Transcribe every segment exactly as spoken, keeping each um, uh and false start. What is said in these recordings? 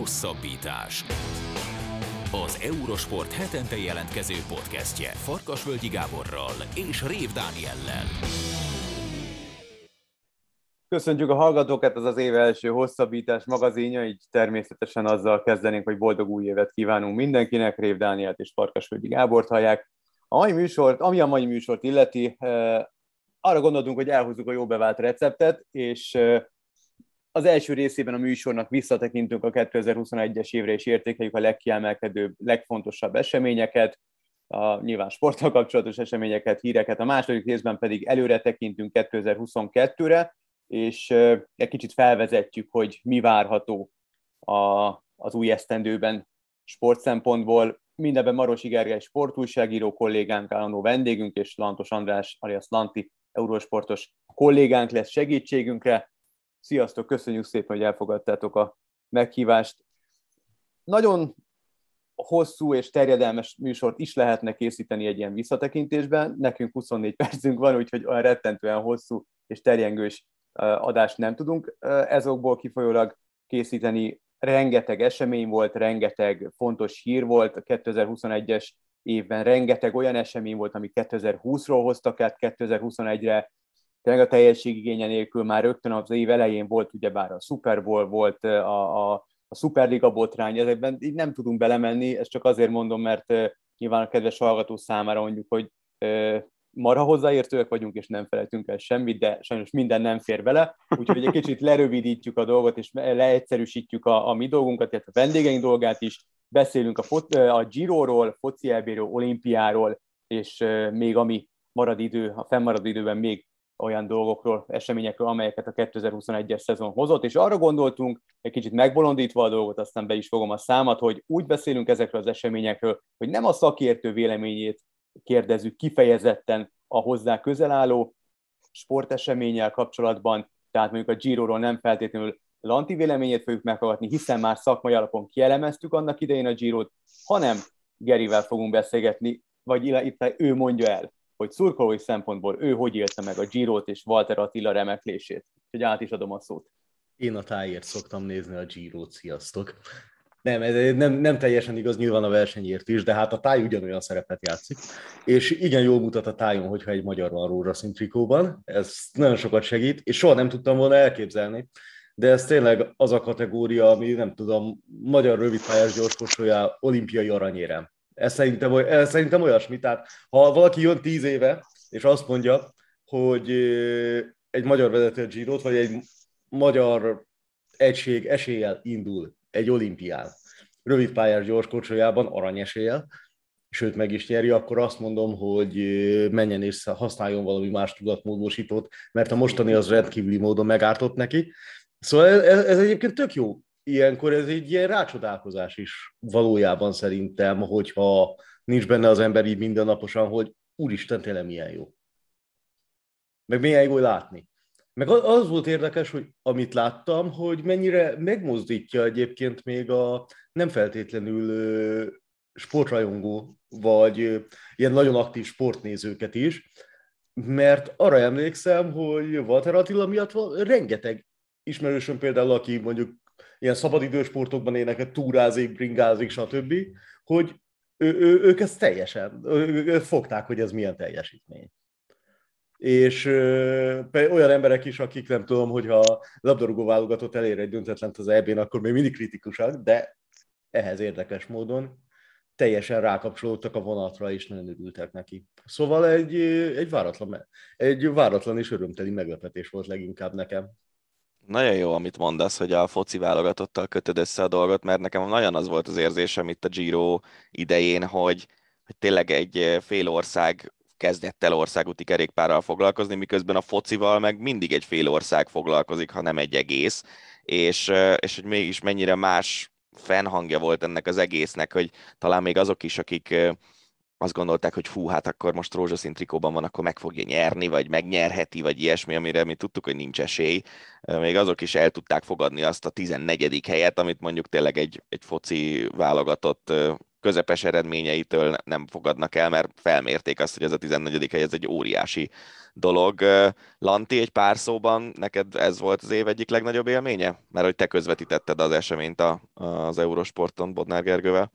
Hosszabbítás. Az Eurosport hetente jelentkező podcastje Farkasvölgyi Gáborral és Rév Dániellel. Köszöntjük a hallgatókat, ez az év első Hosszabbítás magazinja, így természetesen azzal kezdenénk, hogy boldog új évet kívánunk mindenkinek, Rév Dánielt és Farkasvölgyi Gábort hallják. A mai műsort, ami a mai műsort illeti, arra gondoltunk, hogy elhozzuk a jó bevált receptet, és az első részében a műsornak visszatekintünk a kétezer-huszonegyes évre, és értékeljük a legkiemelkedőbb, legfontosabb eseményeket, a nyilván sporttal kapcsolatos eseményeket, híreket, a második részben pedig előre tekintünk kétezer-huszonkettőre, és egy kicsit felvezetjük, hogy mi várható a, az új esztendőben sport szempontból. Mindenben Marosi Gergely sportújságíró kollégánk, állandó vendégünk, és Lantos András, alias Lanti, Eurosportos kollégánk lesz segítségünkre. Sziasztok, köszönjük szépen, hogy elfogadtátok a meghívást. Nagyon hosszú és terjedelmes műsort is lehetne készíteni egy ilyen visszatekintésben. Nekünk huszonnégy percünk van, úgyhogy olyan rettentően hosszú és terjengős adást nem tudunk ezokból kifolyólag készíteni. Rengeteg esemény volt, rengeteg fontos hír volt a kétezer-huszonegyes évben, rengeteg olyan esemény volt, ami kétezer-húszról hoztak át kétezer-huszonegyre, tényleg a teljességigénye nélkül már rögtön az év elején volt, ugyebár a Super Bowl, volt a, a, a Superliga botrány, ezekben így nem tudunk belemenni, ezt csak azért mondom, mert uh, nyilván a kedves hallgató számára mondjuk, hogy uh, marha hozzáértőek vagyunk, és nem felejtünk el semmit, de sajnos minden nem fér bele, úgyhogy egy kicsit lerövidítjük a dolgot, és leegyszerűsítjük a, a mi dolgunkat, illetve a vendégeink dolgát is, beszélünk a, fo- a Giroról, foci é bé-ről, olimpiáról, és uh, még ami marad idő, a fennmarad időben még olyan dolgokról, eseményekről, amelyeket a kétezer-huszonegyes szezon hozott, és arra gondoltunk, egy kicsit megbolondítva a dolgot, aztán be is fogom a számat, hogy úgy beszélünk ezekről az eseményekről, hogy nem a szakértő véleményét kérdezzük kifejezetten a hozzá közel álló sporteseménnyel kapcsolatban, tehát mondjuk a Giroról nem feltétlenül Lanti véleményét fogjuk meghallgatni, hiszen már szakmai alapon kielemeztük annak idején a Girot, hanem Gerivel fogunk beszélgetni, vagy itt ő mondja el, hogy szurkolói szempontból ő hogy élte meg a Girot és Walter Attila remeklését. Úgyhogy át is adom a szót. Én a tájért szoktam nézni a Girot, sziasztok. Nem, ez nem, nem teljesen igaz, nyilván a versenyért is, de hát a táj ugyanolyan szerepet játszik. És igen jól mutat a tájon, hogyha egy magyar van rózsaszín trikóban. Ez nagyon sokat segít, és soha nem tudtam volna elképzelni. De ez tényleg az a kategória, ami nem tudom, magyar rövidpályás gyorskocsója olimpiai aranyérem. Ez szerintem, ez szerintem olyasmi. Tehát ha valaki jön tíz éve, és azt mondja, hogy egy magyar vezető Girot, vagy egy magyar egység eséllyel indul egy olimpián, rövidpályás gyorskocsójában aranyeséllyel, sőt meg is nyeri, akkor azt mondom, hogy menjen és használjon valami más tudatmódosítót, mert a mostani az rendkívüli módon megártott neki. Szóval ez, ez egyébként tök jó. Ilyenkor ez egy ilyen rácsodálkozás is valójában szerintem, hogyha nincs benne az ember így mindennaposan, hogy úristen, tényleg milyen jó. Meg milyen jó látni. Meg az volt érdekes, hogy amit láttam, hogy mennyire megmozdítja egyébként még a nem feltétlenül sportrajongó, vagy ilyen nagyon aktív sportnézőket is, mert arra emlékszem, hogy Walter Attila miatt van rengeteg ismerősöm például, aki mondjuk ilyen szabadidősportokban éneket, túrázik, bringázik, stb., hogy ő, ő, ők ezt teljesen, ők fogták, hogy ez milyen teljesítmény. És ö, olyan emberek is, akik nem tudom, hogyha labdarúgó válogatott elér egy döntetlent az é bén, akkor még mindig kritikusak, de ehhez érdekes módon teljesen rákapcsolódtak a vonatra, és nagyon örültek neki. Szóval egy, egy, váratlan, egy váratlan és örömteli meglepetés volt leginkább nekem. Nagyon jó, amit mondasz, hogy a foci válogatottal kötöd össze a dolgot, mert nekem nagyon az volt az érzésem itt a Giro idején, hogy, hogy tényleg egy fél ország kezdett el országúti kerékpárral foglalkozni, miközben a focival meg mindig egy fél ország foglalkozik, ha nem egy egész, és, és hogy mégis mennyire más fennhangja volt ennek az egésznek, hogy talán még azok is, akik azt gondolták, hogy fú, hát akkor most rózsaszín trikóban van, akkor meg fogja nyerni, vagy megnyerheti, vagy ilyesmi, amire mi tudtuk, hogy nincs esély. Még azok is el tudták fogadni azt a tizennegyedik helyet, amit mondjuk tényleg egy, egy foci válogatott közepes eredményeitől nem fogadnak el, mert felmérték azt, hogy ez a tizennegyedik hely, ez egy óriási dolog. Lanti, egy pár szóban, neked ez volt az év egyik legnagyobb élménye? Mert hogy te közvetítetted az eseményt a, az Eurosporton Bodnár Gergővel.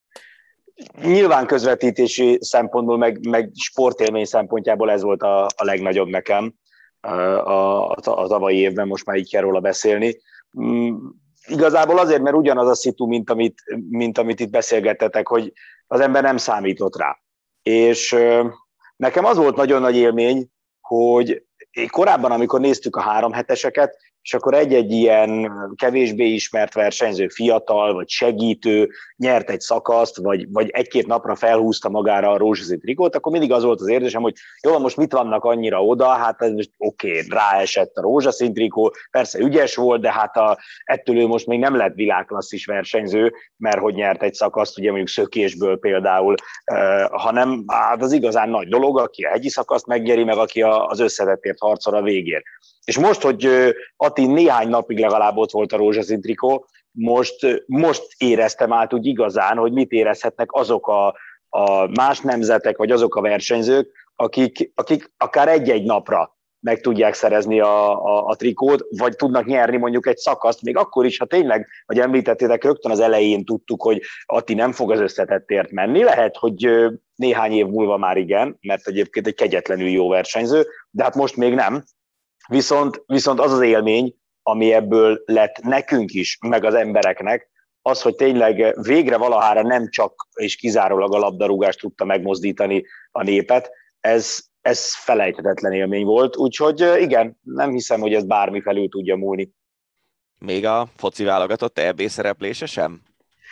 Nyilván közvetítési szempontból, meg, meg sportélmény szempontjából ez volt a, a legnagyobb nekem a, a, a tavalyi évben, most már így kell róla beszélni. Igazából azért, mert ugyanaz a szitu, mint amit, mint amit itt beszélgettetek, hogy az ember nem számított rá. És nekem az volt nagyon nagy élmény, hogy korábban, amikor néztük a három heteseket, és akkor egy-egy ilyen kevésbé ismert versenyző, fiatal vagy segítő nyert egy szakaszt, vagy, vagy egy-két napra felhúzta magára a rózsaszín trikót, akkor mindig az volt az érzésem, hogy jó, most mit vannak annyira oda, hát ez most oké, okay, ráesett a rózsaszín trikó, persze ügyes volt, de hát a, ettől ő most még nem lett világklasszis versenyző, mert hogy nyert egy szakaszt, ugye mondjuk szökésből például, uh, hanem hát az igazán nagy dolog, aki a hegyi szakaszt megnyeri, meg aki az összetettért harcol a végén. És most, hogy Ati néhány napig legalább ott volt a rózsaszín trikó, most, most éreztem át úgy igazán, hogy mit érezhetnek azok a, a más nemzetek, vagy azok a versenyzők, akik, akik akár egy-egy napra meg tudják szerezni a, a, a trikót, vagy tudnak nyerni mondjuk egy szakaszt, még akkor is, ha tényleg, vagy említettétek, rögtön az elején tudtuk, hogy Ati nem fog az összetettért menni. Lehet, hogy néhány év múlva már igen, mert egyébként egy kegyetlenül jó versenyző, de hát most még nem. Viszont, viszont az az élmény, ami ebből lett nekünk is, meg az embereknek, az, hogy tényleg végre valahára nem csak és kizárólag a labdarúgást tudta megmozdítani a népet, ez, ez felejthetetlen élmény volt, úgyhogy igen, nem hiszem, hogy ez bármi felül tudja múlni. Még a foci válogatott é bé szereplése sem?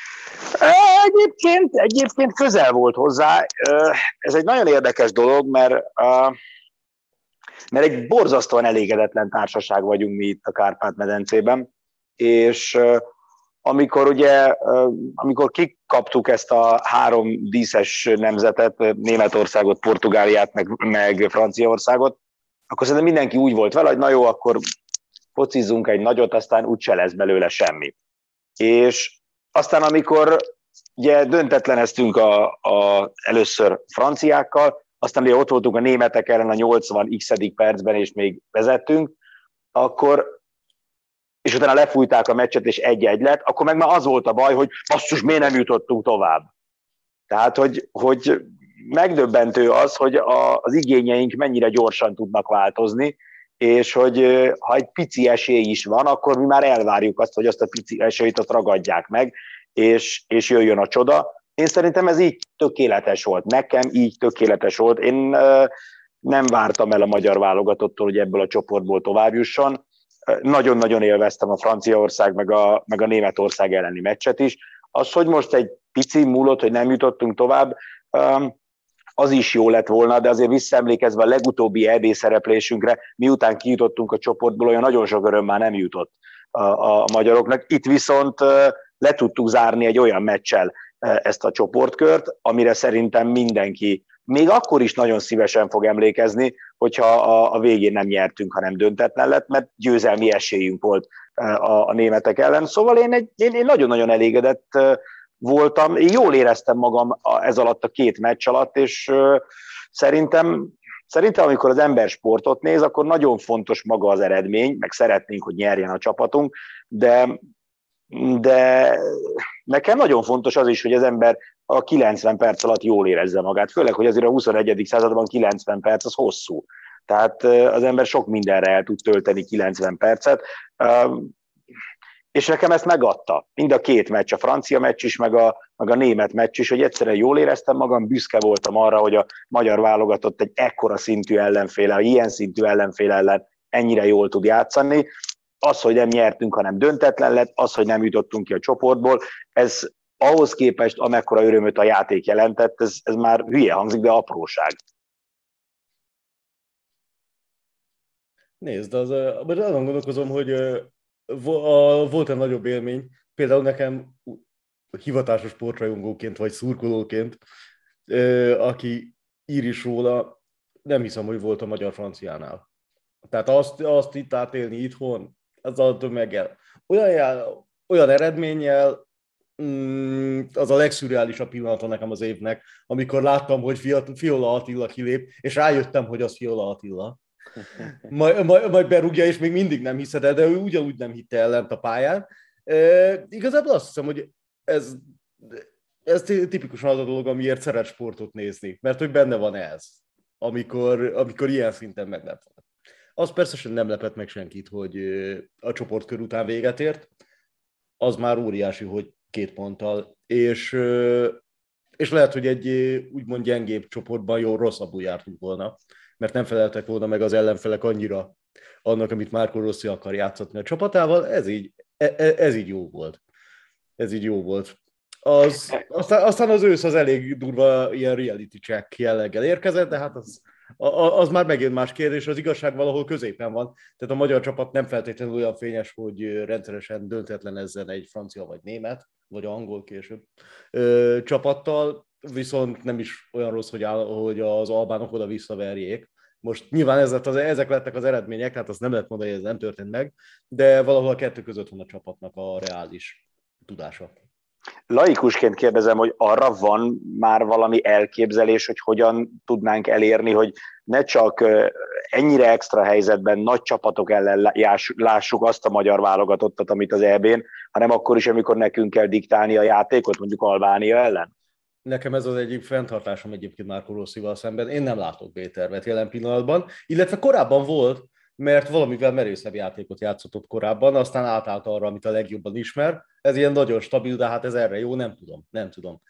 Egyébként, egyébként közel volt hozzá. Ez egy nagyon érdekes dolog, mert... mert egy borzasztóan elégedetlen társaság vagyunk mi itt a Kárpát-medencében, és amikor ugye, amikor kikaptuk ezt a három díszes nemzetet, Németországot, Portugáliát, meg, meg Franciaországot, akkor szerintem mindenki úgy volt vele, hogy na jó, akkor focizzunk egy nagyot, aztán úgyse lesz belőle semmi. És aztán amikor ugye döntetleneztünk a, a, először franciákkal, aztán ugye ott voltunk a németek ellen a nyolcvan x percben, és még vezettünk, akkor, és utána lefújták a meccset, és egy-egy lett, akkor meg már az volt a baj, hogy basszus, miért nem jutottunk tovább. Tehát, hogy, hogy megdöbbentő az, hogy a, az igényeink mennyire gyorsan tudnak változni, és hogy ha egy pici esély is van, akkor mi már elvárjuk azt, hogy azt a pici esélyt azt ragadják meg, és, és jöjjön a csoda. Én szerintem ez így tökéletes volt. Nekem így tökéletes volt. Én uh, nem vártam el a magyar válogatottól, hogy ebből a csoportból tovább jusson. Uh, nagyon-nagyon élveztem a Franciaország meg a, meg a Németország elleni meccset is. Az, hogy most egy pici múlott, hogy nem jutottunk tovább, um, az is jó lett volna, de azért visszaemlékezve a legutóbbi é bé szereplésünkre, miután kijutottunk a csoportból, olyan nagyon sok öröm már nem jutott a, a magyaroknak. Itt viszont uh, le tudtuk zárni egy olyan meccsel ezt a csoportkört, amire szerintem mindenki még akkor is nagyon szívesen fog emlékezni, hogyha a, a végén nem nyertünk, hanem döntetlen lett, mert győzelmi esélyünk volt a, a németek ellen. Szóval én, egy, én, én nagyon-nagyon elégedett voltam, én jól éreztem magam ez alatt a két meccs alatt, és szerintem, szerintem amikor az ember sportot néz, akkor nagyon fontos maga az eredmény, meg szeretnénk, hogy nyerjen a csapatunk, de de nekem nagyon fontos az is, hogy az ember a kilencven perc alatt jól érezze magát, főleg, hogy azért a huszonegyedik században kilencven perc az hosszú. Tehát az ember sok mindenre el tud tölteni kilencven percet, és nekem ezt megadta. Mind a két meccs, a francia meccs is, meg a, meg a német meccs is, hogy egyszerűen jól éreztem magam, büszke voltam arra, hogy a magyar válogatott egy ekkora szintű ellenféle, ilyen szintű ellenféle ellen ennyire jól tud játszani. Az, hogy nem nyertünk, hanem döntetlen lett, az, hogy nem jutottunk ki a csoportból, ez ahhoz képest, amekkora örömöt a játék jelentett, ez, ez már hülye hangzik, de apróság. Nézd, az, az azon gondolkozom, hogy volt egy nagyobb élmény, például nekem hivatásos sportrajongóként, vagy szurkolóként, aki ír is róla, nem hiszem, hogy volt a magyar-franciánál. Tehát azt, azt itt átélni itthon, azzal a tömeggel. Olyan, olyan eredménnyel, mm, az a legszürreálisabb pillanata nekem az évnek, amikor láttam, hogy Fiola Attila kilép, és rájöttem, hogy az Fiola Attila. Majd, majd, majd berúgja, és még mindig nem hiszed el, de ő ugyanúgy nem hitte el lent a pályán. E, igazából azt hiszem, hogy ez, ez tipikusan az a dolog, amiért szeret sportot nézni, mert hogy benne van ez, amikor, amikor ilyen szinten meglep. Az persze nem lepett meg senkit, hogy a csoportkör után véget ért. Az már óriási, hogy két ponttal, és, és lehet, hogy egy úgymond gyengébb csoportban jó rosszabbul jártunk volna, mert nem feleltek volna meg az ellenfelek annyira annak, amit Marco Rossi akar játszatni a csapatával. Ez így, ez így jó volt. Ez így jó volt. Az, aztán, aztán az ősz az elég durva ilyen reality check jelleggel érkezett, de hát az, az már megint más kérdés, az igazság valahol középen van. Tehát a magyar csapat nem feltétlenül olyan fényes, hogy rendszeresen döntetlenezzen egy francia vagy német, vagy angol később ö, csapattal, viszont nem is olyan rossz, hogy, áll, hogy az albánok oda visszaverjék. Most nyilván ez lett az, ezek lettek az eredmények, hát azt nem lehet mondani, hogy ez nem történt meg, de valahol a kettő között van a csapatnak a reális tudása. Laikusként kérdezem, hogy arra van már valami elképzelés, hogy hogyan tudnánk elérni, hogy ne csak ennyire extra helyzetben nagy csapatok ellen lássuk azt a magyar válogatottat, amit az é bén, hanem akkor is, amikor nekünk kell diktálni a játékot, mondjuk Albánia ellen? Nekem ez az egyik fenntartásom egyébként Marco Rossival szemben. Én nem látok B-tervet jelen pillanatban, illetve korábban volt, mert valamivel merészebb játékot játszott korábban, aztán átállt arra, amit a legjobban ismer. Ez ilyen nagyon stabil, de hát ez erre jó, nem tudom, nem tudom.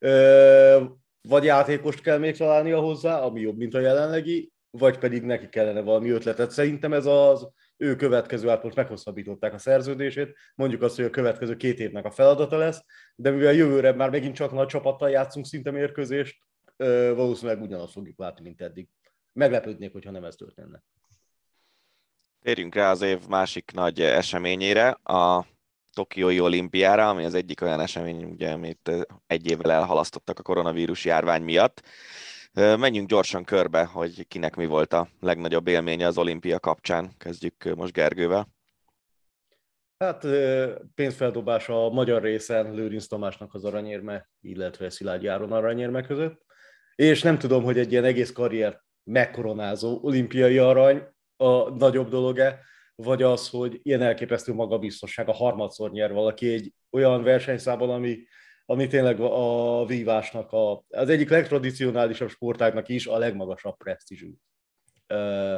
Ö, vagy játékost kell még találnia hozzá, ami jobb, mint a jelenlegi, vagy pedig neki kellene valami ötletet. Szerintem ez az ő következő, hát most meghosszabbították a szerződését, mondjuk azt, hogy a következő két évnek a feladata lesz, de mivel jövőre már megint csak nagy csapattal játszunk szinte mérkőzést, ö, valószínűleg ugyanazt fogjuk látni, mint eddig. Meglepődnék, hogyha nem ez történne. Térjünk rá az év másik nagy eseményére, a Tokiói olimpiára, ami az egyik olyan esemény, ugye, amit egy évvel elhalasztottak a koronavírus járvány miatt. Menjünk gyorsan körbe, hogy kinek mi volt a legnagyobb élménye az olimpia kapcsán. Kezdjük most Gergővel. Hát pénzfeldobás a magyar részen Lőrinc Tamásnak az aranyérme, illetve Szilágyi Áron aranyérme között. És nem tudom, hogy egy ilyen egész karrier megkoronázó olimpiai arany a nagyobb dolog-e, vagy az, hogy ilyen elképesztő magabiztosság, a harmadszor nyer valaki egy olyan versenyszámban, ami, ami tényleg a vívásnak, a, az egyik legtradicionálisabb sportágnak is a legmagasabb presztízsű uh,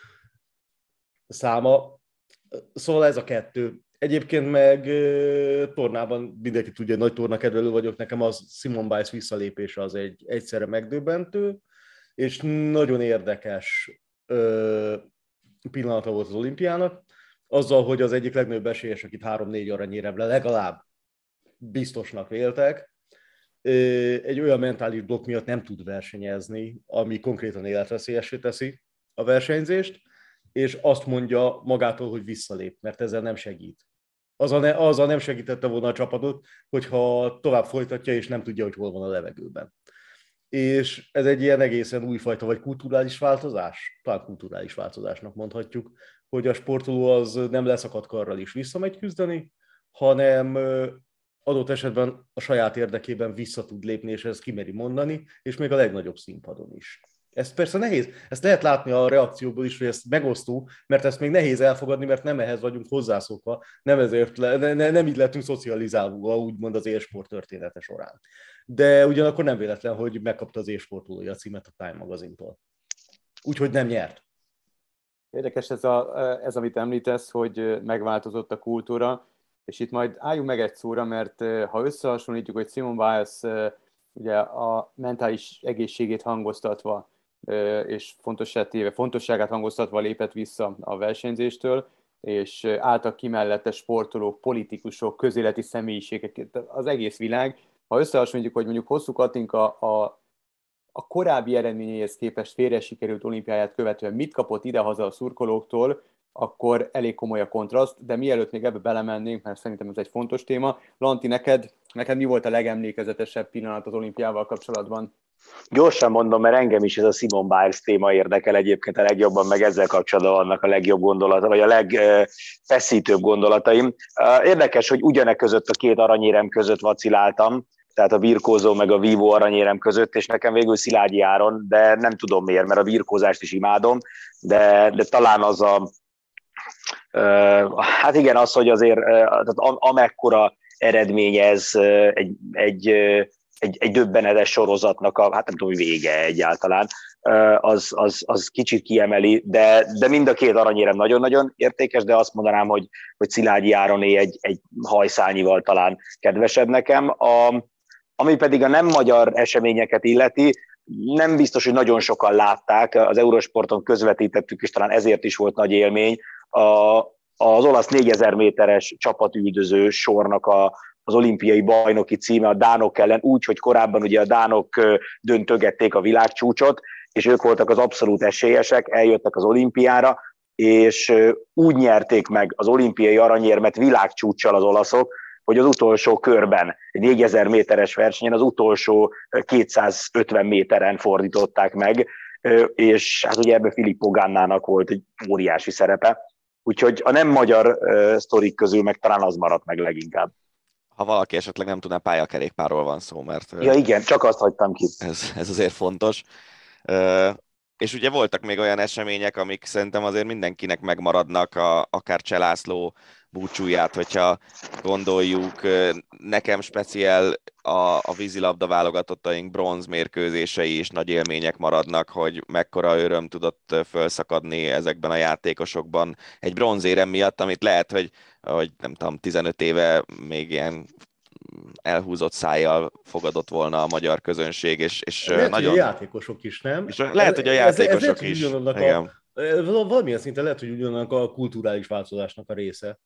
száma. Szóval ez a kettő. Egyébként meg uh, tornában mindenki tudja, nagy tornakedvelő vagyok, nekem az Simone Biles visszalépése az egy egyszerre megdöbbentő, és nagyon érdekes uh, pillanata volt az olimpiának, azzal, hogy az egyik legnagyobb esélyes, akit három-négy aranyéremre legalább biztosnak véltek, egy olyan mentális blokk miatt nem tud versenyezni, ami konkrétan életveszélyessé teszi a versenyzést, és azt mondja magától, hogy visszalép, mert ezzel nem segít. Azzal, ne, azzal nem segítette volna a csapatot, hogyha tovább folytatja, és nem tudja, hogy hol van a levegőben. És ez egy ilyen egészen újfajta, vagy kulturális változás, talán kulturális változásnak mondhatjuk, hogy a sportoló az nem leszakadt karral is visszamegy küzdeni, hanem adott esetben a saját érdekében vissza tud lépni, és ezt kimeri mondani, és még a legnagyobb színpadon is. Ez persze nehéz, ezt lehet látni a reakcióból is, hogy ez megosztó, mert ezt még nehéz elfogadni, mert nem ehhez vagyunk hozzászokva, nem ezért le, ne, nem így lettünk szocializálva, úgymond az élsport története során. De ugyanakkor nem véletlen, hogy megkapta az élsportolója címet a Time magazintól. Úgyhogy nem nyert. Érdekes ez, a, ez, amit említesz, hogy megváltozott a kultúra, és itt majd álljunk meg egy szóra, mert ha összehasonlítjuk, hogy Simone Biles ugye a mentális egészségét hangoztatva, és fontosságát téve, fontosságát hangoztatva lépett vissza a versenyzéstől, és álltak ki mellette sportolók, politikusok, közéleti személyiségek, az egész világ. Ha összehasonlítjuk, hogy mondjuk Hosszú Katinka a, a korábbi eredményeihez képest félre sikerült olimpiáját követően mit kapott idehaza a szurkolóktól, akkor elég komoly a kontraszt, de mielőtt még ebbe belemennénk, mert szerintem ez egy fontos téma. Lanti, neked, neked mi volt a legemlékezetesebb pillanat az olimpiával kapcsolatban? Gyorsan mondom, mert engem is ez a Simone Biles téma érdekel egyébként a legjobban, meg ezzel kapcsolatban vannak a legjobb gondolata, vagy a legfeszítőbb gondolataim. Érdekes, hogy ugyanek között a két aranyérem között vaciláltam, tehát a birkózó meg a vívó aranyérem között, és nekem végül Szilágyi Áron, de nem tudom miért, mert a birkózást is imádom, de, de talán az a, hát igen, az, hogy azért tehát amekkora eredmény ez egy, egy Egy, egy döbbenetes sorozatnak a, hát nem tudom, hogy vége egyáltalán, az, az, az kicsit kiemeli, de, de mind a két aranyérem nagyon-nagyon értékes, de azt mondanám, hogy, hogy Szilágyi Ároné egy, egy hajszányival talán kedvesebb nekem. A, ami pedig a nem magyar eseményeket illeti, nem biztos, hogy nagyon sokan látták, az Eurosporton közvetítettük, és talán ezért is volt nagy élmény, a, az olasz négyezer méteres csapatüldöző sornak a az olimpiai bajnoki címe a dánok ellen, úgy, hogy korábban ugye a dánok döntögették a világcsúcsot, és ők voltak az abszolút esélyesek, eljöttek az olimpiára, és úgy nyerték meg az olimpiai aranyérmet világcsúccsal az olaszok, hogy az utolsó körben, egy négyezer méteres versenyen az utolsó kétszázötven méteren fordították meg, és hát ugye ebben Filippo Gannának volt egy óriási szerepe. Úgyhogy a nem magyar sztorik közül meg talán az maradt meg leginkább. Ha valaki esetleg nem tudná, pályakerékpárról van szó, mert... Ja igen, csak azt hagytam ki. Ez, ez azért fontos. És ugye voltak még olyan események, amik szerintem azért mindenkinek megmaradnak, a, akár Cselászló búcsúját, hogyha gondoljuk, nekem speciál a, a vízilabda válogatottaink bronzmérkőzései is nagy élmények maradnak, hogy mekkora öröm tudott fölszakadni ezekben a játékosokban egy bronzérem miatt, amit lehet, hogy, hogy nem tudom, tizenöt éve még ilyen elhúzott szájjal fogadott volna a magyar közönség, és, és lehet, nagyon... hogy a játékosok is, nem? És lehet, hogy a játékosok ez, ez is. A, valamilyen szinten lehet, hogy ugyanannak a kulturális változásnak a része.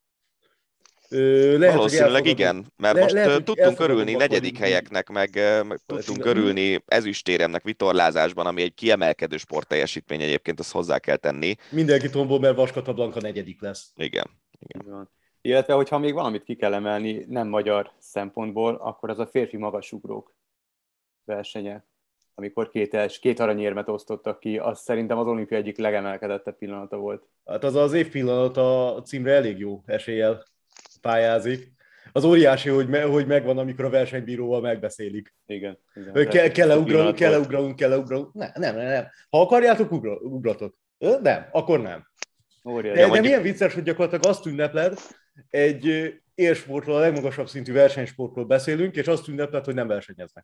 Lehet, valószínűleg igen, mert le, most lehet, tudtunk örülni negyedik hogy... helyeknek, meg, meg tudtunk örülni ezüstéremnek vitorlázásban, ami egy kiemelkedő sportteljesítmény egyébként, azt hozzá kell tenni. Mindenki tombol, mert Vaskata Blanka negyedik lesz. Igen. igen. Illetve, hogyha még valamit ki kell emelni nem magyar szempontból, akkor az a férfi magasugrók versenye, amikor két, els, két aranyérmet osztottak ki, az szerintem az olimpia egyik legemelkedettebb pillanata volt. Hát az az év pillanata a címre elég jó eséllyel pályázik. Az óriási, hogy, me, hogy megvan, amikor a versenybíróval megbeszélik. Igen. igen Ke, kell-e ugranunk, kell-e ugranunk, kell-e ugranunk. Nem, nem, nem, nem. Ha akarjátok, ugra, ugratok. Nem, akkor nem. Óriási. De, de mondjuk... milyen vicces, hogy gyakorlatilag azt ünnepled, egy élsportról, a legmagasabb szintű versenysportról beszélünk, és azt ünnepled, hogy nem versenyeznek.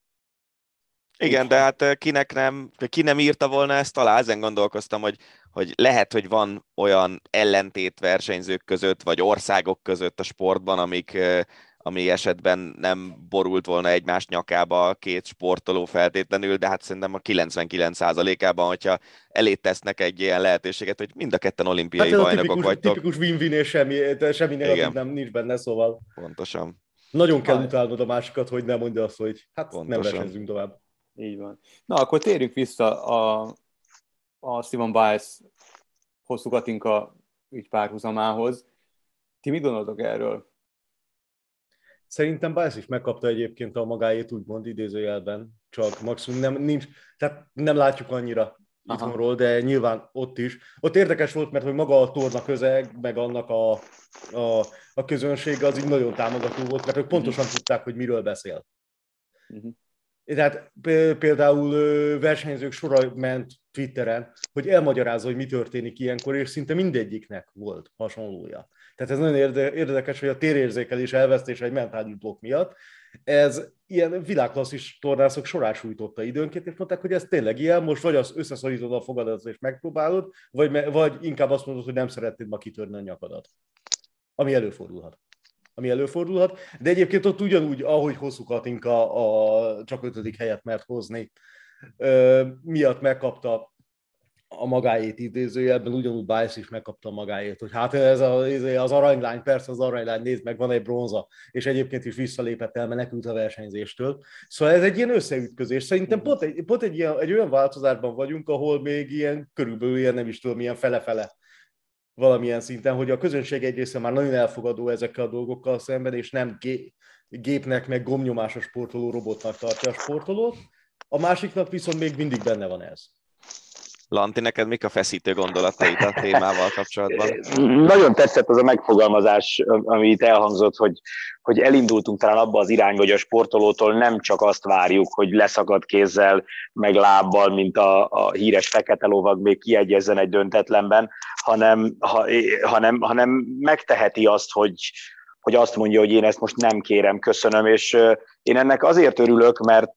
Igen, de hát kinek nem, ki nem írta volna ezt alá, ezen gondolkoztam, hogy, hogy lehet, hogy van olyan ellentét versenyzők között, vagy országok között a sportban, amik, ami esetben nem borult volna egymás nyakába két sportoló feltétlenül, de hát szerintem a kilencvenkilenc százalékában, hogyha elé tesznek egy ilyen lehetőséget, hogy mind a ketten olimpiai hát bajnokok tipikus, vagytok. Tipikus win-win, és semmi, semmi negatív nem nincs benne, szóval... Pontosan. Nagyon kell utálnod a másikat, hogy nem mondja azt, hogy hát Pontosan. Nem versenyzünk tovább. Így van. Na, akkor térjünk vissza a, a Simone Biles hosszú Katinka ügy párhuzamához. Ti mit gondoltok erről? Szerintem Biles is megkapta egyébként a magáét, úgymond idézőjelben, csak maximum nem, nincs, tehát nem látjuk annyira itthonról, de nyilván ott is. Ott érdekes volt, mert hogy maga a torna közeg, meg annak a, a, a közönsége az így nagyon támogató volt, mert ők pontosan uh-huh. tudták, hogy miről beszél. Uh-huh. Tehát például versenyzők sora ment Twitteren, hogy elmagyarázza, hogy mi történik ilyenkor, és szinte mindegyiknek volt hasonlója. Tehát ez nagyon érdekes, hogy a térérzékelés elvesztése egy mentális blokk miatt, ez ilyen világklasszis tornászok során sújtotta időnként, és mondták, hogy ez tényleg ilyen, most vagy az összeszorítod a fogadat és megpróbálod, vagy, vagy inkább azt mondod, hogy nem szeretnéd ma kitörni a nyakadat. Ami előfordulhat. ami előfordulhat, de egyébként ott ugyanúgy, ahogy Hosszú Katinka a csak ötödik helyet mert hozni, miatt megkapta a magáét idézőjelben, ugyanúgy Biles is megkapta a magáét, hogy hát ez az aranylány, persze az aranylány, nézd meg, van egy bronza, és egyébként is visszalépett el, menekült a versenyzéstől. Szóval ez egy ilyen összeütközés. Szerintem pont egy, pont egy, ilyen, egy olyan változásban vagyunk, ahol még ilyen körülbelül ilyen, nem is tudom, ilyen fele-fele valamilyen szinten, hogy a közönség egy része már nagyon elfogadó ezekkel a dolgokkal szemben, és nem gépnek, meg gombnyomásos sportoló robotnak tartja a sportolót, a másiknak viszont még mindig benne van ez. Lanti, neked mik a feszítő gondolataid a témával kapcsolatban? Nagyon tetszett az a megfogalmazás, ami itt elhangzott, hogy, hogy elindultunk talán abba az irányba, hogy a sportolótól nem csak azt várjuk, hogy leszakadt kézzel, meg lábbal, mint a, a híres fekete lovag még kiegyezzen egy döntetlenben, hanem, ha, hanem, hanem megteheti azt, hogy, hogy azt mondja, hogy én ezt most nem kérem, köszönöm, és én ennek azért örülök, mert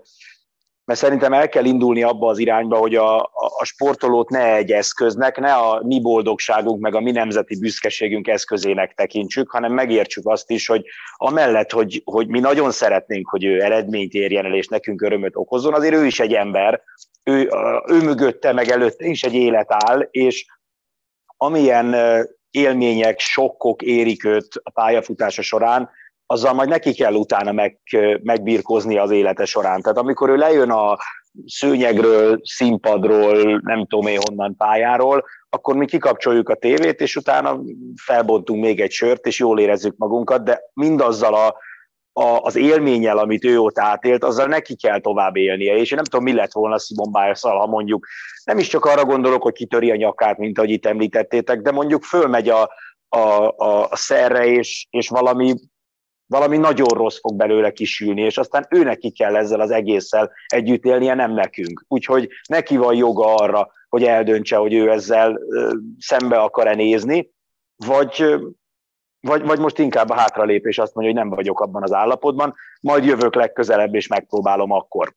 mert szerintem el kell indulni abba az irányba, hogy a, a, a sportolót ne egy eszköznek, ne a mi boldogságunk, meg a mi nemzeti büszkeségünk eszközének tekintsük, hanem megértsük azt is, hogy amellett, hogy, hogy mi nagyon szeretnénk, hogy ő eredményt érjen el, és nekünk örömöt okozzon, azért ő is egy ember, ő, ő mögötte, meg előtte is egy élet áll, és amilyen élmények, sokkok érik őt a pályafutása során, azzal majd neki kell utána meg, megbirkózni az élete során. Tehát amikor ő lejön a szőnyegről, színpadról, nem tudom én honnan pályáról, akkor mi kikapcsoljuk a tévét, és utána felbontunk még egy sört, és jól érezzük magunkat, de mindazzal a, a, az élménnyel, amit ő ott átélt, azzal neki kell tovább élnie. És én nem tudom, mi lett volna Simone Biles-szal, ha mondjuk, nem is csak arra gondolok, hogy kitöri a nyakát, mint ahogy itt említettétek, de mondjuk fölmegy a, a, a, a szerre, és, és valami valami nagyon rossz fog belőle kisülni, és aztán ő neki kell ezzel az egésszel együtt élnie, nem nekünk. Úgyhogy neki van joga arra, hogy eldöntse, hogy ő ezzel szembe akar-e nézni, vagy, vagy, vagy most inkább a hátralépés azt mondja, hogy nem vagyok abban az állapotban, majd jövök legközelebb, és megpróbálom akkor.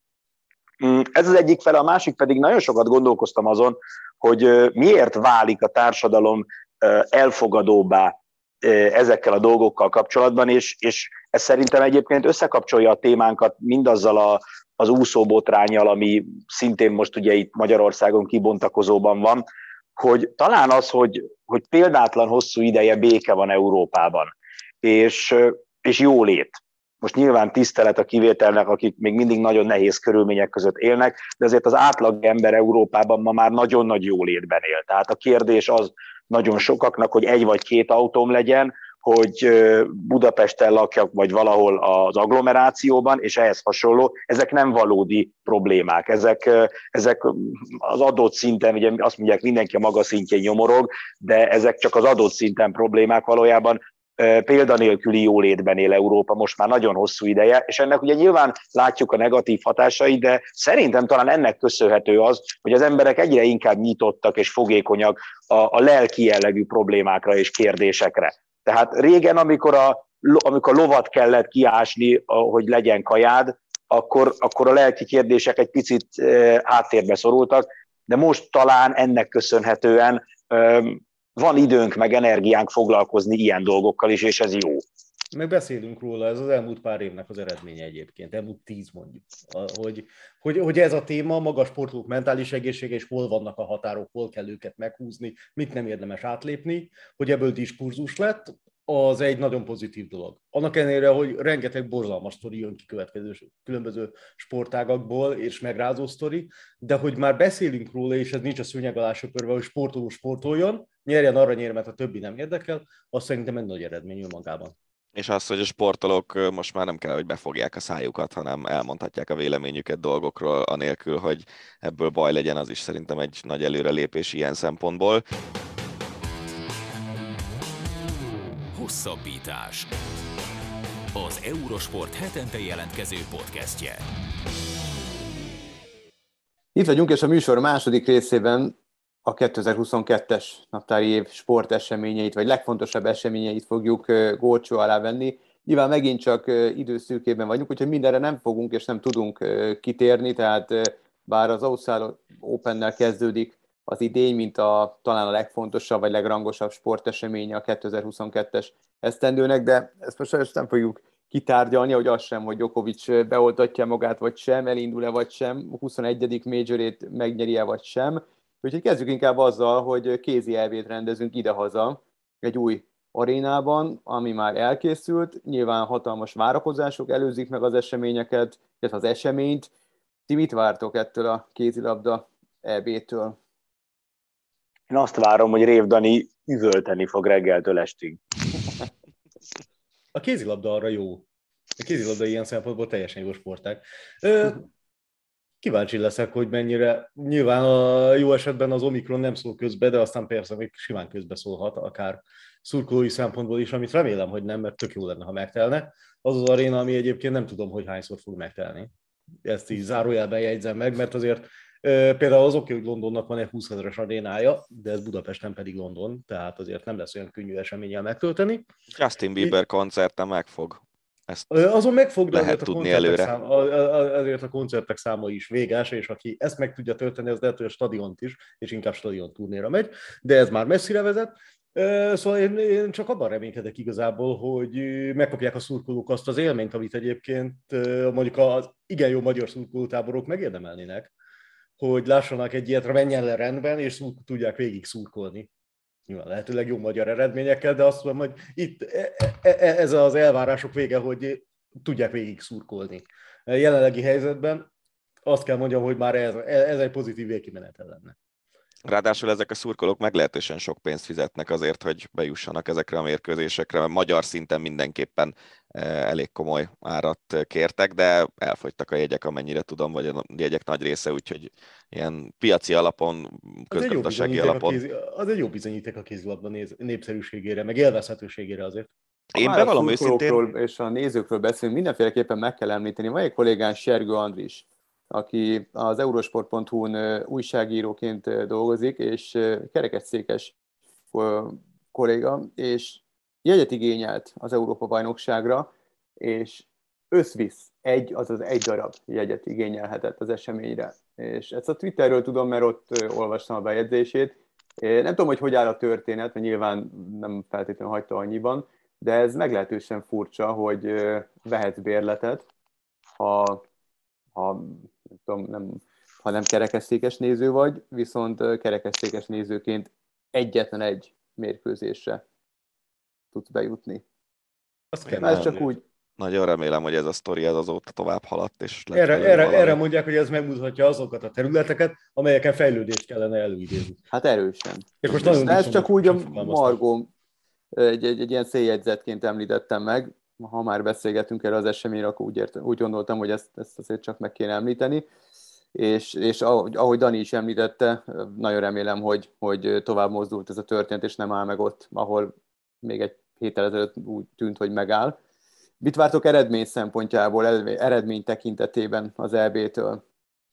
Ez az egyik fele, a másik pedig nagyon sokat gondolkoztam azon, hogy miért válik a társadalom elfogadóbbá ezekkel a dolgokkal kapcsolatban, és, és ez szerintem egyébként összekapcsolja a témánkat mindazzal a, az úszóbotránnyal, ami szintén most ugye itt Magyarországon kibontakozóban van, hogy talán az, hogy, hogy példátlan hosszú ideje béke van Európában, és, és jólét. Most nyilván tisztelet a kivételnek, akik még mindig nagyon nehéz körülmények között élnek, de azért az átlag ember Európában ma már nagyon nagy jólétben él. Tehát a kérdés az nagyon sokaknak, hogy egy vagy két autóm legyen, hogy Budapesten lakjak, vagy valahol az agglomerációban, és ehhez hasonló, ezek nem valódi problémák. Ezek, ezek az adott szinten, ugye azt mondják, mindenki a maga szintjén nyomorog, de ezek csak az adott szinten problémák, valójában példanélküli jólétben él Európa most már nagyon hosszú ideje, és ennek ugye nyilván látjuk a negatív hatásait, de szerintem talán ennek köszönhető az, hogy az emberek egyre inkább nyitottak és fogékonyak a, a lelki jellegű problémákra és kérdésekre. Tehát régen, amikor a, amikor lovat kellett kiásni, hogy legyen kajád, akkor, akkor a lelki kérdések egy picit háttérbe szorultak, de most talán ennek köszönhetően van időnk, meg energiánk foglalkozni ilyen dolgokkal is, és ez jó. Meg beszélünk róla, ez az elmúlt pár évnek az eredménye egyébként, elmúlt tíz mondjuk, hogy, hogy, hogy ez a téma, maga a sportolók mentális egészsége, és hol vannak a határok, hol kell őket meghúzni, mit nem érdemes átlépni, hogy ebből diskurzus lett, az egy nagyon pozitív dolog. Annak ellenére, hogy rengeteg borzalmas sztori jön ki következő különböző sportágakból, és megrázó sztori, de hogy már beszélünk róla, és ez nincs a szőnyeg alá söpörve, hogy sportoló sportoljon, nyerjen aranyérmet, a többi nem érdekel, azt szerintem egy nagy eredmény magában. És az, hogy a sportolók most már nem kell, hogy befogják a szájukat, hanem elmondhatják a véleményüket dolgokról, anélkül, hogy ebből baj legyen, az is szerintem egy nagy előrelépés ilyen szempontból. Hosszabbítás. Az Eurosport hetente jelentkező podcastje. Itt vagyunk, és a műsor második részében a kétezer-huszonkettes naptári év sporteseményeit, vagy legfontosabb eseményeit fogjuk górcső alá venni. Nyilván megint csak időszűkében vagyunk, úgyhogy mindenre nem fogunk és nem tudunk kitérni, tehát bár az Ausztrál Opennel kezdődik az idény, mint a, talán a legfontosabb vagy legrangosabb sporteseménye a kétezer-huszonkettes esztendőnek, de ezt most nem fogjuk kitárgyalni, hogy az sem, hogy Djokovic beoltatja magát vagy sem, elindul-e vagy sem, a huszonegyedik majorét megnyeri-e vagy sem. Úgyhogy kezdjük inkább azzal, hogy kézi elvét rendezünk idehaza egy új arénában, ami már elkészült. Nyilván hatalmas várakozások előzik meg az eseményeket, illetve az eseményt. Ti mit vártok ettől a kézilabda é bé-től? Én azt várom, hogy Rév Dani üvölteni fog reggeltől estig. A kézilabda arra jó. A kézilabda ilyen szempontból teljesen jó sportág. Ö, Kíváncsi leszek, hogy mennyire, nyilván a jó esetben az Omikron nem szól közbe, de aztán persze még simán közbe szólhat, akár szurkolói szempontból is, amit remélem, hogy nem, mert tök jó lenne, ha megtelne. Az az aréna, ami egyébként nem tudom, hogy hányszor fog megtelni. Ezt így zárójelben jegyzem meg, mert azért például az oké, hogy Londonnak van egy húszezeres arénája, de ez Budapesten pedig London, tehát azért nem lesz olyan könnyű eseménnyel megtölteni. Justin Bieber koncerten meg fog. Ezt azon megfog, de lehet tudni előre. Szám, azért a koncertek száma is véges, és aki ezt meg tudja tölteni, az lehet, hogy a stadiont is, és inkább stadion turnéra megy, de ez már messzire vezet. Szóval én, én csak abban reménykedek igazából, hogy megkapják a szurkolók azt az élményt, amit egyébként mondjuk az igen jó magyar szurkolótáborok megérdemelnének, hogy lássanak egy ilyet, menjen le rendben, és szurk, tudják végig szurkolni. Nyilván lehetőleg jó magyar eredményekkel, de azt mondom, hogy itt ez az elvárások vége, hogy tudják végig szurkolni. Jelenlegi helyzetben azt kell mondjam, hogy már ez, ez egy pozitív végkimenetel lenne. Ráadásul ezek a szurkolók meglehetősen sok pénzt fizetnek azért, hogy bejussanak ezekre a mérkőzésekre, mert magyar szinten mindenképpen elég komoly árat kértek, de elfogytak a jegyek, amennyire tudom, vagy a jegyek nagy része, úgyhogy ilyen piaci alapon, közgazdasági alapon. Kézi, az egy jó bizonyíték a kézilabda népszerűségére, meg élvezhetőségére azért. Én bevallom őszintén... És a nézőkről beszélünk, mindenféleképpen meg kell említeni. Van egy kollégán, Sergő Andris, aki az eurosport pont hu-n újságíróként dolgozik, és kerekesszékes kolléga, és jegyet igényelt az Európa-bajnokságra, és összvisz egy, azaz egy darab jegyet igényelhetett az eseményre. És ezt a Twitterről tudom, mert ott olvastam a bejegyzését. Nem tudom, hogy hogy áll a történet, mert nyilván nem feltétlenül hagyta annyiban, de ez meglehetősen furcsa, hogy vehetsz bérletet, ha, ha, nem tudom, nem, ha nem kerekesszékes néző vagy, viszont kerekesszékes nézőként egyetlen egy mérkőzésre tudsz bejutni. Azt kell ez csak úgy. Nagyon remélem, hogy ez a sztori ez azóta tovább haladt. És erre, erre, erre mondják, hogy ez megmutatja azokat a területeket, amelyeken fejlődést kellene előidézni. Hát erősen. És most nagyon ez csak úgy a Margó egy, egy, egy ilyen széljegyzetként említettem meg. Ha már beszélgetünk erre az eseményre, akkor úgy, ért, úgy gondoltam, hogy ezt, ezt azért csak meg kéne említeni. És, és ahogy, ahogy Dani is említette, nagyon remélem, hogy, hogy tovább mozdult ez a történet, és nem áll meg ott, ahol még egy héttel ezelőtt úgy tűnt, hogy megáll. Mit vártok eredmény szempontjából, eredmény tekintetében az é bé-től?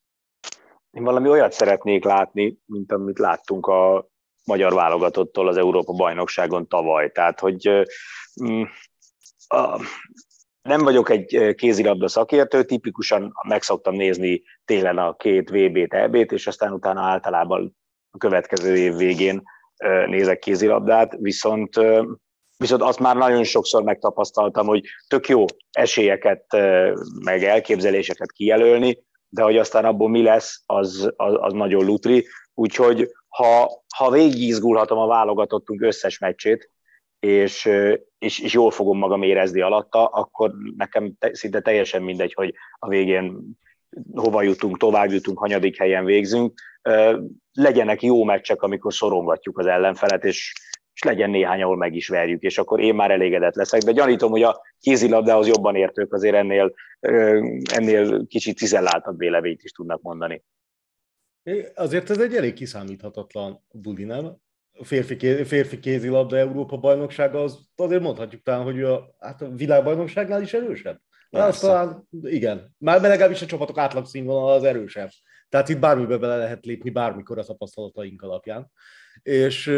Én valami olyat szeretnék látni, mint amit láttunk a magyar válogatottól az Európa-bajnokságon tavaly. Tehát, hogy mm, a, nem vagyok egy kézilabda szakértő, tipikusan meg szoktam nézni télen a két vé bét, é bét, és aztán utána általában a következő év végén nézek kézilabdát, viszont Viszont azt már nagyon sokszor megtapasztaltam, hogy tök jó esélyeket, meg elképzeléseket kijelölni, de hogy aztán abból mi lesz, az, az, az nagyon lutri. Úgyhogy ha, ha végigizgulhatom a válogatottunk összes meccsét, és, és, és jól fogom magam érezni alatta, akkor nekem te, szinte teljesen mindegy, hogy a végén hova jutunk, tovább jutunk, hanyadik helyen végzünk. Legyenek jó meccsek, amikor szorongatjuk az ellenfelet, és és legyen néhány, ahol meg is verjük, és akkor én már elégedett leszek. De gyanítom, hogy a kézilabdához jobban értők azért ennél, ennél kicsit cizelláltabb véleményt is tudnak mondani. Azért ez egy elég kiszámíthatatlan buli, nem? A férfi, kéz, férfi kézilabda Európa-bajnoksága, az azért mondhatjuk talán, hogy a, hát a világbajnokságnál is erősebb. Azt talán, igen. Már legalábbis a csapatok átlagszínvonal az erősebb. Tehát itt bármibe bele lehet lépni bármikor a tapasztalataink alapján. És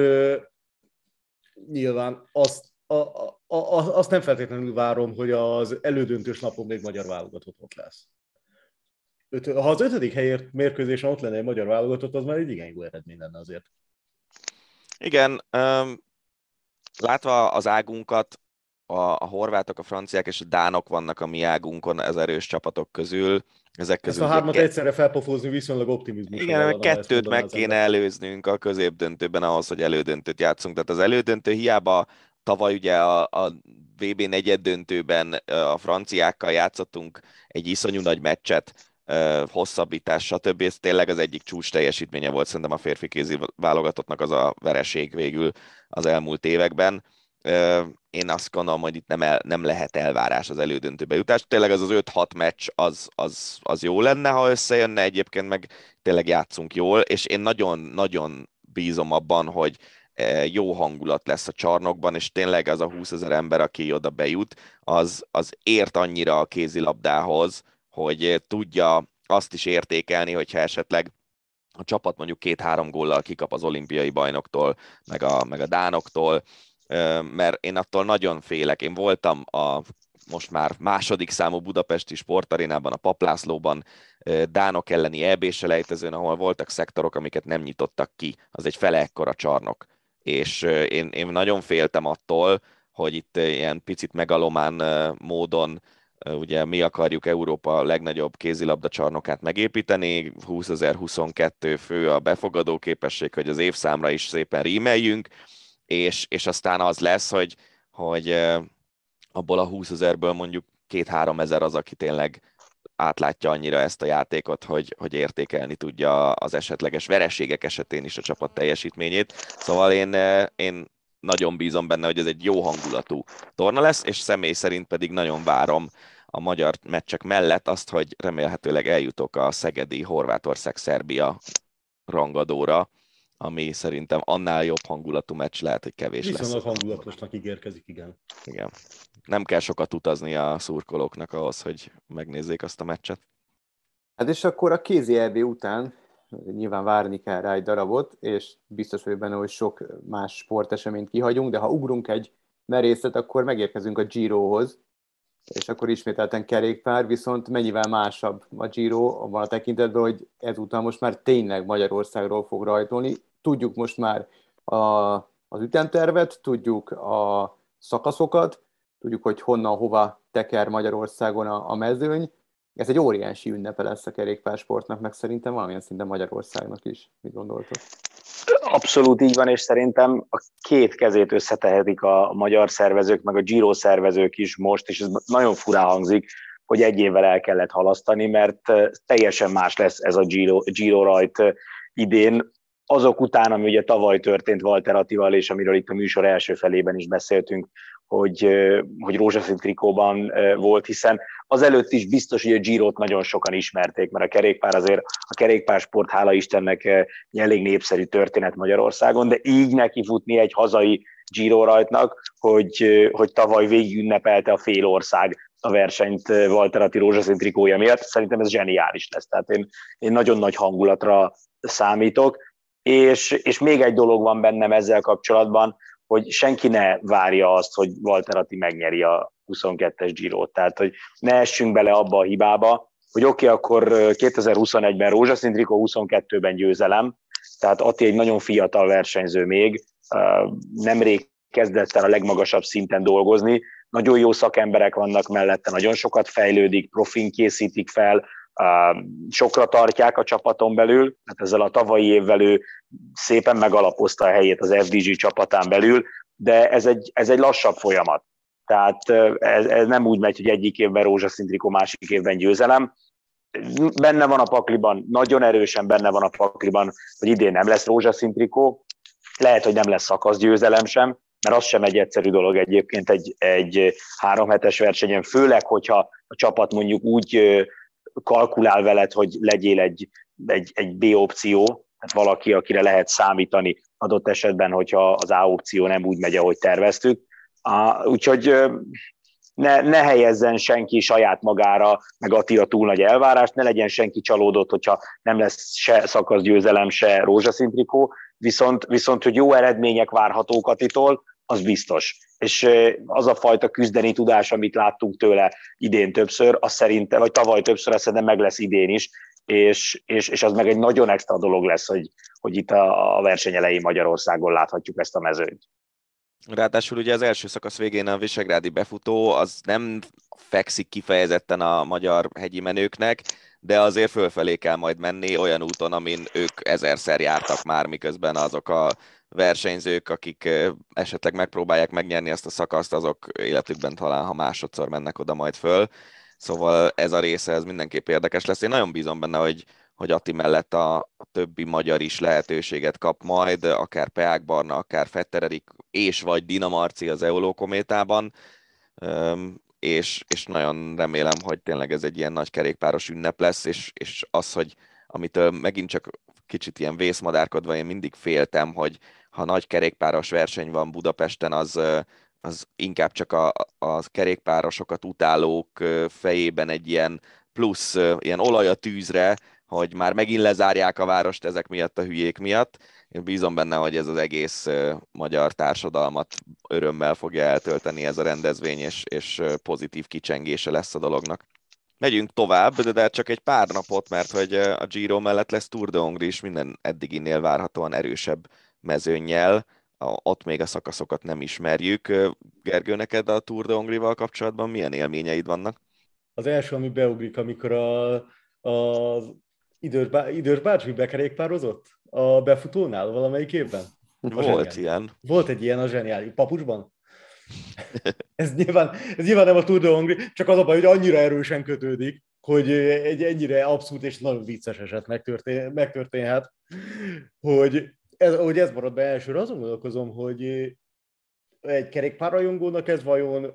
nyilván azt, a, a, a, azt nem feltétlenül várom, hogy az elődöntős napon még magyar válogatott ott lesz. Öt, ha az ötödik helyért mérkőzésen ott lenne egy magyar válogatott, az már egy igen jó eredmény lenne azért. Igen, um, látva az águnkat, a, a horvátok, a franciák és a dánok vannak a mi águnkon az erős csapatok közül. Ezek közül ezt a hármat ke- egyszerre felpofózni viszonylag optimizmus. Igen, kettőt meg kéne előznünk a középdöntőben ahhoz, hogy elődöntőt játszunk. Tehát az elődöntő hiába tavaly ugye a, a vé bé negyeddöntőben a franciákkal játszottunk egy iszonyú nagy meccset, hosszabbítás, stb. Ez tényleg az egyik csúcs teljesítménye volt szerintem a férfi kézi válogatottnak az a vereség végül az elmúlt években. Én azt gondolom, hogy itt nem, el, nem lehet elvárás az elődöntőbe jutás. Tényleg az az öt-hat meccs, az, az, az jó lenne, ha összejönne, egyébként meg tényleg játszunk jól, és én nagyon-nagyon bízom abban, hogy jó hangulat lesz a csarnokban, és tényleg az a húszezer ember, aki oda bejut, az, az ért annyira a kézilabdához, hogy tudja azt is értékelni, hogyha esetleg a csapat mondjuk két-három góllal kikap az olimpiai bajnoktól, meg a, meg a dánoktól, mert én attól nagyon félek. Én voltam a most már második számú budapesti sportarénában, a Paplászlóban, dánok elleni é bé-selejtezőn, ahol voltak szektorok, amiket nem nyitottak ki. Az egy fele ekkora csarnok. És én, én nagyon féltem attól, hogy itt ilyen picit megalomán módon ugye mi akarjuk Európa legnagyobb kézilabda csarnokát megépíteni, húszezer-huszonkettő fő a befogadó képesség, hogy az évszámra is szépen rímeljünk, és, és aztán az lesz, hogy, hogy abból a húszezerből mondjuk két-három ezer az, aki tényleg átlátja annyira ezt a játékot, hogy, hogy értékelni tudja az esetleges vereségek esetén is a csapat teljesítményét. Szóval én, én nagyon bízom benne, hogy ez egy jó hangulatú torna lesz, és személy szerint pedig nagyon várom a magyar meccsek mellett azt, hogy remélhetőleg eljutok a szegedi Horvátország-Szerbia rangadóra, ami szerintem annál jobb hangulatú meccs lehet, hogy kevés lesz. Viszonylag hangulatosnak ígérkezik, igen. Igen. Nem kell sokat utazni a szurkolóknak ahhoz, hogy megnézzék azt a meccset. Hát és akkor a kézi é bé után nyilván várni kell rá egy darabot, és biztos vagyok benne, hogy sok más sporteseményt kihagyunk, de ha ugrunk egy merészet, akkor megérkezünk a Girohoz, és akkor ismételten kerékpár, viszont mennyivel másabb a Giro abban a tekintetben, hogy ezúttal most már tényleg Magyarországról fog rajtolni. Tudjuk most már a, az ütemtervet, tudjuk a szakaszokat, tudjuk, hogy honnan, hova teker Magyarországon a, a mezőny. Ez egy óriási ünnepe lesz a kerékpársportnak, meg szerintem valamilyen szinten Magyarországnak is. Mit gondoltok? Abszolút így van, és szerintem a két kezét összetehetik a magyar szervezők, meg a Giro szervezők is most, és ez nagyon furán hangzik, hogy egy évvel el kellett halasztani, mert teljesen más lesz ez a Giro, Giro rajt idén. Azok után, ami ugye tavaly történt Walter Attival, és amiről itt a műsor első felében is beszéltünk, hogy, hogy rózsaszín trikóban volt, hiszen azelőtt is biztos, hogy a Girot nagyon sokan ismerték, mert a kerékpár azért, a kerékpársport, hála Istennek, elég népszerű történet Magyarországon, de így nekifutni egy hazai Giro rajtnak, hogy, hogy tavaly végig ünnepelte a fél ország a versenyt Walter Atti rózsaszín trikója miatt, szerintem ez zseniális lesz. Tehát én, én nagyon nagy hangulatra számítok, és, és még egy dolog van bennem ezzel kapcsolatban, hogy senki ne várja azt, hogy Walter Atti megnyeri a huszonkettes Girot. Tehát, hogy ne essünk bele abba a hibába, hogy oké, okay, akkor kétezer-huszonegyben rózsaszín trikó, huszonkettőben győzelem, tehát Atti egy nagyon fiatal versenyző még, nemrég kezdett el a legmagasabb szinten dolgozni, nagyon jó szakemberek vannak mellette, nagyon sokat fejlődik, profin készítik fel, sokra tartják a csapaton belül, hát ezzel a tavalyi évvel ő szépen megalapozta a helyét az ef dé gé csapatán belül, de ez egy, ez egy lassabb folyamat. Tehát ez, ez nem úgy megy, hogy egyik évben rózsaszín trikó, másik évben győzelem. Benne van a pakliban, nagyon erősen benne van a pakliban, hogy idén nem lesz rózsaszín trikó, lehet, hogy nem lesz szakaszgyőzelem sem, mert az sem egy egyszerű dolog egyébként egy, egy három hetes versenyen, főleg, hogyha a csapat mondjuk úgy kalkulál veled, hogy legyél egy, egy, egy B opció, tehát valaki, akire lehet számítani adott esetben, hogyha az A opció nem úgy megy, ahogy terveztük. Úgyhogy ne, ne helyezzen senki saját magára, meg Attila túl nagy elvárást, ne legyen senki csalódott, hogyha nem lesz se szakaszgyőzelem, se rózsaszín trikó, viszont, viszont, hogy jó eredmények várhatók Attitól, az biztos. És az a fajta küzdeni tudás, amit láttunk tőle idén többször, az szerintem, vagy tavaly többször, azt szerintem meg lesz idén is, és, és, és az meg egy nagyon extra dolog lesz, hogy, hogy itt a, a verseny elején Magyarországon láthatjuk ezt a mezőnyt. Ráadásul ugye az első szakasz végén a visegrádi befutó az nem fekszik kifejezetten a magyar hegyi menőknek, de azért fölfelé kell majd menni olyan úton, amin ők ezerszer jártak már, miközben azok a versenyzők, akik esetleg megpróbálják megnyerni ezt a szakaszt, azok életükben talán, ha másodszor mennek oda majd föl. Szóval ez a része, ez mindenképp érdekes lesz. Én nagyon bízom benne, hogy, hogy Atti mellett a, a többi magyar is lehetőséget kap majd, akár Peák Barna, akár Fettererik és vagy Dina Marci az Eoló Kométában, és, és nagyon remélem, hogy tényleg ez egy ilyen nagy kerékpáros ünnep lesz, és, és az, hogy amitől megint csak kicsit ilyen vészmadárkodva én mindig féltem, hogy ha nagy kerékpáros verseny van Budapesten, az, az inkább csak a, a kerékpárosokat utálók fejében egy ilyen plusz, ilyen olaj a tűzre, hogy már megint lezárják a várost ezek miatt a hülyék miatt. Én bízom benne, hogy ez az egész magyar társadalmat örömmel fogja eltölteni ez a rendezvény, és, és pozitív kicsengése lesz a dolognak. Megyünk tovább, de csak egy pár napot, mert hogy a Giro mellett lesz Tour de Hongrie is minden eddiginél várhatóan erősebb mezőnnyel. Ott még a szakaszokat nem ismerjük. Gergő, neked a Tour de Hongrie-val kapcsolatban milyen élményeid vannak? Az első, ami beugrik, amikor a, a idős, bá, idős bácsi bekerékpározott a befutónál valamelyik évben. A Volt ilyen. Volt egy ilyen a zseniális. Papucsban? ez, nyilván, ez nyilván nem a Tour de Hongrie, csak az a baj, hogy annyira erősen kötődik, hogy egy ennyire abszurd és nagyon vicces eset megtörtén, megtörténhet, hogy ez, hogy ez marad be elsőre, azon gondolkozom, hogy egy kerékpárrajongónak ez vajon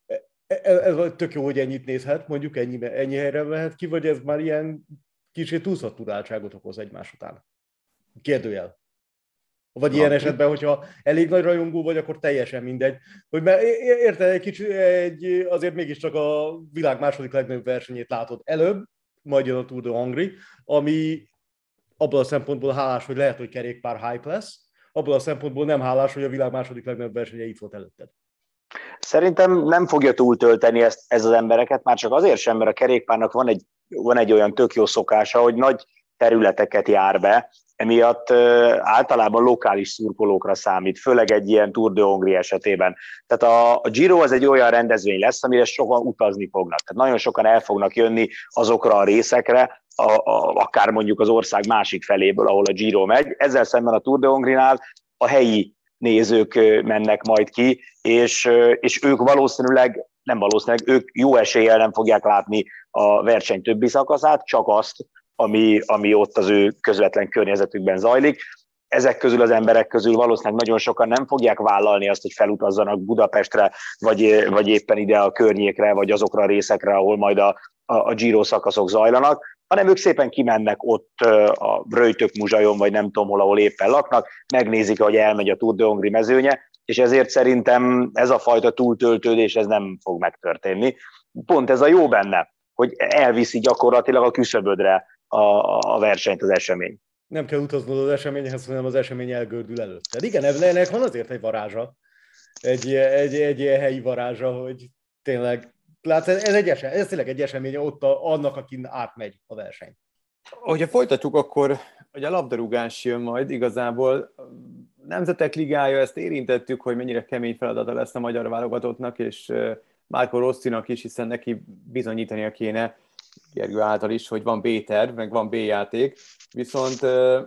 ez, ez tök jó, hogy ennyit nézhet, mondjuk ennyi, ennyi helyre mehet ki, vagy ez már ilyen kicsit túlszaturáltságot okoz egymás után? Kérdőjel. Vagy ilyen esetben, hogyha elég nagy rajongó vagy, akkor teljesen mindegy. Hogy mert érted, egy kicsit, egy, azért mégiscsak a világ második legnagyobb versenyét látod előbb, majd jön a Tour de Hongrie, ami abból a szempontból hálás, hogy lehet, hogy kerékpár hype lesz, abból a szempontból nem hálás, hogy a világ második legnagyobb versenye itt volt előtted. Szerintem nem fogja túltölteni ezt, ez az embereket, már csak azért sem, mert a kerékpárnak van egy, van egy olyan tök jó szokása, hogy nagy területeket jár be, emiatt általában lokális szurkolókra számít, főleg egy ilyen Tour de Hongrie esetében. Tehát a, a Giro az egy olyan rendezvény lesz, amire sokan utazni fognak. Tehát nagyon sokan el fognak jönni azokra a részekre, a, a, akár mondjuk az ország másik feléből, ahol a Giro megy. Ezzel szemben a Tour de Hongrie-nál a helyi nézők mennek majd ki, és, és ők valószínűleg, nem valószínűleg, ők jó eséllyel nem fogják látni a verseny többi szakaszát, csak azt, ami, ami ott az ő közvetlen környezetükben zajlik. Ezek közül az emberek közül valószínűleg nagyon sokan nem fogják vállalni azt, hogy felutazzanak Budapestre, vagy, vagy éppen ide a környékre, vagy azokra a részekre, ahol majd a, a, a Giro szakaszok zajlanak, hanem ők szépen kimennek ott a Röjtök-Muzsajon, vagy nem tudom hol, ahol éppen laknak, megnézik, hogy elmegy a Tour de Hongrie mezőnye, és ezért szerintem ez a fajta túltöltődés ez nem fog megtörténni. Pont ez a jó benne, hogy elviszi gyakorlatilag a küszöbödre a, a versenyt, az esemény. Nem kell utaznod az eseményhez, hanem az esemény elgördül előtted. Igen, ennek van azért egy varázsa, egy, egy, egy ilyen helyi varázsa, hogy tényleg, látsz, ez, egy esemény, ez tényleg egy esemény ott a, annak, akin átmegy a verseny. Hogyha folytatjuk, akkor ugye a labdarúgás jön majd igazából. Nemzetek Ligája, ezt érintettük, hogy mennyire kemény feladata lesz a magyar válogatottnak, és Marco Rossinak is, hiszen neki bizonyítania kéne, Gergő által is, hogy van B-terv, meg van B-játék. Viszont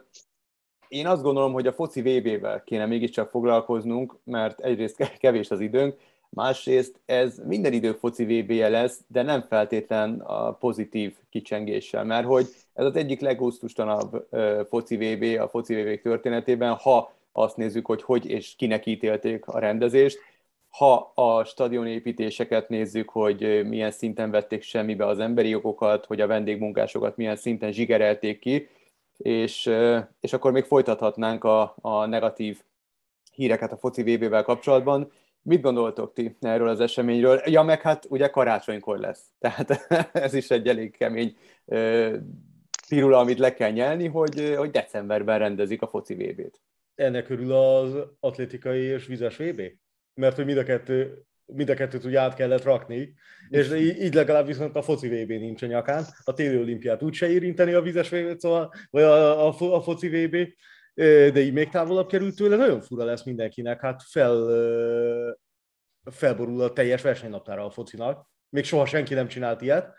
én azt gondolom, hogy a foci vé bé-vel kéne mégiscsak foglalkoznunk, mert egyrészt kevés az időnk, másrészt ez minden idő foci vé bé-je lesz, de nem feltétlen a pozitív kicsengéssel, mert hogy ez az egyik leggusztustanabb foci vé bé a foci vé bé történetében, ha azt nézzük, hogy hogy és kinek ítélték a rendezést, ha a stadionépítéseket nézzük, hogy milyen szinten vették semmibe az emberi jogokat, hogy a vendégmunkásokat milyen szinten zsigerelték ki, és, és akkor még folytathatnánk a, a negatív híreket a foci vé bé-vel kapcsolatban. Mit gondoltok ti erről az eseményről? Ja, meg hát ugye karácsonykor lesz. Tehát ez is egy elég kemény pirula, amit le kell nyelni, hogy, hogy decemberben rendezik a foci vé bé-t. Ennek körül az atlétikai és vizes vé bé? Mert hogy mind a, kettő, mind a kettőt úgy át kellett rakni, és így legalább viszont a foci vé bé nincs a nyakán, a téli olimpiát úgyse érinteni a vizes vé bé, szóval, vagy a, a, a foci vé bé, de így még távolabb került tőle, nagyon fura lesz mindenkinek, hát fel, felborul a teljes versenynaptára a focinak, még soha senki nem csinált ilyet.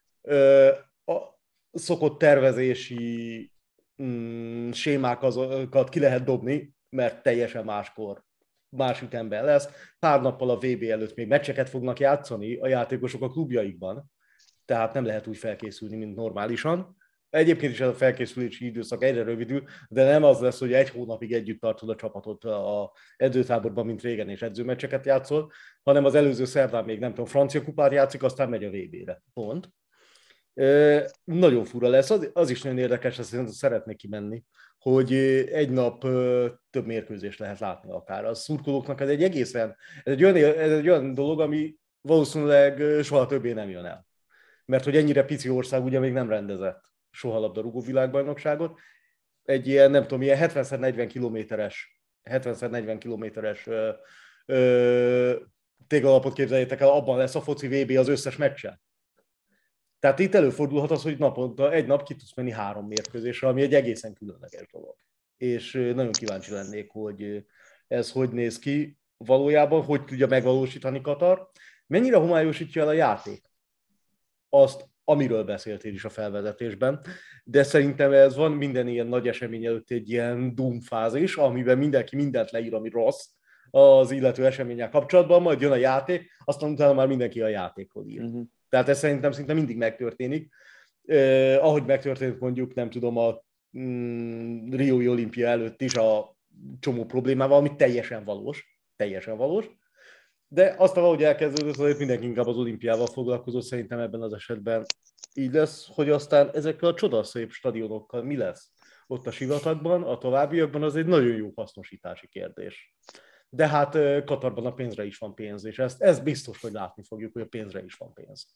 A szokott tervezési mm, sémákat ki lehet dobni, mert teljesen máskor más ütemben lesz. Pár nappal a vé bé előtt még meccseket fognak játszani a játékosok a klubjaikban, tehát nem lehet úgy felkészülni, mint normálisan. egyébként is ez a felkészülési időszak egyre rövidül, de nem az lesz, hogy egy hónapig együtt tartod a csapatot a edzőtáborban, mint régen, és edzőmeccseket játszol, hanem az előző szerdán még nem tudom, francia kupát játszik, aztán megy a vé bére. Pont. E, nagyon fura lesz, az, az is nagyon érdekes, ezt szeretnék kimenni, hogy egy nap több mérkőzést lehet látni akár. A szurkolóknak ez egy egészen, ez egy olyan, ez egy olyan dolog, ami valószínűleg soha többé nem jön el. Mert hogy ennyire pici ország ugye még nem rendezett soha labdarúgó világbajnokságot. Egy ilyen, nem tudom, ilyen hetven negyven kilométeres, hetven negyven kilométeres ö, ö, téglalapot képzeljétek el, abban lesz a foci vé bé az összes meccsen. Tehát itt előfordulhat az, hogy naponta, egy nap ki tudsz menni három mérkőzésre, ami egy egészen különleges dolog. És nagyon kíváncsi lennék, hogy ez hogy néz ki valójában, hogy tudja megvalósítani Katar. Mennyire homályosítja el a játék? Azt, amiről beszéltél is a felvezetésben, de szerintem ez van minden ilyen nagy esemény előtt egy ilyen doom fázis, amiben mindenki mindent leír, ami rossz az illető eseménnyel kapcsolatban, majd jön a játék, aztán utána már mindenki a játékról ír. Uh-huh. Tehát ez szerintem szinte mindig megtörténik. Eh, ahogy megtörtént mondjuk, nem tudom, a mm, Riói olimpia előtt is a csomó problémával, ami teljesen valós, teljesen valós, de aztán valahogy elkezdődött, azért mindenki inkább az olimpiával foglalkozott, szerintem ebben az esetben így lesz, hogy aztán ezekkel a csodaszép stadionokkal mi lesz ott a sivatagban, a továbbiakban, az egy nagyon jó hasznosítási kérdés. De hát Katarban a pénzre is van pénz, és ezt, ezt biztos, hogy látni fogjuk, hogy a pénzre is van pénz.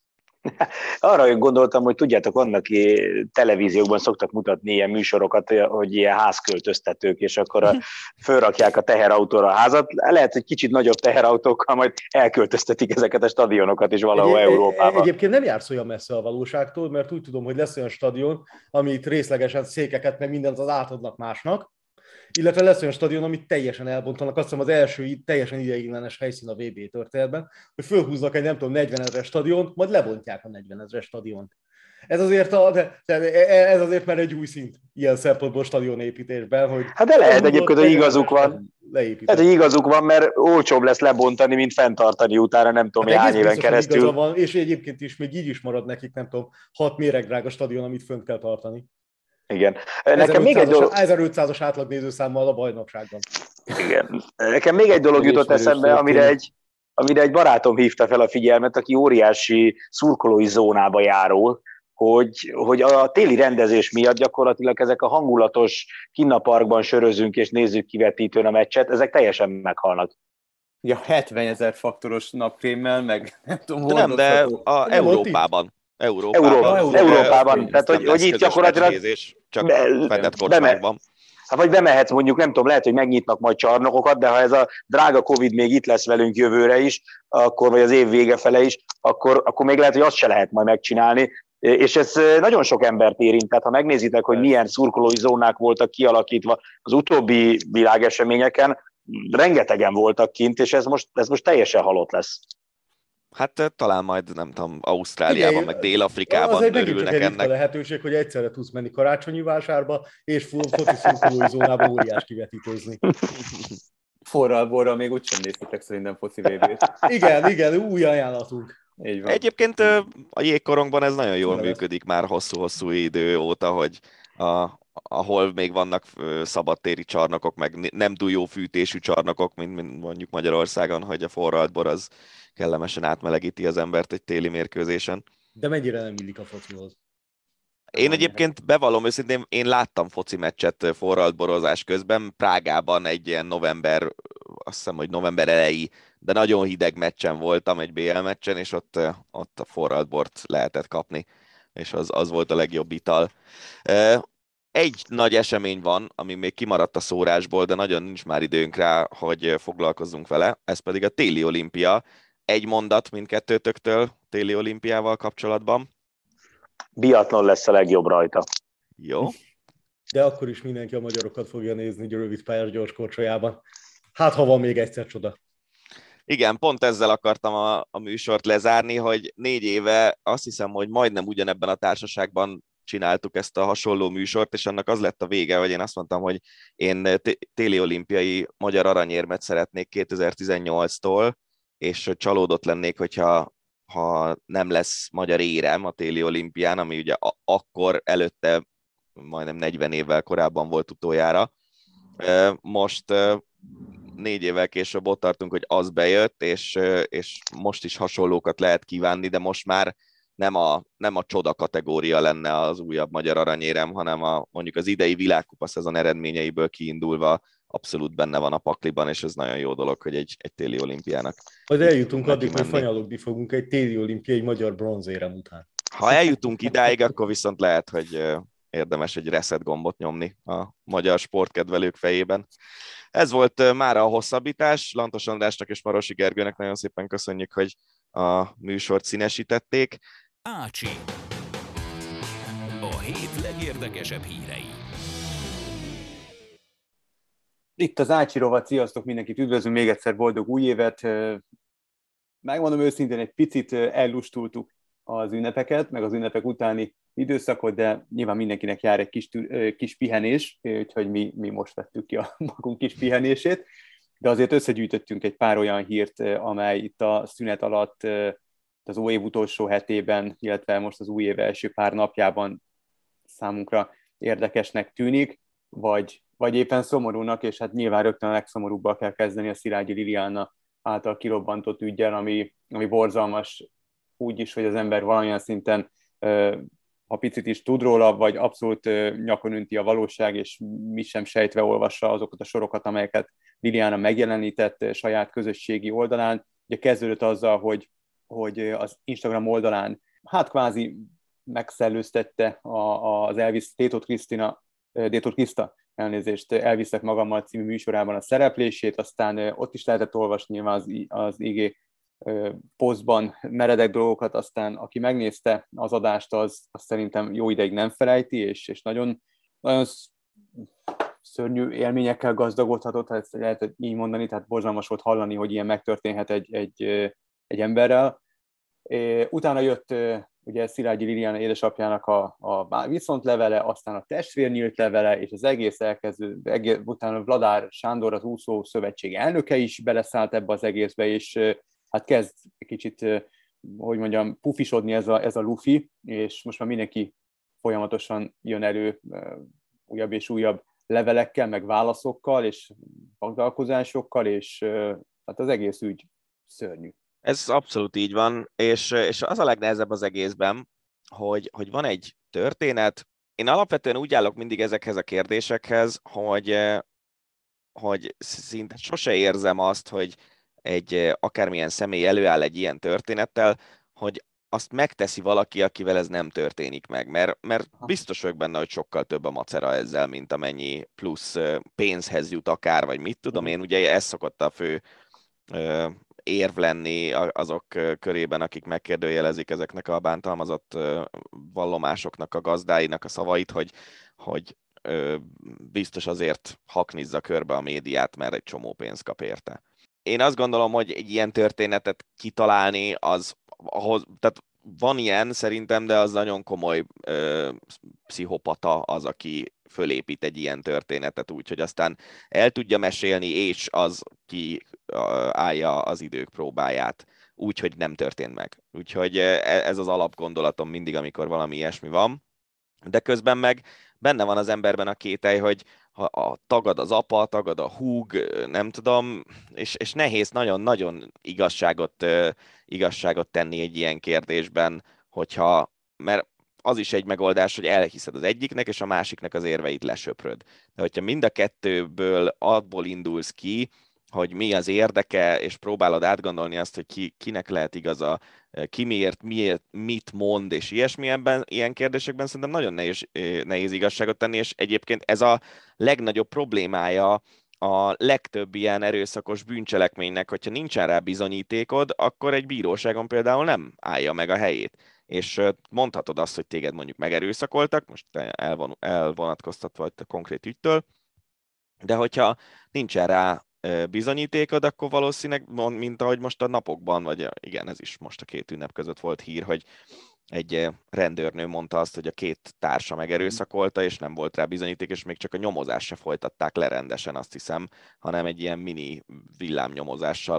Arra gondoltam, hogy tudjátok, vannak televíziókban szoktak mutatni ilyen műsorokat, hogy ilyen házköltöztetők, és akkor fölrakják a teherautóra a házat. Lehet, hogy kicsit nagyobb teherautókkal majd elköltöztetik ezeket a stadionokat is valahol egy, Európában. Egyébként nem jársz olyan messze a valóságtól, mert úgy tudom, hogy lesz olyan stadion, amit részlegesen székeket, meg mindent az átadnak másnak, illetve lesz olyan stadion, amit teljesen elbontanak, azt hiszem az első teljesen ideiglenes helyszín a vé bé történetben, hogy fölhúznak egy nem tudom negyvenezres stadiont, majd lebontják a negyvenezres stadiont. Ez azért, a, de, de ez azért már egy új szint ilyen szempontból stadionépítésben, hogy... Hát de lehet egyébként, hogy igazuk van. Hát, hogy igazuk van, mert olcsóbb lesz lebontani, mint fenntartani utána, nem tudom, hát hány éven biztos, keresztül. Van, és egyébként is még így is marad nekik, nem tudom, hat méregdrága stadion, amit fönt kell tartani. Igen. Nekem még egy dolog... ezerötszázas átlagnézőszámmal a bajnokságban. Igen. Nekem még egy dolog jutott eszembe, amire egy, amire egy barátom hívta fel a figyelmet, aki óriási szurkolói zónába járul, hogy, hogy a téli rendezés miatt gyakorlatilag ezek a hangulatos kinn a parkban sörözünk és nézzük kivetítőn a meccset, ezek teljesen meghalnak. Ja, hetvenezer faktoros napkrémmel, meg nem tudom, de nem, de a Európában. Európában. Európában. Európában. Tehát, hogy, hogy itt gyakorlatilag... Nézés, csak be, fedett kocsmákban. Hát vagy bemehetsz mondjuk, nem tudom, lehet, hogy megnyitnak majd csarnokokat, de ha ez a drága Covid még itt lesz velünk jövőre is, akkor, vagy az év vége fele is, akkor, akkor még lehet, hogy azt se lehet majd megcsinálni. És ez nagyon sok embert érint, tehát ha megnézitek, hogy milyen szurkolói zónák voltak kialakítva az utóbbi világeseményeken, rengetegen voltak kint, és ez most, ez most teljesen halott lesz. Hát talán majd, nem tudom, Ausztráliában, igen, meg Dél-Afrikában örülnek ennek. Az egy lehetőség, hogy egyszerre tudsz menni karácsonyi vásárba, és foci szurkolói zónába óriás kivetítőzni. Forral-borral még úgysem néztetek szerintem foci vé bét. Igen, igen, új ajánlatunk. Egyébként a jégkorongban ez nagyon jól működik már hosszú-hosszú idő óta, hogy a, ahol még vannak szabadtéri csarnokok, meg nem túl jó fűtésű csarnokok, mint, mint mondjuk Magyarországon, hogy a forralt-bor az kellemesen átmelegíti az embert egy téli mérkőzésen. De mennyire nem illik a focihoz? Én egyébként bevallom őszintén, én láttam foci meccset forraltborozás közben, Prágában egy ilyen november, azt hiszem, hogy november elejé, de nagyon hideg meccsen voltam, egy bé el meccsen, és ott, ott a forraltbort lehetett kapni, és az, az volt a legjobb ital. Egy nagy esemény van, ami még kimaradt a szórásból, de nagyon nincs már időnk rá, hogy foglalkozzunk vele, ez pedig a téli olimpia. Egy mondat mindkettőtöktől téli olimpiával kapcsolatban. Biatlon lesz a legjobb rajta. Jó. De akkor is mindenki a magyarokat fogja nézni egy rövid pályás gyors korcsolyában. Hát, ha van még egyszer csoda. Igen, pont ezzel akartam a, a műsort lezárni, hogy négy éve azt hiszem, hogy majdnem ugyanebben a társaságban csináltuk ezt a hasonló műsort, és annak az lett a vége, hogy én azt mondtam, hogy én téli olimpiai magyar aranyérmet szeretnék kétezer-tizennyolctól, és csalódott lennék, hogyha ha nem lesz magyar érem a téli olimpián, ami ugye akkor előtte majdnem negyven évvel korábban volt utoljára. Most négy évvel később ott tartunk, hogy az bejött, és, és most is hasonlókat lehet kívánni, de most már nem a, nem a csoda kategória lenne az újabb magyar aranyérem, hanem a, mondjuk az idei világkupa szezon eredményeiből kiindulva abszolút benne van a pakliban, és ez nagyon jó dolog, hogy egy, egy téli olimpiának. Majd eljutunk addig, hogy fanyalogni fogunk egy téli olimpiai magyar bronzérem után. Ha eljutunk idáig, akkor viszont lehet, hogy érdemes egy reset gombot nyomni a magyar sportkedvelők fejében. Ez volt mára a hosszabbítás. Lantos Andrásnak és Marosi Gergőnek nagyon szépen köszönjük, hogy a műsort színesítették. Ácsi. A hét legérdekesebb hírei. Itt az Ácsi rovat, sziasztok, mindenkit üdvözlünk, még egyszer boldog új évet. Megmondom őszintén, egy picit ellustultuk az ünnepeket, meg az ünnepek utáni időszakot, de nyilván mindenkinek jár egy kis, kis pihenés, úgyhogy mi, mi most vettük ki a magunk kis pihenését, de azért összegyűjtöttünk egy pár olyan hírt, amely itt a szünet alatt az új év utolsó hetében, illetve most az új év első pár napjában számunkra érdekesnek tűnik, vagy, vagy éppen szomorúnak, és hát nyilván rögtön a legszomorúbbal kell kezdeni a Szilágyi Liliana által kirobbantott üggyel, ami, ami borzalmas úgy is, hogy az ember valamilyen szinten, ha picit is tud róla, vagy abszolút nyakon ünti a valóság, és mi sem sejtve olvassa azokat a sorokat, amelyeket Liliana megjelenített saját közösségi oldalán. Ugye kezdődött azzal, hogy, hogy az Instagram oldalán hát kvázi megszellőztette az Elvis Détot Krisztina, Détot Kriszta, elnézést, Elviszek magammal című műsorában a szereplését, aztán ott is lehetett olvasni nyilván az, az i gé posztban meredek dolgokat, aztán aki megnézte az adást, az, az szerintem jó ideig nem felejti, és, és nagyon, nagyon szörnyű élményekkel gazdagodhatott, ha ezt lehet így mondani, tehát borzalmas volt hallani, hogy ilyen megtörténhet egy, egy, egy emberrel. Utána jött ugye Szilágyi Liliana édesapjának a, a viszontlevele, aztán a testvérnyílt levele, és az egész elkezdő, egész, utána Vladár Sándor, az úszó szövetség elnöke is beleszállt ebbe az egészbe, és hát kezd kicsit, hogy mondjam, pufisodni ez a, ez a lufi, és most már mindenki folyamatosan jön elő újabb és újabb levelekkel, meg válaszokkal, és vagdalkozásokkal, és hát az egész ügy szörnyű. Ez abszolút így van, és, és az a legnehezebb az egészben, hogy, hogy van egy történet. Én alapvetően úgy állok mindig ezekhez a kérdésekhez, hogy, hogy szinte sose érzem azt, hogy egy akármilyen személy előáll egy ilyen történettel, hogy azt megteszi valaki, akivel ez nem történik meg, mert, mert biztos vagyok benne, hogy sokkal több a macera ezzel, mint amennyi plusz pénzhez jut akár, vagy mit tudom én, ugye ez szokott a fő érv lenni azok körében, akik megkérdőjelezik ezeknek a bántalmazott vallomásoknak a gazdáinak a szavait, hogy, hogy biztos azért haknizza körbe a médiát, mert egy csomó pénzt kap érte. Én azt gondolom, hogy egy ilyen történetet kitalálni, az ahhoz, tehát van ilyen szerintem, de az nagyon komoly ö, pszichopata az, aki fölépít egy ilyen történetet úgy, hogy aztán el tudja mesélni, és az ki állja az idők próbáját, úgy, hogy nem történt meg. Úgyhogy ez az alapgondolatom mindig, amikor valami ilyesmi van. De közben meg benne van az emberben a kételj, hogy ha a, tagad az apa, tagad a húg, nem tudom, és, és nehéz nagyon-nagyon igazságot, igazságot tenni egy ilyen kérdésben, hogyha, mert az is egy megoldás, hogy elhiszed az egyiknek, és a másiknak az érveit lesöpröd. De hogyha mind a kettőből abból indulsz ki, hogy mi az érdeke, és próbálod átgondolni azt, hogy ki, kinek lehet igaza, ki miért, miért, mit mond, és ilyesmi ebben, ilyen kérdésekben szerintem nagyon nehéz, nehéz igazságot tenni, és egyébként ez a legnagyobb problémája a legtöbb ilyen erőszakos bűncselekménynek, hogyha nincsen rá bizonyítékod, akkor egy bíróságon például nem állja meg a helyét. És mondhatod azt, hogy téged mondjuk megerőszakoltak, most elvon, elvonatkoztatva a konkrét ügytől, de hogyha nincsen rá bizonyítékod, akkor valószínűleg, mint ahogy most a napokban, vagy igen, ez is most a két ünnep között volt hír, hogy egy rendőrnő mondta azt, hogy a két társa megerőszakolta, és nem volt rá bizonyíték, és még csak a nyomozást se folytatták le rendesen, azt hiszem, hanem egy ilyen mini villámnyomozással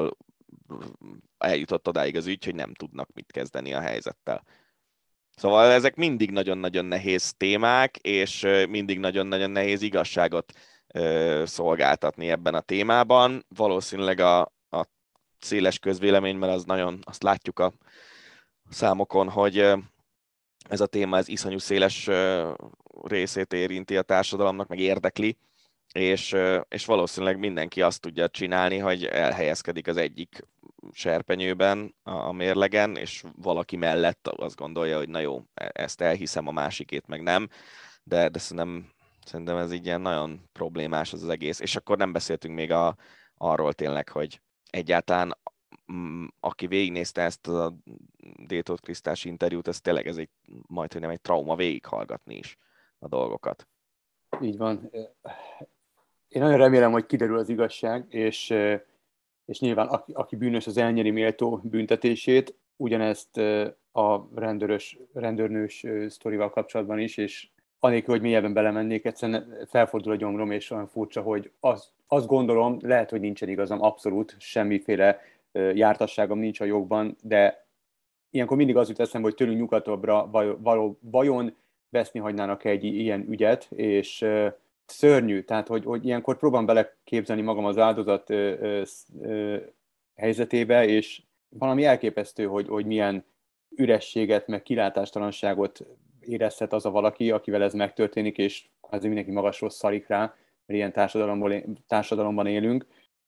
eljutott odáig az ügy, hogy nem tudnak mit kezdeni a helyzettel. Szóval ezek mindig nagyon-nagyon nehéz témák, és mindig nagyon-nagyon nehéz igazságot szolgáltatni ebben a témában. Valószínűleg a, a széles közvéleményben az nagyon, azt látjuk a számokon, hogy ez a téma ez iszonyú széles részét érinti a társadalomnak, meg érdekli, és, és valószínűleg mindenki azt tudja csinálni, hogy elhelyezkedik az egyik serpenyőben a mérlegen, és valaki mellett azt gondolja, hogy na jó, ezt elhiszem, a másikét meg nem, de, de szerintem, szerintem ez így ilyen nagyon problémás az, az egész. És akkor nem beszéltünk még a, arról tényleg, hogy egyáltalán aki végignézte ezt a Détót Krisztás interjút, ez tényleg ez egy, majd, hogy nem egy trauma végighallgatni is a dolgokat. Így van. Én nagyon remélem, hogy kiderül az igazság, és, és nyilván aki, aki bűnös, az elnyeri méltó büntetését, ugyanezt a rendőrös, rendőrnős sztorival kapcsolatban is, és anélkül, hogy mélyebben belemennék, egyszerűen felfordul a gyomrom, és olyan furcsa, hogy az, azt gondolom, lehet, hogy nincsen igazam, abszolút, semmiféle jártasságom nincs a jogban, de ilyenkor mindig az jut eszembe, hogy tőlünk nyugatabbra való, vajon veszni hagynának egy ilyen ügyet, és uh, szörnyű, tehát hogy, hogy ilyenkor próbálom beleképzelni magam az áldozat uh, uh, helyzetébe, és valami elképesztő, hogy, hogy milyen ürességet, meg kilátástalanságot érezhet az a valaki, akivel ez megtörténik, és azért mindenki magasról szarik rá, mert ilyen társadalomban, társadalomban élünk.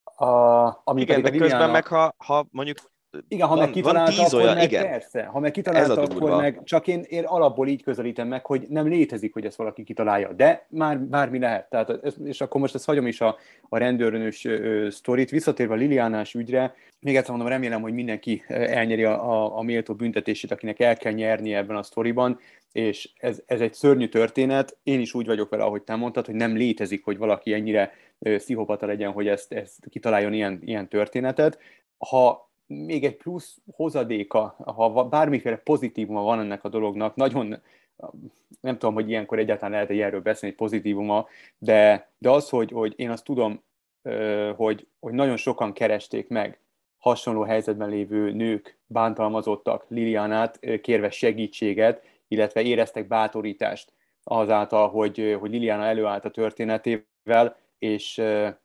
A, igen, de közben Liliana... meg ha, ha mondjuk igen, ha van, meg kitalálta, akkor olyan, meg igen. Persze, ha meg kitalálta, akkor meg csak én, én alapból így közelítem meg, hogy nem létezik, hogy ezt valaki kitalálja, de már bármi lehet. Tehát, és akkor most ezt hagyom is a, a rendőrnős sztorit. Visszatérve a Lilianás ügyre, még egyszer mondom, remélem, hogy mindenki elnyeri a, a, a méltó büntetését, akinek el kell nyernie ebben a sztoriban, és ez, ez egy szörnyű történet. Én is úgy vagyok vele, ahogy te mondtad, hogy nem létezik, hogy valaki ennyire pszichopata legyen, hogy ezt, ezt kitaláljon ilyen, ilyen történetet. Ha még egy plusz hozadéka, ha bármiféle pozitívuma van ennek a dolognak, nagyon, nem tudom, hogy ilyenkor egyáltalán lehet erről beszélni, egy pozitívuma, de, de az, hogy, hogy én azt tudom, hogy, hogy nagyon sokan keresték meg hasonló helyzetben lévő nők, bántalmazottak Lilianát, kérve segítséget, illetve éreztek bátorítást azáltal, hogy, hogy Liliana előállt a történetével, és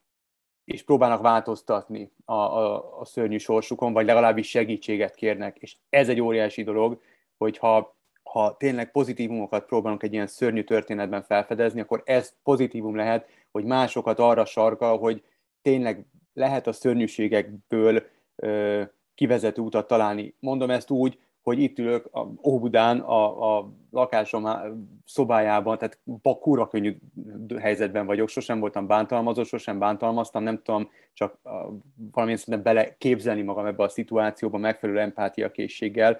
és próbálnak változtatni a, a, a szörnyű sorsukon, vagy legalábbis segítséget kérnek. És ez egy óriási dolog, hogyha ha tényleg pozitívumokat próbálunk egy ilyen szörnyű történetben felfedezni, akkor ez pozitívum lehet, hogy másokat arra sarkal, hogy tényleg lehet a szörnyűségekből ö, kivezető utat találni. Mondom ezt úgy, hogy itt ülök a Óbudán, a, a lakásom szobájában, tehát kurva könnyű helyzetben vagyok, sosem voltam bántalmazott, sosem bántalmaztam, nem tudom csak valamilyen szinten bele képzelni magam ebbe a szituációba megfelelő empátiakészséggel.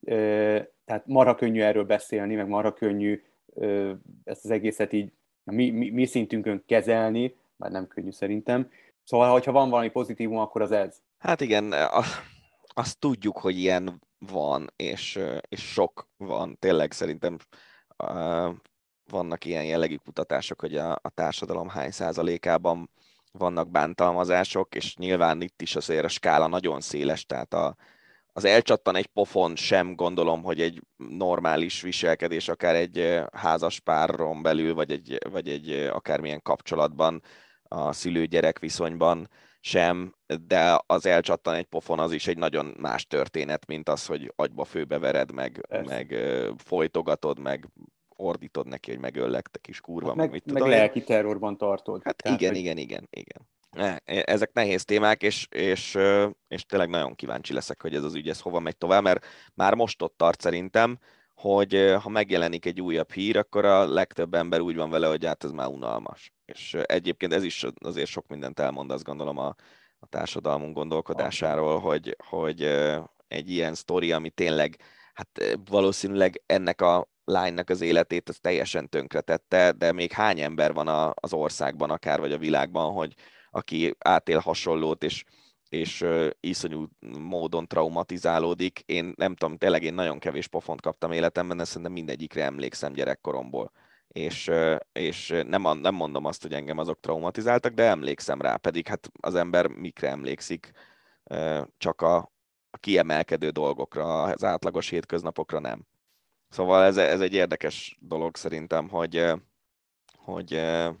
Tehát marha könnyű erről beszélni, meg marha könnyű ezt az egészet így mi, mi, mi szintünkön kezelni, már nem könnyű szerintem. Szóval, ha van valami pozitívum, akkor az ez. Hát igen, a, azt tudjuk, hogy ilyen van, és, és sok van. Tényleg szerintem uh, vannak ilyen jellegű kutatások, hogy a, a társadalom hány százalékában vannak bántalmazások, és nyilván itt is azért a skála nagyon széles, tehát a, az elcsattan egy pofon sem gondolom, hogy egy normális viselkedés, akár egy házas páron belül, vagy egy, vagy egy akármilyen kapcsolatban, a szülő-gyerek viszonyban sem, de az elcsattan egy pofon az is egy nagyon más történet, mint az, hogy agyba főbevered, meg, meg folytogatod, meg ordítod neki, hogy megöllek, te kis kurva, meg, meg mit meg tudom. Meg lelki terrorban tartod. Hát Tehát, igen, hogy... igen, igen, igen. Ezek nehéz témák, és, és, és tényleg nagyon kíváncsi leszek, hogy ez az ügy ez hova megy tovább, mert már most ott tart szerintem, hogy ha megjelenik egy újabb hír, akkor a legtöbb ember úgy van vele, hogy hát ez már unalmas. És egyébként ez is azért sok mindent elmond, azt gondolom a, a társadalmunk gondolkodásáról, hogy, hogy egy ilyen sztori, ami tényleg, hát valószínűleg ennek a lánynak az életét az teljesen tönkretette, de még hány ember van a, az országban, akár vagy a világban, hogy aki átél hasonlót, és és uh, iszonyú módon traumatizálódik. Én nem tudom, tényleg én nagyon kevés pofont kaptam életemben, de szerintem mindegyikre emlékszem gyerekkoromból. És, uh, és nem, nem mondom azt, hogy engem azok traumatizáltak, de emlékszem rá, pedig hát az ember mikre emlékszik. csak a, a kiemelkedő dolgokra, az átlagos hétköznapokra nem. Szóval ez, ez egy érdekes dolog szerintem, hogy, hogy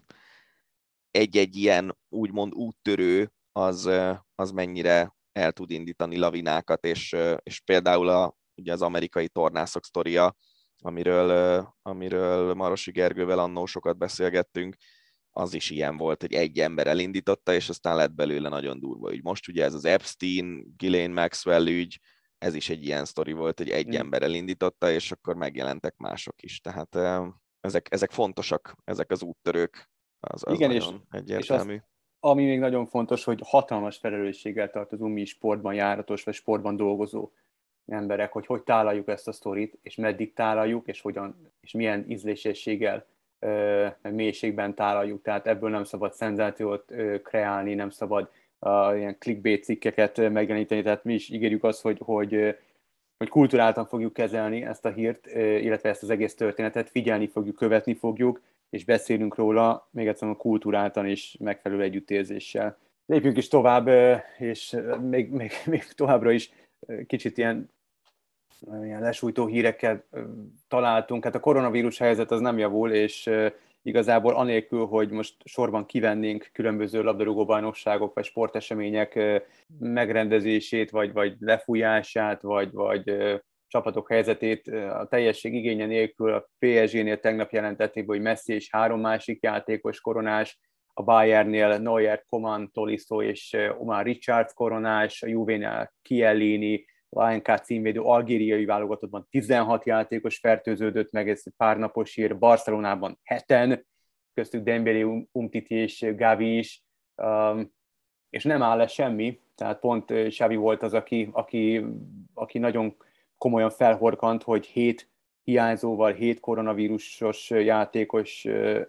egy-egy ilyen úgymond úttörő az, az mennyire el tud indítani lavinákat, és, és például a, ugye az amerikai tornászok sztoria, amiről, amiről Marosi Gergővel annó sokat beszélgettünk, az is ilyen volt, hogy egy ember elindította, és aztán lett belőle nagyon durva ügy. Most ugye ez az Epstein, Ghislaine Maxwell ügy, ez is egy ilyen sztori volt, hogy egy mm. ember elindította, és akkor megjelentek mások is. Tehát ezek, ezek fontosak, ezek az úttörők, az, az igen, nagyon és, egyértelmű. És az, ami még nagyon fontos, hogy hatalmas felelősséggel tartozunk mi sportban járatos, vagy sportban dolgozó emberek, hogy hogy tálaljuk ezt a sztorit, és meddig tálaljuk, és hogyan, és milyen ízlésességgel, meg mélységben tálaljuk. Tehát ebből nem szabad szenzációt kreálni, nem szabad uh, ilyen clickbait cikkeket megjeleníteni, tehát mi is ígérjük azt, hogy, hogy, hogy kulturáltan fogjuk kezelni ezt a hírt, illetve ezt az egész történetet, figyelni fogjuk, követni fogjuk, és beszélünk róla, még egyszer kulturáltan és megfelelő együttérzéssel. Lépjünk is tovább, és még, még, még továbbra is kicsit ilyen, ilyen lesújtó hírekkel találtunk. Hát a koronavírus helyzet az nem javul, és igazából anélkül, hogy most sorban kivennénk különböző labdarúgó-bajnokságok vagy sportesemények megrendezését, vagy, vagy lefújását, vagy, vagy csapatok helyzetét a teljesség igénye nélkül a pé es gé-nél tegnap jelentették, hogy Messi és három másik játékos koronás, a Bayernnél Neuer, Coman, Tolisso és Omar Richards koronás, a Juvénél Chiellini, a á en ká címvédő algériai válogatottban tizenhat játékos fertőződött meg, ez pár napos hír, Barcelonában heten, köztük Dembélé, Umtiti és Gavi is, um, és nem áll le semmi, tehát pont Xavi volt az, aki, aki, aki nagyon komolyan felhorkant, hogy hét hiányzóval, hét koronavírusos játékossal,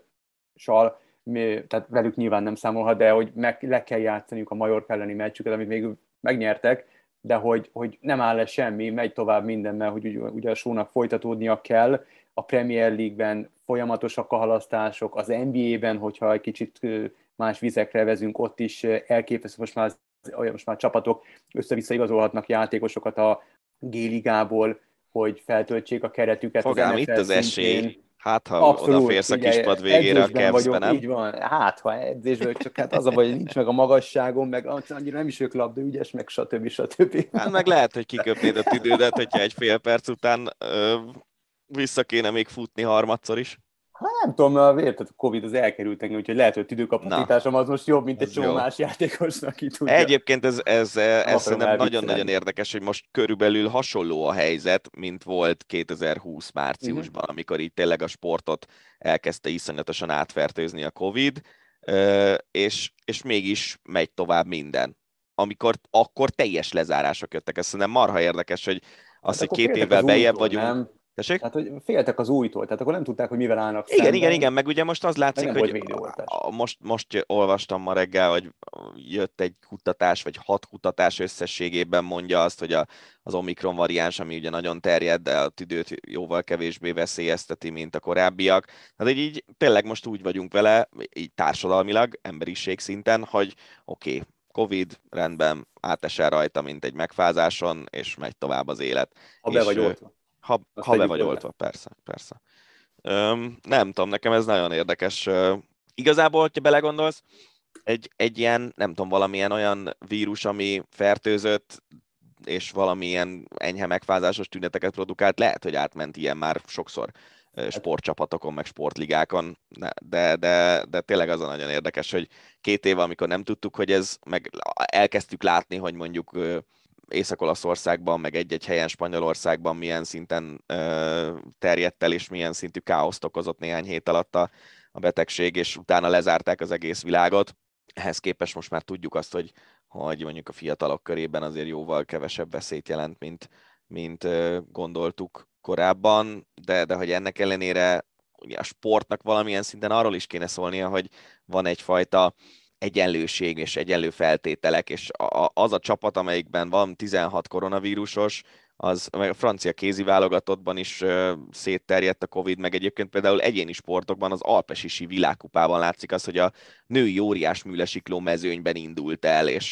tehát velük nyilván nem számolhat, de hogy meg, le kell játszaniuk a Mallorca elleni meccsüket, amit még megnyertek, de hogy, hogy nem áll le semmi, megy tovább minden, mert hogy ugye a show-nak folytatódnia kell, a Premier League-ben folyamatosak a halasztások, az en bé á-ben, hogyha egy kicsit más vizekre vezünk, ott is elképesztő, most már, most már csapatok össze-vissza igazolhatnak játékosokat a G-ligából, hogy feltöltsék a keretüket. Fogám, az itt az esély. Hát, ha abszolút, odaférsz a kispad végére a Cavs-be, nem? Így van, hát, ha edzésből, csak hát az a baj, hogy nincs meg a magasságom, meg annyira nem is ők labda ügyes, meg stb. stb. Hát meg lehet, hogy kiköpnéd a tüdődet, hogyha egy fél perc után ö, vissza kéne még futni harmadszor is. Hát nem tudom, mert érted, a Covid az elkerült engem, úgyhogy lehet, hogy tüdőkapacitásom az most jobb, mint egy csomó más játékosnak, ki tudja. Egyébként ez, ez, ez szerintem nagyon-nagyon érdekes, hogy most körülbelül hasonló a helyzet, mint volt kétezer-húsz márciusban, uh-huh. amikor így tényleg a sportot elkezdte iszonyatosan átfertőzni a Covid, és, és mégis megy tovább minden. Amikor akkor teljes lezárások jöttek. Ez szerintem marha érdekes, hogy az, hát hogy két évvel bejjebb vagyunk. Nem? Tessék? Tehát, hogy féltek az újtól, tehát akkor nem tudták, hogy mivel állnak igen, szemben. Igen, igen, meg ugye most az látszik, hogy most, most olvastam ma reggel, hogy jött egy kutatás, vagy hat kutatás összességében mondja azt, hogy a, az Omikron variáns, ami ugye nagyon terjed, de a tüdőt jóval kevésbé veszélyezteti, mint a korábbiak. Tehát így tényleg most úgy vagyunk vele, így társadalmilag, emberiség szinten, hogy oké, okay, Covid, rendben, átesel rajta, mint egy megfázáson, és megy tovább az élet. Ha be vagy oltva. Ha, ha be vagy oltva, persze, persze. Öm, nem tudom, nekem ez nagyon érdekes. Igazából, hogyha belegondolsz, egy, egy ilyen, nem tudom, valamilyen olyan vírus, ami fertőzött, és valamilyen enyhe megfázásos tüneteket produkált, lehet, hogy átment ilyen már sokszor sportcsapatokon, meg sportligákon, de, de, de tényleg az a nagyon érdekes, hogy két év, amikor nem tudtuk, hogy ez, meg elkezdtük látni, hogy mondjuk Észak-Olaszországban, meg egy-egy helyen Spanyolországban milyen szinten ö, terjedt el, és milyen szintű káoszt okozott néhány hét alatt a, a betegség, és utána lezárták az egész világot. Ehhez képest most már tudjuk azt, hogy, hogy mondjuk a fiatalok körében azért jóval kevesebb veszélyt jelent, mint, mint ö, gondoltuk korábban, de, de hogy ennek ellenére ugye a sportnak valamilyen szinten arról is kéne szólnia, hogy van egyfajta egyenlőség és egyenlő feltételek, és az a csapat, amelyikben van tizenhat koronavírusos, az meg a francia kézi válogatottban is szétterjedt a Covid, meg egyébként például egyéni sportokban, az alpesisi világkupában látszik az, hogy a női óriás műlesikló mezőnyben indult el, és, uh-huh.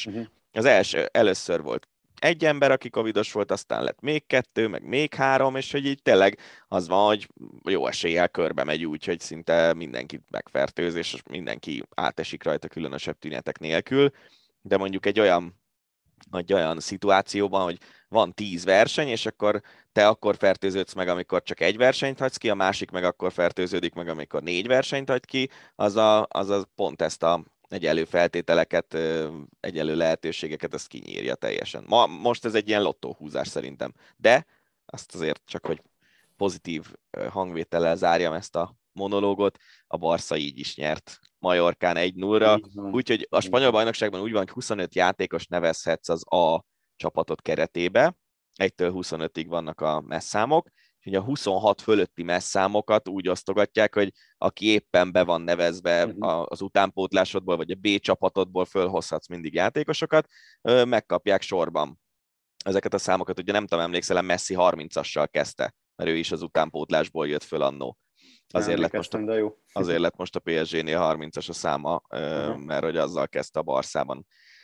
Az első, először volt egy ember, aki covidos volt, aztán lett még kettő, meg még három, és hogy így tényleg az van, hogy jó eséllyel körbe megy úgy, hogy szinte mindenki megfertőz, és mindenki átesik rajta különösebb tünetek nélkül, de mondjuk egy olyan egy olyan szituációban, hogy van tíz verseny, és akkor te akkor fertőződsz meg, amikor csak egy versenyt hagysz ki, a másik meg akkor fertőződik meg, amikor négy versenyt hagy ki, az a, az a pont ezt a egyenlő feltételeket, egyenlő lehetőségeket, ezt kinyírja teljesen. Ma, most ez egy ilyen lottóhúzás szerintem, de azt azért csak, hogy pozitív hangvétellel zárjam ezt a monológot, a Barca így is nyert Majorkán egy nullra, úgyhogy a spanyol bajnokságban úgy van, hogy huszonöt játékos nevezhetsz az A csapatot keretébe, egytől huszonötig vannak a messzámok, és a huszonhat fölötti messzámokat úgy osztogatják, hogy aki éppen be van nevezve az utánpótlásodból, vagy a B csapatodból fölhozhatsz mindig játékosokat, megkapják sorban ezeket a számokat. Ugye nem tudom, emlékszel, Messi harmincassal kezdte, mert ő is az utánpótlásból jött föl annó. Azért lett, most a, azért lett most a pé es gé-nél harmincas a száma, uh-huh. mert hogy azzal kezdte a Barszában.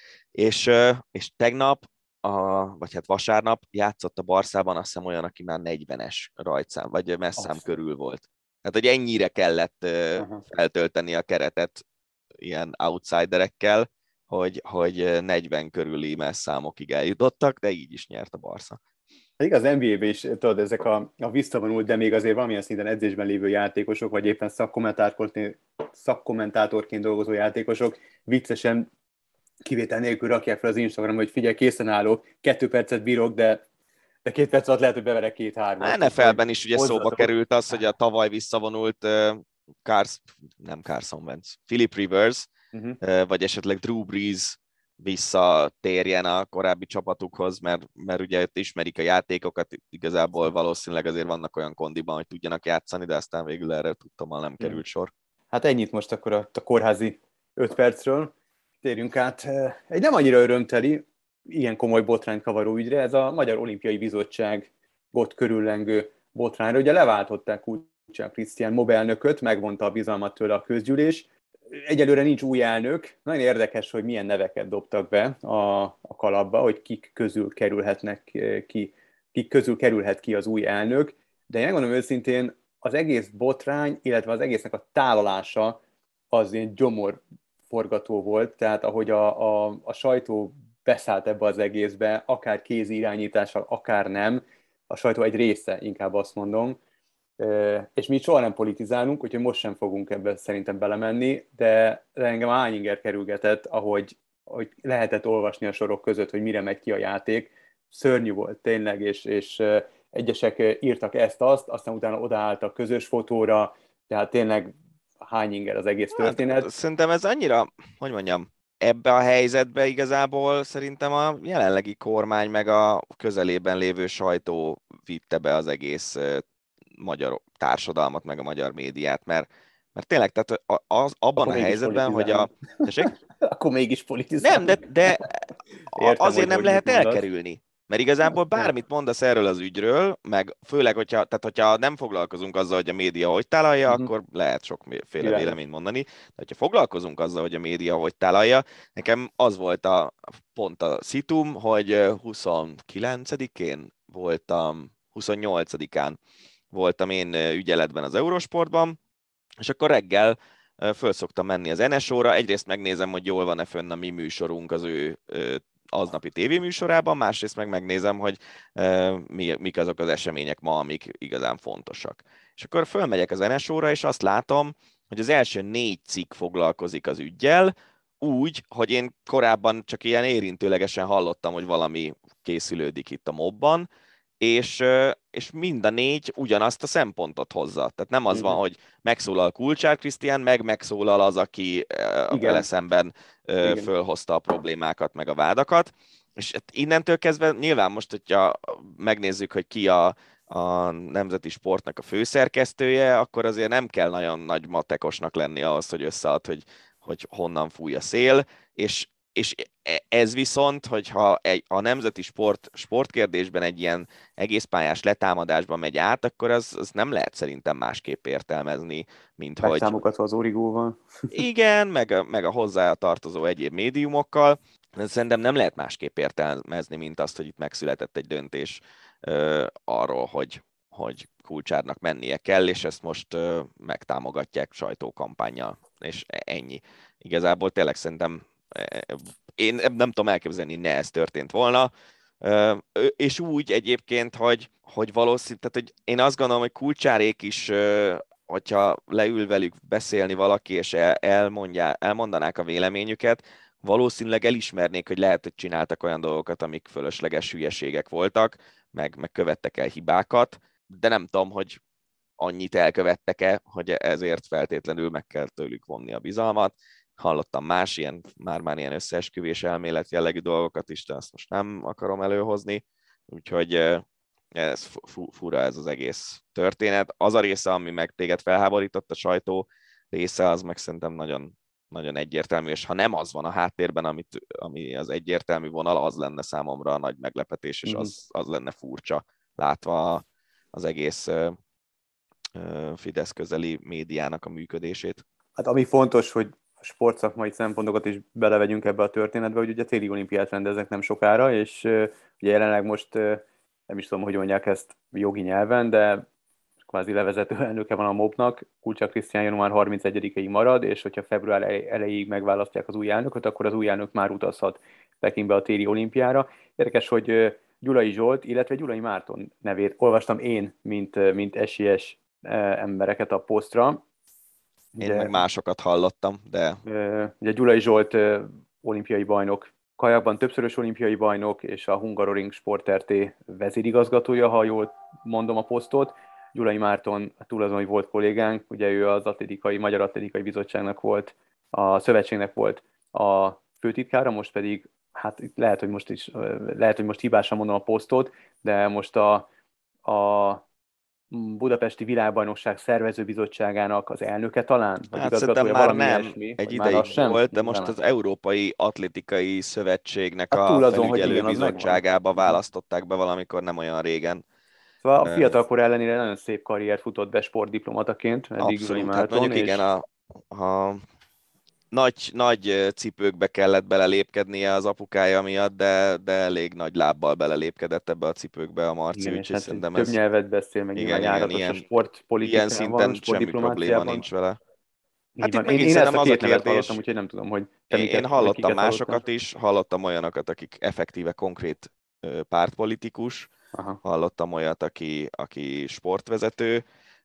És, és tegnap, a, vagy hát vasárnap játszott a Barszában, azt hiszem olyan, aki már negyvenes rajtszám, vagy messzám körül volt. Tehát, hogy ennyire kellett uh-huh. feltölteni a keretet ilyen outsiderekkel, hogy, hogy negyven körüli messzámokig eljutottak, de így is nyert a Barca. Igaz, az en bé á-ben is, tudod, ezek a, a visszavonult, de még azért valamilyen szinten edzésben lévő játékosok, vagy éppen szakkommentátorként, szakkommentátorként dolgozó játékosok viccesen kivétel nélkül rakják fel az Instagramra, hogy figyelj, készen állok, kettő percet bírok, de, de két perc alatt lehet, hogy beverek két-hármat. en ef el-ben is ugye szóba került az, hogy a tavaly visszavonult uh, Cars, nem Carson Wentz, Philip Rivers, uh-huh. uh, vagy esetleg Drew Brees visszatérjen a korábbi csapatukhoz, mert, mert ugye ott ismerik a játékokat, igazából valószínűleg azért vannak olyan kondiban, hogy tudjanak játszani, de aztán végül erre tudtommal nem került sor. Hát ennyit most akkor a, a kórházi öt percről. Térjünk át egy nem annyira örömteli, ilyen komoly botránykavaró ügyre, ez a Magyar Olimpiai Bizottságot körüllengő botrányra. Ugye leváltották Kulcsák Krisztián MOB elnököt, megvonta a bizalmat tőle a közgyűlés. Egyelőre nincs új elnök. Nagyon érdekes, hogy milyen neveket dobtak be a, a kalapba, hogy kik közül kerülhetnek ki, kik közül kerülhet ki az új elnök. De én megmondom őszintén, az egész botrány, illetve az egésznek a tálalása az ilyen gyomorforgató volt, tehát ahogy a, a, a sajtó beszállt ebbe az egészbe, akár kézi irányítással, akár nem, a sajtó egy része, inkább azt mondom, és mi soha nem politizálunk, úgyhogy most sem fogunk ebbe szerintem belemenni, de engem Ányinger kerülgetett, ahogy, ahogy lehetett olvasni a sorok között, hogy mire megy ki a játék. Szörnyű volt tényleg, és, és egyesek írtak ezt-azt, aztán utána odaálltak közös fotóra, tehát tényleg Ányinger az egész történet. Hát, szerintem ez annyira, hogy mondjam, ebbe a helyzetbe igazából szerintem a jelenlegi kormány meg a közelében lévő sajtó vitte be az egész magyar társadalmat, meg a magyar médiát, mert, mert tényleg, tehát az, abban Akkor a helyzetben, hogy a... Tessék? Akkor mégis politizálunk. Nem, de, de Értem, azért hogy nem hogy lehet mondasz. Elkerülni. Mert igazából bármit mondasz erről az ügyről, meg főleg, hogyha, tehát hogyha nem foglalkozunk azzal, hogy a média hogy tálalja, uh-huh. akkor lehet sokféle véleményt mondani. De hogyha foglalkozunk azzal, hogy a média hogy tálalja, nekem az volt a pont a szitum, hogy huszonkilencedikén voltam, huszonnyolcadikán voltam én ügyeletben az Eurosportban, és akkor reggel föl szoktam menni az en es óra, egyrészt megnézem, hogy jól van-e fönn a mi műsorunk az ő aznapi tévéműsorában, másrészt meg megnézem, hogy mi, mik azok az események ma, amik igazán fontosak. És akkor fölmegyek az en es óra, és azt látom, hogy az első négy cikk foglalkozik az üggyel, úgy, hogy én korábban csak ilyen érintőlegesen hallottam, hogy valami készülődik itt a mobban, és, és mind a négy ugyanazt a szempontot hozza. Tehát nem az van, hogy megszólal Kulcsár Krisztián, meg megszólal az, aki vele szemben Igen. fölhozta a problémákat, meg a vádakat. És innentől kezdve nyilván most, hogyha megnézzük, hogy ki a, a Nemzeti Sportnak a főszerkesztője, akkor azért nem kell nagyon nagy matekosnak lenni ahhoz, hogy összead, hogy, hogy honnan fúj a szél, és És ez viszont, hogyha egy, a nemzeti sport, sportkérdésben egy ilyen egészpályás letámadásba megy át, akkor az, az nem lehet szerintem másképp értelmezni, mint hogy... Megszámogatva az origóval. Igen, meg a, meg a hozzá tartozó egyéb médiumokkal, Szerintem nem lehet másképp értelmezni, mint azt, hogy itt megszületett egy döntés uh, arról, hogy, hogy Kulcsárnak mennie kell, és ezt most uh, megtámogatják sajtókampánnyal, és ennyi. Igazából tényleg szerintem uh, én nem tudom elképzelni, ne ez történt volna, uh, és úgy egyébként, hogy, hogy valószínű, tehát hogy én azt gondolom, hogy Kulcsárék is, uh, hogyha leül velük beszélni valaki, és el, elmondja, elmondanák a véleményüket, valószínűleg elismernék, hogy lehet, hogy csináltak olyan dolgokat, amik fölösleges hülyeségek voltak, meg, meg követtek el hibákat, de nem tudom, hogy annyit elkövettek-e, hogy ezért feltétlenül meg kell tőlük vonni a bizalmat. Hallottam más ilyen, már-már ilyen összeesküvés elmélet jellegű dolgokat is, de azt most nem akarom előhozni, úgyhogy ez fura ez az egész történet. Az a része, ami meg téged felháborított, a sajtó része, az meg szerintem nagyon nagyon egyértelmű, és ha nem az van a háttérben, amit, ami az egyértelmű vonal, az lenne számomra a nagy meglepetés, és az, az lenne furcsa, látva az egész uh, uh, Fidesz közeli médiának a működését. Hát ami fontos, hogy a sportszakmai szempontokat is belevegyünk ebbe a történetbe, hogy ugye téli olimpiát rendeznek nem sokára, és uh, ugye jelenleg most uh, nem is tudom, hogy mondják ezt jogi nyelven, de kvázi levezető elnöke van a MOB-nak, Kulcsár Krisztián január harmincegyedikéig marad, és hogyha február elejéig megválasztják az új elnököt, akkor az új elnök már utazhat Pekingbe a téli olimpiára. Érdekes, hogy Gyulai Zsolt, illetve Gyulai Márton nevét olvastam én, mint, mint esélyes embereket a posztra. Én ugye, meg másokat hallottam, de... Ugye Gyulai Zsolt olimpiai bajnok, kajakban többszörös olimpiai bajnok, és a Hungaroring Sport er té vezérigazgatója, ha jól mondom a posztot. Gyulai Márton túl azon, hogy volt kollégánk, ugye ő az atlétikai, Magyar Atlétikai Bizottságnak volt, a szövetségnek volt a főtitkára, most pedig, hát lehet, hogy most is, lehet, hogy most hibásan mondom a posztot, de most a, a Budapesti Világbajnokság szervezőbizottságának az elnöke talán? Hát szerintem már nem, ilyesmi, egy ideig volt, de most az Európai Atlétikai Szövetségnek hát a felügyelő bizottságába választották be valamikor nem olyan régen. Szóval a fiatalkor ellenére nagyon szép karriert futott be sportdiplomataként. Abszolút, hát mondjuk és... igen, a, a nagy, nagy cipőkbe kellett belelépkednie az apukája miatt, de, de elég nagy lábbal belelépkedett ebbe a cipőkbe a Marci, úgyhogy hát szerintem több ez... nyelvet beszél, meg igen, nyilván igen, a sportpolitikában, ilyen szinten semmi probléma nincs vele. Hát itt én, én ezt a két nevet hallottam, úgyhogy nem tudom, hogy te miket, én hallottam másokat hallottam. is, hallottam olyanokat, akik effektíve konkrét pártpolitikus, aha. Hallottam olyat, aki, aki sportvezető,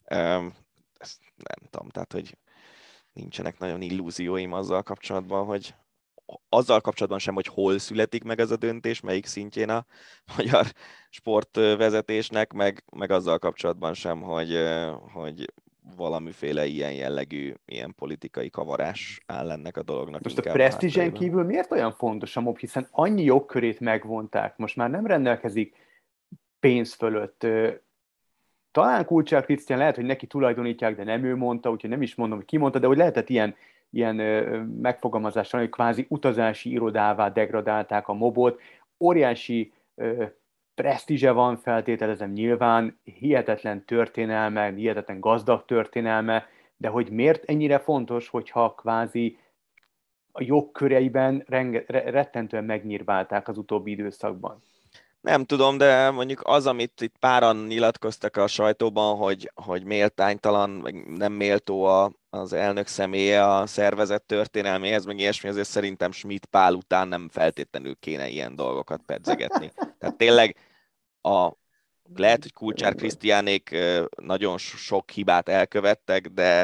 ezt nem tudom, tehát, hogy nincsenek nagyon illúzióim azzal kapcsolatban, hogy azzal kapcsolatban sem, hogy hol születik meg ez a döntés, melyik szintjén a magyar sportvezetésnek, meg, meg azzal kapcsolatban sem, hogy, hogy valamiféle ilyen jellegű, ilyen politikai kavarás áll ennek a dolognak. Most a presztízsen kívül miért olyan fontos a MOB, hiszen annyi jogkörét megvonták, most már nem rendelkezik pénz fölött. Talán Kulcsár Krisztián lehet, hogy neki tulajdonítják, de nem ő mondta, úgyhogy nem is mondom, hogy ki mondta, de hogy lehetett ilyen, ilyen megfogalmazással, hogy kvázi utazási irodává degradálták a mobot. Óriási ö, presztízse van, feltételezem nyilván, hihetetlen történelme, hihetetlen gazdag történelme, de hogy miért ennyire fontos, hogyha kvázi a jogköreiben renge, rettentően megnyírválták az utóbbi időszakban? Nem tudom, de mondjuk az, amit itt páran nyilatkoztak a sajtóban, hogy, hogy méltánytalan, meg nem méltó a, az elnök személye a szervezet történelméhez, meg ilyesmi, azért szerintem Schmidt Pál után nem feltétlenül kéne ilyen dolgokat pedzegetni. Tehát tényleg a, lehet, hogy Kulcsár Krisztiánék nagyon sok hibát elkövettek, de,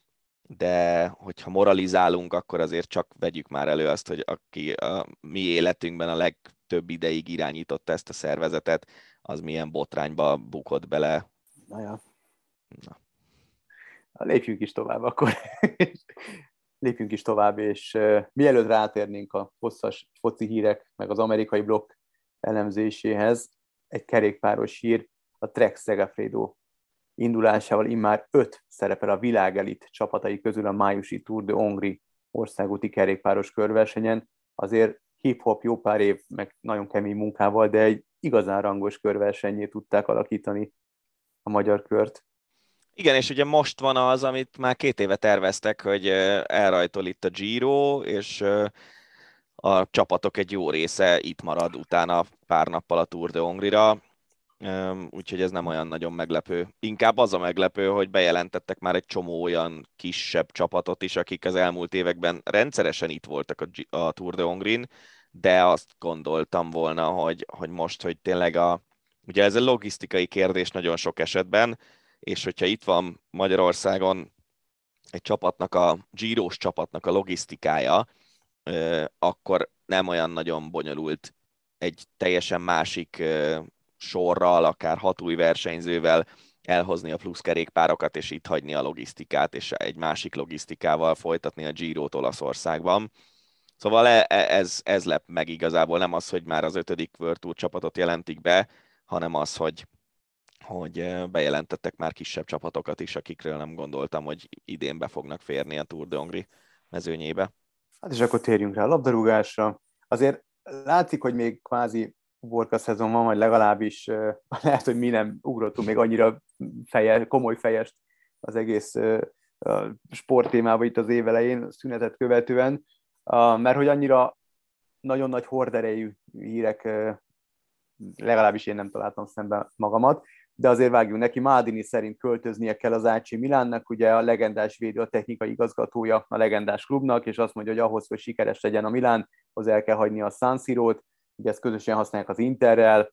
de hogyha moralizálunk, akkor azért csak vegyük már elő azt, hogy aki a mi életünkben a leg több ideig irányította ezt a szervezetet, az milyen botrányba bukott bele. Na ja. Na. Lépjünk is tovább akkor. Lépjünk is tovább, és uh, mielőtt rátérnénk a hosszas foci hírek, meg az amerikai blokk elemzéséhez, egy kerékpáros hír, a Trek Segafredo indulásával immár öt szerepel a világelit csapatai közül a májusi Tour de Hongrie országúti kerékpáros körversenyen. Azért hip-hop jó pár év, meg nagyon kemény munkával, de egy igazán rangos körversennyé tudták alakítani a magyar kört. Igen, és ugye most van az, amit már két éve terveztek, hogy elrajtol itt a Giro, és a csapatok egy jó része itt marad utána pár nappal a Tour de Hongrie-ra, úgyhogy ez nem olyan nagyon meglepő. Inkább az a meglepő, hogy bejelentettek már egy csomó olyan kisebb csapatot is, akik az elmúlt években rendszeresen itt voltak a, G- a Tour de Hongrie-n, de azt gondoltam volna, hogy, hogy most, hogy tényleg a... Ugye ez egy logisztikai kérdés nagyon sok esetben, és hogyha itt van Magyarországon egy csapatnak, a Giro-s csapatnak a logisztikája, akkor nem olyan nagyon bonyolult egy teljesen másik sorral, akár hat új versenyzővel elhozni a plusz kerékpárokat, és itt hagyni a logisztikát, és egy másik logisztikával folytatni a Girót Olaszországban. Szóval ez, ez lep meg igazából, nem az, hogy már az ötödik World Tour csapatot jelentik be, hanem az, hogy, hogy bejelentettek már kisebb csapatokat is, akikről nem gondoltam, hogy idén be fognak férni a Tour de Hongrie mezőnyébe. Hát és akkor térjünk rá a labdarúgásra. Azért látszik, hogy még kvázi uborka szezon van, vagy legalábbis uh, lehet, hogy mi nem ugrottunk még annyira feje, komoly fejest az egész uh, uh, sporttémába itt az év elején, szünetet követően, uh, mert hogy annyira nagyon nagy horderejű hírek, uh, legalábbis én nem találtam szemben magamat, de azért vágjunk neki. Maldini szerint költöznie kell az á cé Milánnak, ugye a legendás védő, a technikai igazgatója a legendás klubnak, és azt mondja, hogy ahhoz, hogy sikeres legyen a Milán, az el kell hagyni a San Sirót, ugye ezt közösen használják az Interrel,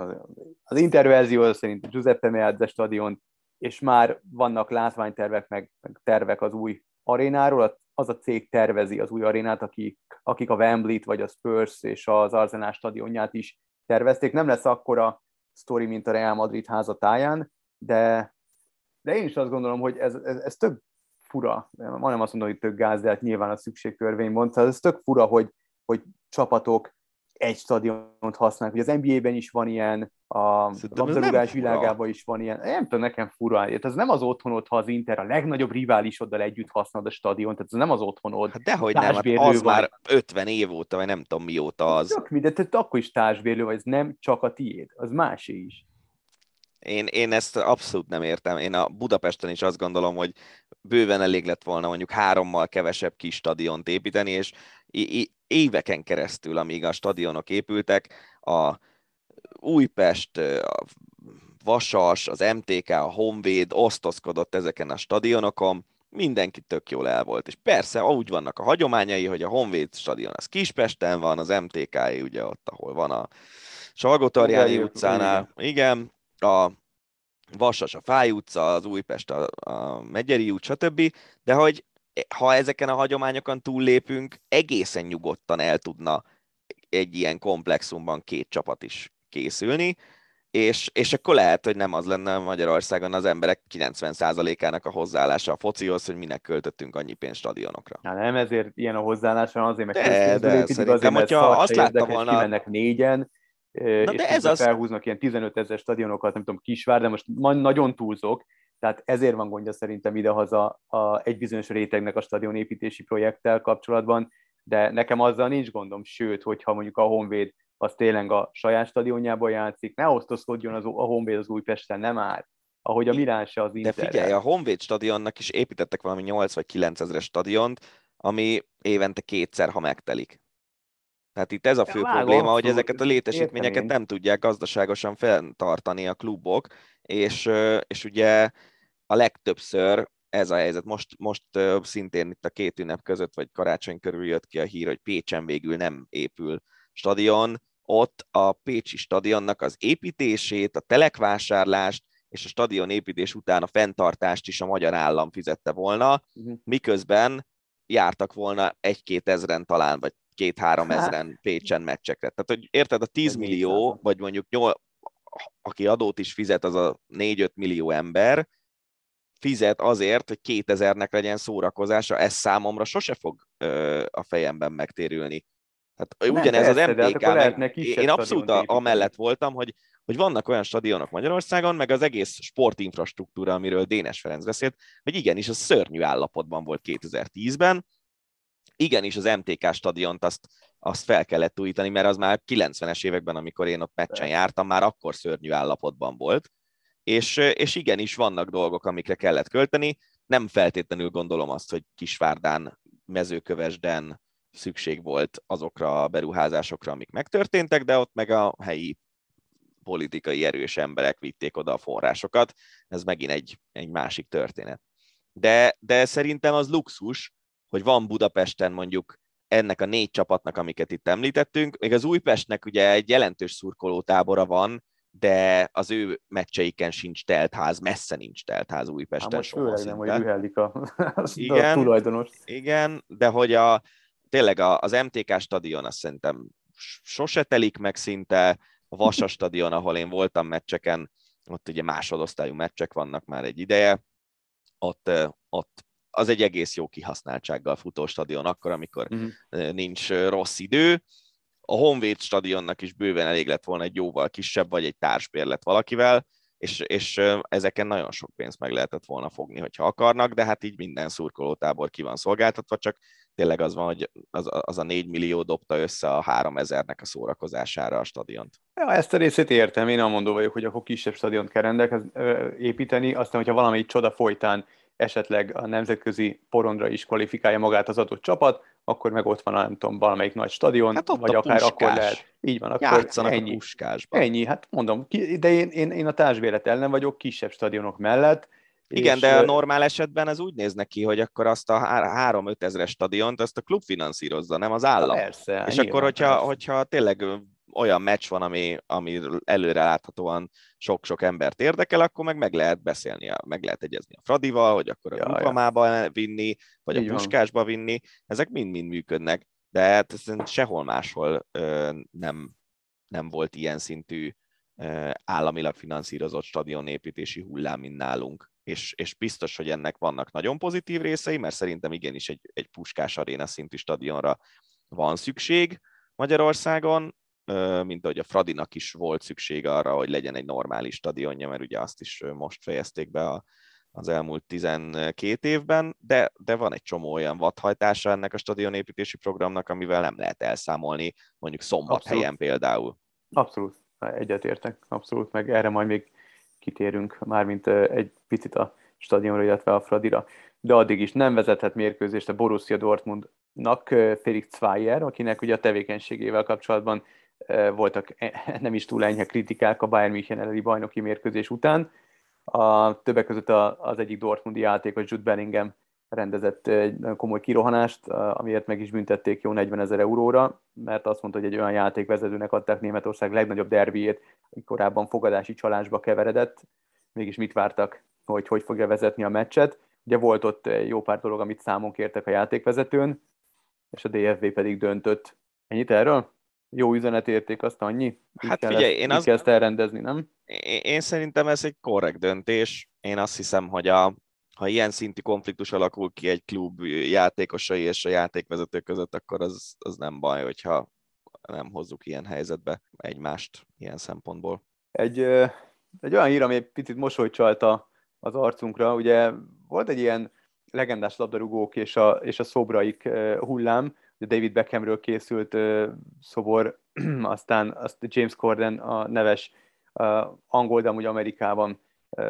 az Inter verzió szerint Giuseppe Meazza stadion, és már vannak látványtervek, meg, meg tervek az új arénáról, az a cég tervezi az új arénát, akik, akik a Wembley-t, vagy a Spurs és az Arsenal stadionját is tervezték. Nem lesz akkora sztori, mint a Real Madrid házatáján, de, de én is azt gondolom, hogy ez, ez, ez tök fura, majdnem azt mondom, hogy tök gáz, de hát nyilván a szükségtörvény mondta, ez tök fura, hogy, hogy csapatok egy stadiont használnak. Ugye az en bé á-ben is van ilyen, a labdarúgás világában is van ilyen. Nem tudom, nekem fura. Ez nem az otthonod, ha az Inter a legnagyobb riválisoddal együtt használod a stadiont, tehát ez nem az otthonod. Hát dehogy nem, hát az vagy. Már ötven év óta, vagy nem tudom mióta az. Csak mindegy, tehát akkor is társbérlő vagy, ez nem csak a tiéd, az másé is. Én, én ezt abszolút nem értem. Én a Budapesten is azt gondolom, hogy bőven elég lett volna mondjuk hárommal kevesebb kis stadiont építeni, és éveken keresztül, amíg a stadionok épültek, a Újpest, a Vasas, az em té ká, a Honvéd osztozkodott ezeken a stadionokon, mindenki tök jól el volt. És persze, úgy vannak a hagyományai, hogy a Honvéd stadion az Kispesten van, az em té ká ugye ott, ahol van a Salgótarjáni utcánál, igen, a Vasas a Fáy utca, az Újpest a, a Megyeri út, stb. De hogy ha ezeken a hagyományokon túllépünk, egészen nyugodtan el tudna egy ilyen komplexumban két csapat is készülni, és, és akkor lehet, hogy nem az lenne Magyarországon az emberek kilencven százalékának a hozzáállása a focihoz, hogy minek költöttünk annyi pénzt stadionokra. Na nem ezért ilyen a hozzáállás, azért meg de, de építik, azért, mert azt látta volna... kimennek négyen, Na és de ez az... felhúznak ilyen tizenöt ezer stadionokat, nem tudom, Kisvár, de most nagyon túlzok, tehát ezért van gondja szerintem idehaza a, egy bizonyos rétegnek a stadionépítési projekttel kapcsolatban, de nekem azzal nincs gondom, sőt, hogyha mondjuk a Honvéd az tényleg a saját stadionjában játszik, ne osztozkodjon az, a Honvéd az Újpesten, nem áll, ahogy a Milán se az Interrel. De figyelj, a Honvéd stadionnak is építettek valami nyolc vagy kilenc ezres stadiont, ami évente kétszer, ha megtelik. Tehát itt ez a fő ja, probléma, abszolút, hogy ezeket a létesítményeket nem tudják gazdaságosan fenntartani a klubok, és, és ugye a legtöbbször ez a helyzet. Most, most szintén itt a két ünnep között, vagy karácsony körül jött ki a hír, hogy Pécsen végül nem épül stadion. Ott a pécsi stadionnak az építését, a telekvásárlást és a stadion építés után a fenntartást is a magyar állam fizette volna, miközben jártak volna egy-két ezren talán, vagy két-három ezren Pécsen meccsekre. Tehát, hogy érted, a tíz millió, vagy mondjuk nyolc, aki adót is fizet, az a négy-öt millió ember, fizet azért, hogy kétezernek legyen szórakozása, ez számomra sose fog ö, a fejemben megtérülni. Tehát ugyanez az em té ká, meg, én abszolút amellett voltam, hogy, hogy vannak olyan stadionok Magyarországon, meg az egész sportinfrastruktúra, amiről Dénes Ferenc beszélt, hogy igenis, az szörnyű állapotban volt kétezer-tízben, igenis az em té ká stadiont azt, azt fel kellett újítani, mert az már kilencvenes években, amikor én ott meccsen jártam, már akkor szörnyű állapotban volt. És, és igenis vannak dolgok, amikre kellett költeni. Nem feltétlenül gondolom azt, hogy Kisvárdán, Mezőkövesden, szükség volt azokra a beruházásokra, amik megtörténtek, de ott meg a helyi politikai erős emberek vitték oda a forrásokat. Ez megint egy, egy másik történet. De, de szerintem az luxus, hogy van Budapesten mondjuk ennek a négy csapatnak, amiket itt említettünk. Még az Újpestnek ugye egy jelentős szurkolótábora van, de az ő meccseiken sincs teltház, messze nincs teltház Újpesten. Hát most főleg nem, hogy rühellik a, a igen, tulajdonos. Igen, de hogy a, tényleg az em té ká stadion azt szerintem sose telik meg szinte, a Vasas stadion, ahol én voltam meccseken, ott ugye másodosztályú meccsek vannak már egy ideje, ott, ott az egy egész jó kihasználtsággal futó stadion akkor, amikor uh-huh. nincs rossz idő. A Honvéd stadionnak is bőven elég lett volna egy jóval kisebb, vagy egy társbérlet valakivel, és, és ezeken nagyon sok pénzt meg lehetett volna fogni, hogyha akarnak, de hát így minden szurkolótábor ki van szolgáltatva, csak tényleg az van, hogy az, az a négy millió dobta össze a háromezernek a szórakozására a stadiont. Ja, ezt a részét értem, én amondó vagyok, hogy akkor kisebb stadiont kell rendekhez építeni, aztán, hogyha valamelyik csoda folytán esetleg a nemzetközi porondra is kvalifikálja magát az adott csapat, akkor meg ott van, nem tudom, valamelyik nagy stadion, hát vagy akár Puskás. Akkor lehet. Így van, akkor játszanak ennyi. a Puskásban. Ennyi, hát mondom, de én, én, én a társbérlet ellen vagyok, kisebb stadionok mellett. Igen, és... de a normál esetben ez úgy néz neki, hogy akkor azt a három-öt ezres stadiont, azt a klub finanszírozza, nem az állam. Persze, és nyilván, akkor, hogyha, persze. hogyha tényleg olyan meccs van, ami, ami előre láthatóan sok-sok embert érdekel, akkor meg meg lehet beszélni, meg lehet egyezni a Fradival, hogy akkor a ja, Grupamába ja. vinni, vagy Így a Puskásba van. vinni. Ezek mind-mind működnek, de hát sehol máshol ö, nem, nem volt ilyen szintű ö, államilag finanszírozott stadionépítési hullám, mint nálunk. És, és biztos, hogy ennek vannak nagyon pozitív részei, mert szerintem igenis egy, egy Puskás aréna szintű stadionra van szükség Magyarországon, mint ahogy a Fradinak is volt szükség arra, hogy legyen egy normális stadionja, mert ugye azt is most fejezték be a, az elmúlt tizenkét évben, de, de van egy csomó olyan vadhajtása ennek a stadionépítési programnak, amivel nem lehet elszámolni, mondjuk Szombathelyen például. Abszolút, egyetértek, abszolút, meg erre majd még kitérünk, mármint egy picit a stadionra, illetve a Fradira. De addig is nem vezethet mérkőzést a Borussia Dortmundnak Felix Zweier, akinek ugye a tevékenységével kapcsolatban voltak nem is túl enyhe kritikák a Bayern München elleni bajnoki mérkőzés után. A, többek között az egyik dortmundi játékos, Jude Bellingham rendezett egy komoly kirohanást, amiért meg is büntették jó negyvenezer euróra, mert azt mondta, hogy egy olyan játékvezetőnek adták Németország legnagyobb derbiét, aki korábban fogadási csalásba keveredett. Mégis mit vártak, hogy hogy fogja vezetni a meccset. Ugye volt ott jó pár dolog, amit számon kértek a játékvezetőn, és a dé ef bé pedig döntött. Ennyit erről? Jó üzenetérték, azt annyi? Hát figyelj, én azt... kell ezt elrendezni, nem? Én, én szerintem ez egy korrekt döntés. Én azt hiszem, hogy a, ha ilyen szintű konfliktus alakul ki egy klub játékosai és a játékvezető között, akkor az, az nem baj, hogyha nem hozzuk ilyen helyzetbe egymást ilyen szempontból. Egy, egy olyan hír, ami egy picit mosolyt csalta az arcunkra, ugye volt egy ilyen legendás labdarúgók és a, és a szobraik hullám, David Beckhamről készült szobor, aztán azt James Corden, a neves angol, de amúgy Amerikában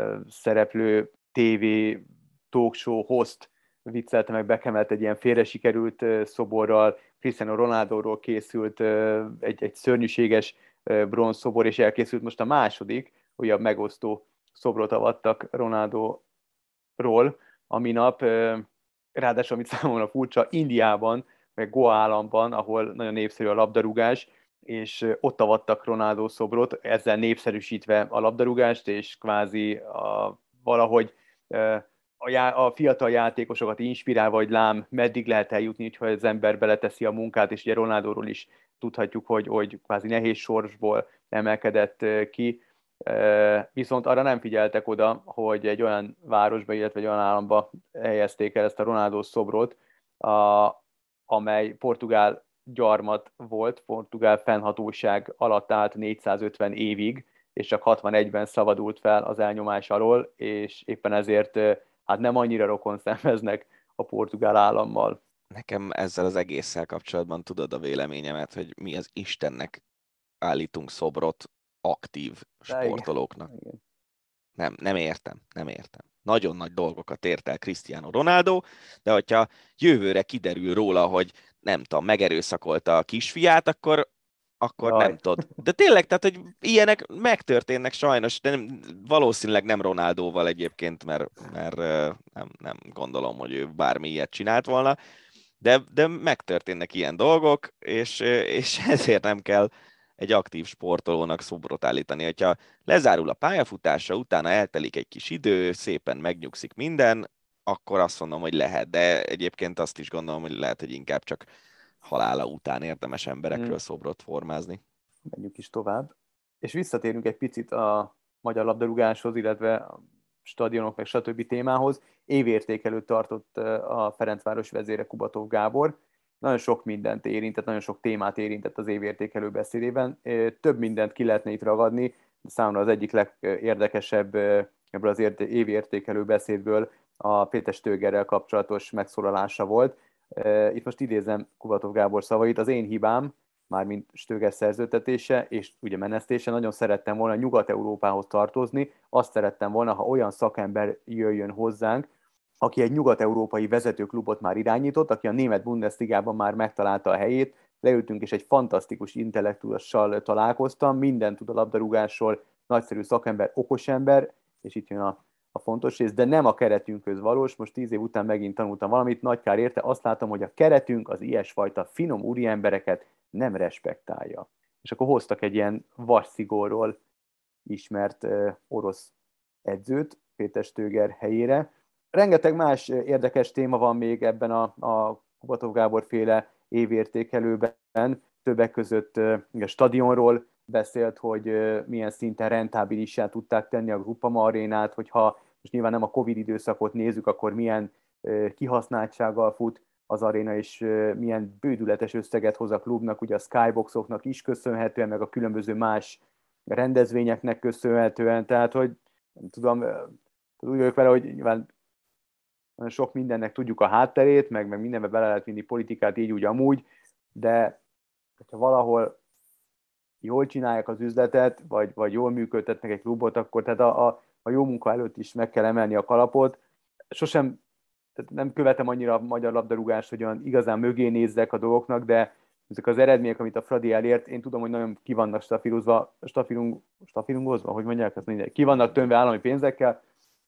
szereplő tévé talkshow host viccelte meg Beckhamet egy ilyen félre sikerült szoborral, Cristiano Ronaldoról készült egy, egy szörnyűséges bronzszobor, és elkészült most a második, újabb megosztó szobrot avattak Ronaldoról, ami nap, ráadásul, amit számomra furcsa, Indiában, meg Goa államban, ahol nagyon népszerű a labdarúgás, és ott avattak Ronaldo szobrot, ezzel népszerűsítve a labdarúgást, és kvázi a, valahogy a, já, a fiatal játékosokat inspirálva, hogy lám, meddig lehet eljutni, ha az ember beleteszi a munkát, és ugye Ronaldóról is tudhatjuk, hogy, hogy kvázi nehéz sorsból emelkedett ki, viszont arra nem figyeltek oda, hogy egy olyan városba, illetve egy olyan államba helyezték el ezt a Ronaldo szobrot, a, amely portugál gyarmat volt, portugál fennhatóság alatt állt négyszázötven évig, és csak hatvanegyben szabadult fel az elnyomás alól, és éppen ezért hát nem annyira rokon szenveznek a portugál állammal. Nekem ezzel az egésszel kapcsolatban tudod a véleményemet, hogy mi az Istennek állítunk szobrot aktív sportolóknak. Igen. Nem, nem értem, nem értem. Nagyon nagy dolgokat ért el Cristiano Ronaldo, de hogyha jövőre kiderül róla, hogy nem tudom, megerőszakolta a kisfiát, akkor, akkor Jaj. nem tudod. De tényleg, tehát, hogy ilyenek megtörténnek sajnos, de nem, valószínűleg nem Ronaldóval egyébként, mert, mert nem, nem gondolom, hogy ő bármi ilyet csinált volna, de, de megtörténnek ilyen dolgok, és, és ezért nem kell egy aktív sportolónak szobrot állítani. Hogyha lezárul a pályafutása, utána eltelik egy kis idő, szépen megnyugszik minden, akkor azt mondom, hogy lehet, de egyébként azt is gondolom, hogy lehet, hogy inkább csak halála után érdemes emberekről Hmm. szobrot formázni. Menjünk is tovább. És visszatérünk egy picit a magyar labdarúgáshoz, illetve a stadionok, meg stb. Témához. Évértékelőt tartott a Ferencváros vezére, Kubatov Gábor. Nagyon sok mindent érintett, nagyon sok témát érintett az évértékelő beszédében. Több mindent ki lehetne itt ragadni, de számomra az egyik legérdekesebb ebből az évértékelő beszédből a Péter Stögerrel kapcsolatos megszólalása volt. Itt most idézem Kubatov Gábor szavait: az én hibám, mármint Stöger szerződtetése és ugye menesztése, nagyon szerettem volna Nyugat-Európához tartozni, azt szerettem volna, ha olyan szakember jöjjön hozzánk, aki egy nyugat-európai vezetőklubot már irányított, aki a német Bundesligában már megtalálta a helyét, leültünk és egy fantasztikus intellektussal találkoztam, mindent tud a labdarúgásról, nagyszerű szakember, okos ember, és itt jön a, a fontos rész, de nem a keretünkhöz valós. Most tíz év után megint tanultam valamit, nagy kár érte, azt látom, hogy a keretünk az ilyesfajta finom úriembereket nem respektálja. És akkor hoztak egy ilyen vasszigorról ismert uh, orosz edzőt Péter Stöger helyére. Rengeteg más érdekes téma van még ebben a, a Kubatov Gábor féle évértékelőben. Többek között uh, a stadionról beszélt, hogy uh, milyen szinten rentábilissá tudták tenni a Groupama arénát, hogyha most nyilván nem a Covid időszakot nézzük, akkor milyen uh, kihasználtsággal fut az aréna, és uh, milyen bődületes összeget hoz a klubnak, ugye a skyboxoknak is köszönhetően, meg a különböző más rendezvényeknek köszönhetően, tehát hogy nem tudom, úgy vagyok vele, hogy nyilván sok mindennek tudjuk a hátterét, meg, meg mindenbe bele lehet vinni politikát, így úgy amúgy, de hogyha valahol jól csinálják az üzletet, vagy, vagy jól működtetnek egy klubot, akkor tehát a, a, a jó munka előtt is meg kell emelni a kalapot. Sosem, tehát nem követem annyira a magyar labdarúgást, hogy olyan igazán mögé nézzek a dolgoknak, de ezek az eredmények, amit a Fradi elért, én tudom, hogy nagyon ki vannak stafírozva, stafírung, stafírungozva, hogy mondják, azt mindegy, ki vannak tömve állami pénzekkel,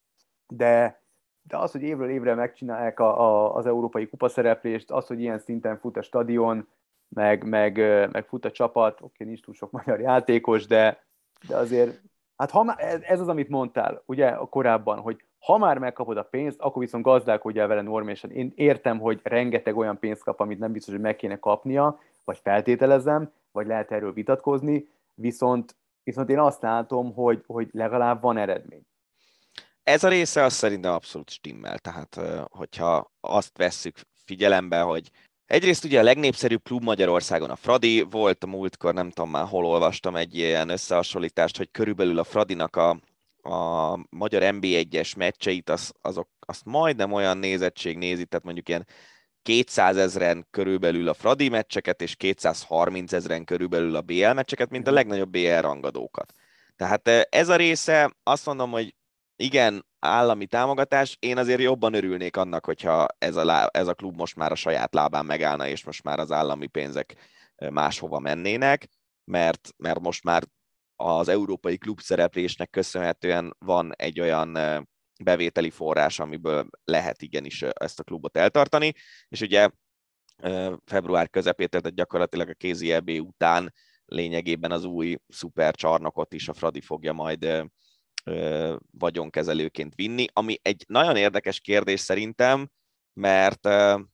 de, de az, hogy évről évre megcsinálják a, a, az európai kupaszereplést, az, hogy ilyen szinten fut a stadion, meg, meg, meg fut a csapat, oké, nincs túl sok magyar játékos, de, de azért, hát ha már, ez az, amit mondtál, ugye korábban, hogy ha már megkapod a pénzt, akkor viszont gazdálkodjál vele normálisan. Én értem, hogy rengeteg olyan pénzt kap, amit nem biztos, hogy meg kéne kapnia, vagy feltételezem, vagy lehet erről vitatkozni, viszont, viszont én azt látom, hogy, hogy legalább van eredmény. Ez a része az szerintem abszolút stimmel, tehát hogyha azt vesszük figyelembe, hogy egyrészt ugye a legnépszerűbb klub Magyarországon a Fradi, volt a múltkor, nem tudom már hol olvastam egy ilyen összehasonlítást, hogy körülbelül a Fradinak a, a magyar en bé egyes meccseit, az, azok, azt majdnem olyan nézettség nézi, tehát mondjuk ilyen kétszázezren körülbelül a Fradi meccseket, és kétszázharmincezren körülbelül a bé el meccseket, mint a legnagyobb bé el rangadókat. Tehát ez a része, azt mondom, hogy igen, állami támogatás, én azért jobban örülnék annak, hogyha ez a, lá, ez a klub most már a saját lábán megállna, és most már az állami pénzek máshova mennének, mert, mert most már az európai klub szereplésnek köszönhetően van egy olyan bevételi forrás, amiből lehet igenis ezt a klubot eltartani, és ugye február közepétől, tehát gyakorlatilag a kézi é bé után lényegében az új szupercsarnokot is a Fradi fogja majd vagyonkezelőként vinni, ami egy nagyon érdekes kérdés szerintem, mert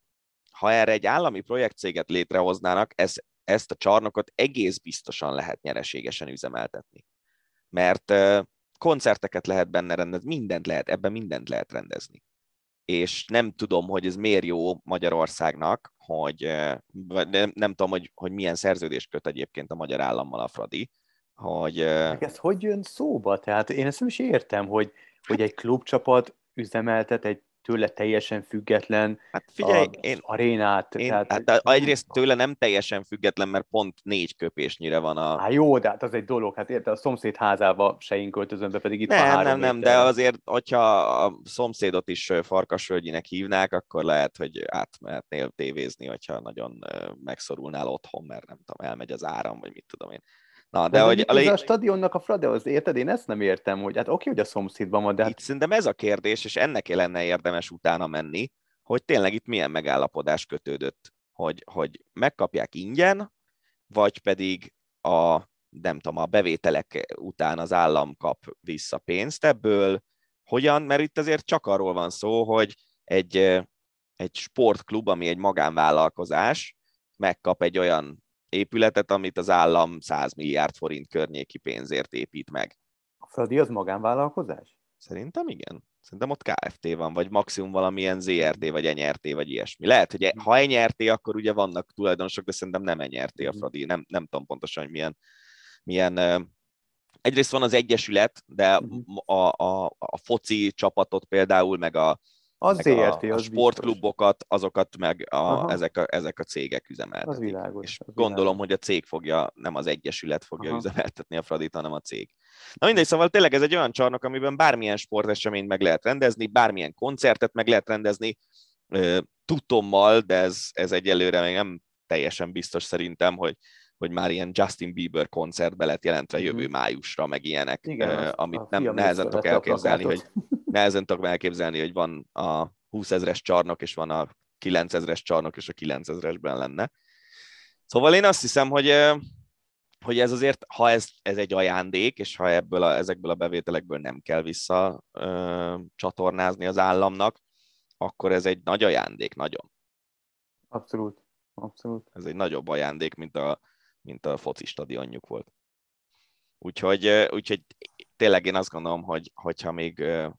ha erre egy állami projektcéget létrehoznának, ez, ezt a csarnokot egész biztosan lehet nyereségesen üzemeltetni. Mert koncerteket lehet benne rendezni, mindent lehet, ebben mindent lehet rendezni. És nem tudom, hogy ez miért jó Magyarországnak, hogy nem, nem tudom, hogy, hogy milyen szerződést köt egyébként a magyar állammal a Fradi, hogy... Ez hogy jön szóba? Tehát én ezt nem is értem, hogy, hogy egy klubcsapat üzemeltet egy tőle teljesen független Hát figyelj, az én, arénát. én tehát, hát a- egyrészt tőle nem teljesen független, mert pont négy köpésnyire van a... Hát jó, de hát az egy dolog, hát érted, a szomszéd házába se én költözöm be, pedig itt van Nem, három nem, nem, de méterre. azért, hogyha a szomszédot is Farkasvölgyinek hívnák, akkor lehet, hogy átmehetnél tévézni, hogyha nagyon ö, megszorulnál otthon, mert nem tudom, elmegy az áram, vagy mit tudom én. Na, De, de de hogy mi a köze lé... a stadionnak a Fradehoz, érted? Én ezt nem értem, hogy hát oké, hogy a szomszédban van, de hát Itt szerintem ez a kérdés, és ennek lenne érdemes utána menni, hogy tényleg itt milyen megállapodás kötődött, hogy, hogy megkapják ingyen, vagy pedig a, nem tudom, a bevételek után az állam kap vissza pénzt ebből. Hogyan? Mert itt azért csak arról van szó, hogy egy, egy sportklub, ami egy magánvállalkozás, megkap egy olyan épületet, amit az állam száz milliárd forint környéki pénzért épít meg. a Fradi az magánvállalkozás? Szerintem igen. Szerintem ott ká ef té van, vagy maximum valamilyen zé er té, vagy en er té, vagy ilyesmi. Lehet, hogy ha en er té, akkor ugye vannak tulajdonosok, de szerintem nem en er té a Fradi. Nem, nem tudom pontosan, hogy milyen, milyen... Egyrészt van az egyesület, de a, a, a foci csapatot például, meg a, Az meg zé er a, té, a az sportklubokat, azokat meg a, Aha. ezek, a, ezek a cégek üzemeltetik. Az világos, És az gondolom, világos. hogy a cég fogja, nem az egyesület fogja Aha. üzemeltetni a Fradit, hanem a cég. Na mindegy, szóval tényleg ez egy olyan csarnok, amiben bármilyen sporteseményt meg lehet rendezni, bármilyen koncertet meg lehet rendezni, tudtommal, de ez, ez egyelőre még nem teljesen biztos szerintem, hogy, hogy már ilyen Justin Bieber koncertbe lett jelentve jövő Mhm. májusra, meg ilyenek, Igen, uh, azt amit a nem fiam nehezen tudok észrevette a elképzelni, hogy plakátot. nehezen tudok elképzelni, hogy van a húszezres csarnok, és van a kilencezres csarnok, és a kilencezresben lenne. Szóval én azt hiszem, hogy, hogy ez azért, ha ez, ez egy ajándék, és ha ebből a, ezekből a bevételekből nem kell vissza ö, csatornázni az államnak, akkor ez egy nagy ajándék, nagyon. Abszolút, abszolút. Ez egy nagyobb ajándék, mint a, mint a foci stadionjuk volt. Úgyhogy, úgyhogy tényleg én azt gondolom, hogy, hogyha még ö,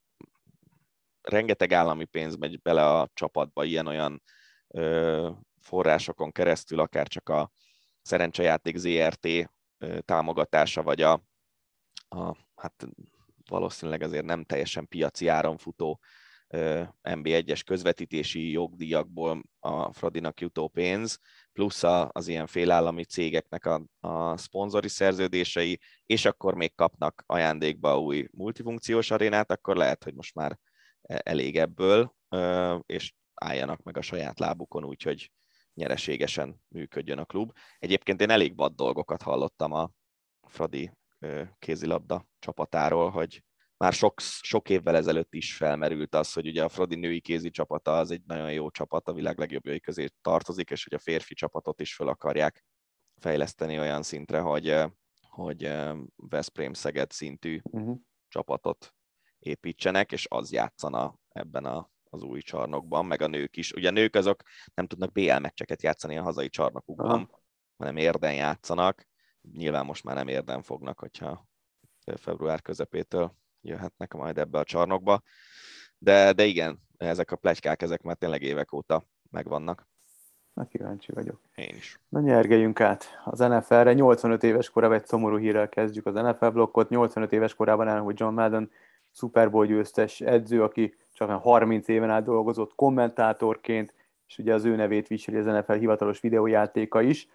rengeteg állami pénz megy bele a csapatba ilyen-olyan ö, forrásokon keresztül, akár csak a Szerencsejáték zé er té ö, támogatása, vagy a, a hát valószínűleg azért nem teljesen piaci áron futó en bé egyes közvetítési jogdíjakból a Fradinak jutó pénz, plusz az ilyen félállami cégeknek a, a szponzori szerződései, és akkor még kapnak ajándékba új multifunkciós arénát, akkor lehet, hogy most már elég ebből, és álljanak meg a saját lábukon, úgyhogy nyereségesen működjön a klub. Egyébként én elég vad dolgokat hallottam a Fradi kézilabda csapatáról, hogy már sok, sok évvel ezelőtt is felmerült az, hogy ugye a Fradi női kézi csapata az egy nagyon jó csapat, a világ legjobbjai közé tartozik, és hogy a férfi csapatot is föl akarják fejleszteni olyan szintre, hogy, hogy Veszprém-Szeged szintű uh-huh. csapatot építsenek, és az játszana ebben a, az új csarnokban, meg a nők is. Ugye a nők azok nem tudnak bé el meccseket játszani a hazai csarnokukban, uh-huh. hanem Érden játszanak. Nyilván most már nem Érden fognak, hogyha február közepétől jöhetnek majd ebbe a csarnokba. De, de igen, ezek a pletykák, ezek már tényleg évek óta megvannak. Na, kíváncsi vagyok. Én is. Na, nyergeljünk át az en ef el-re. nyolcvanöt éves korában egy szomorú hírrel kezdjük az en ef el blokkot. nyolcvanöt éves korában elhunyt John Madden, Super Bowl győztes edző, aki csak harminc éven át dolgozott kommentátorként, és ugye az ő nevét viseli az en ef el hivatalos videójátéka is.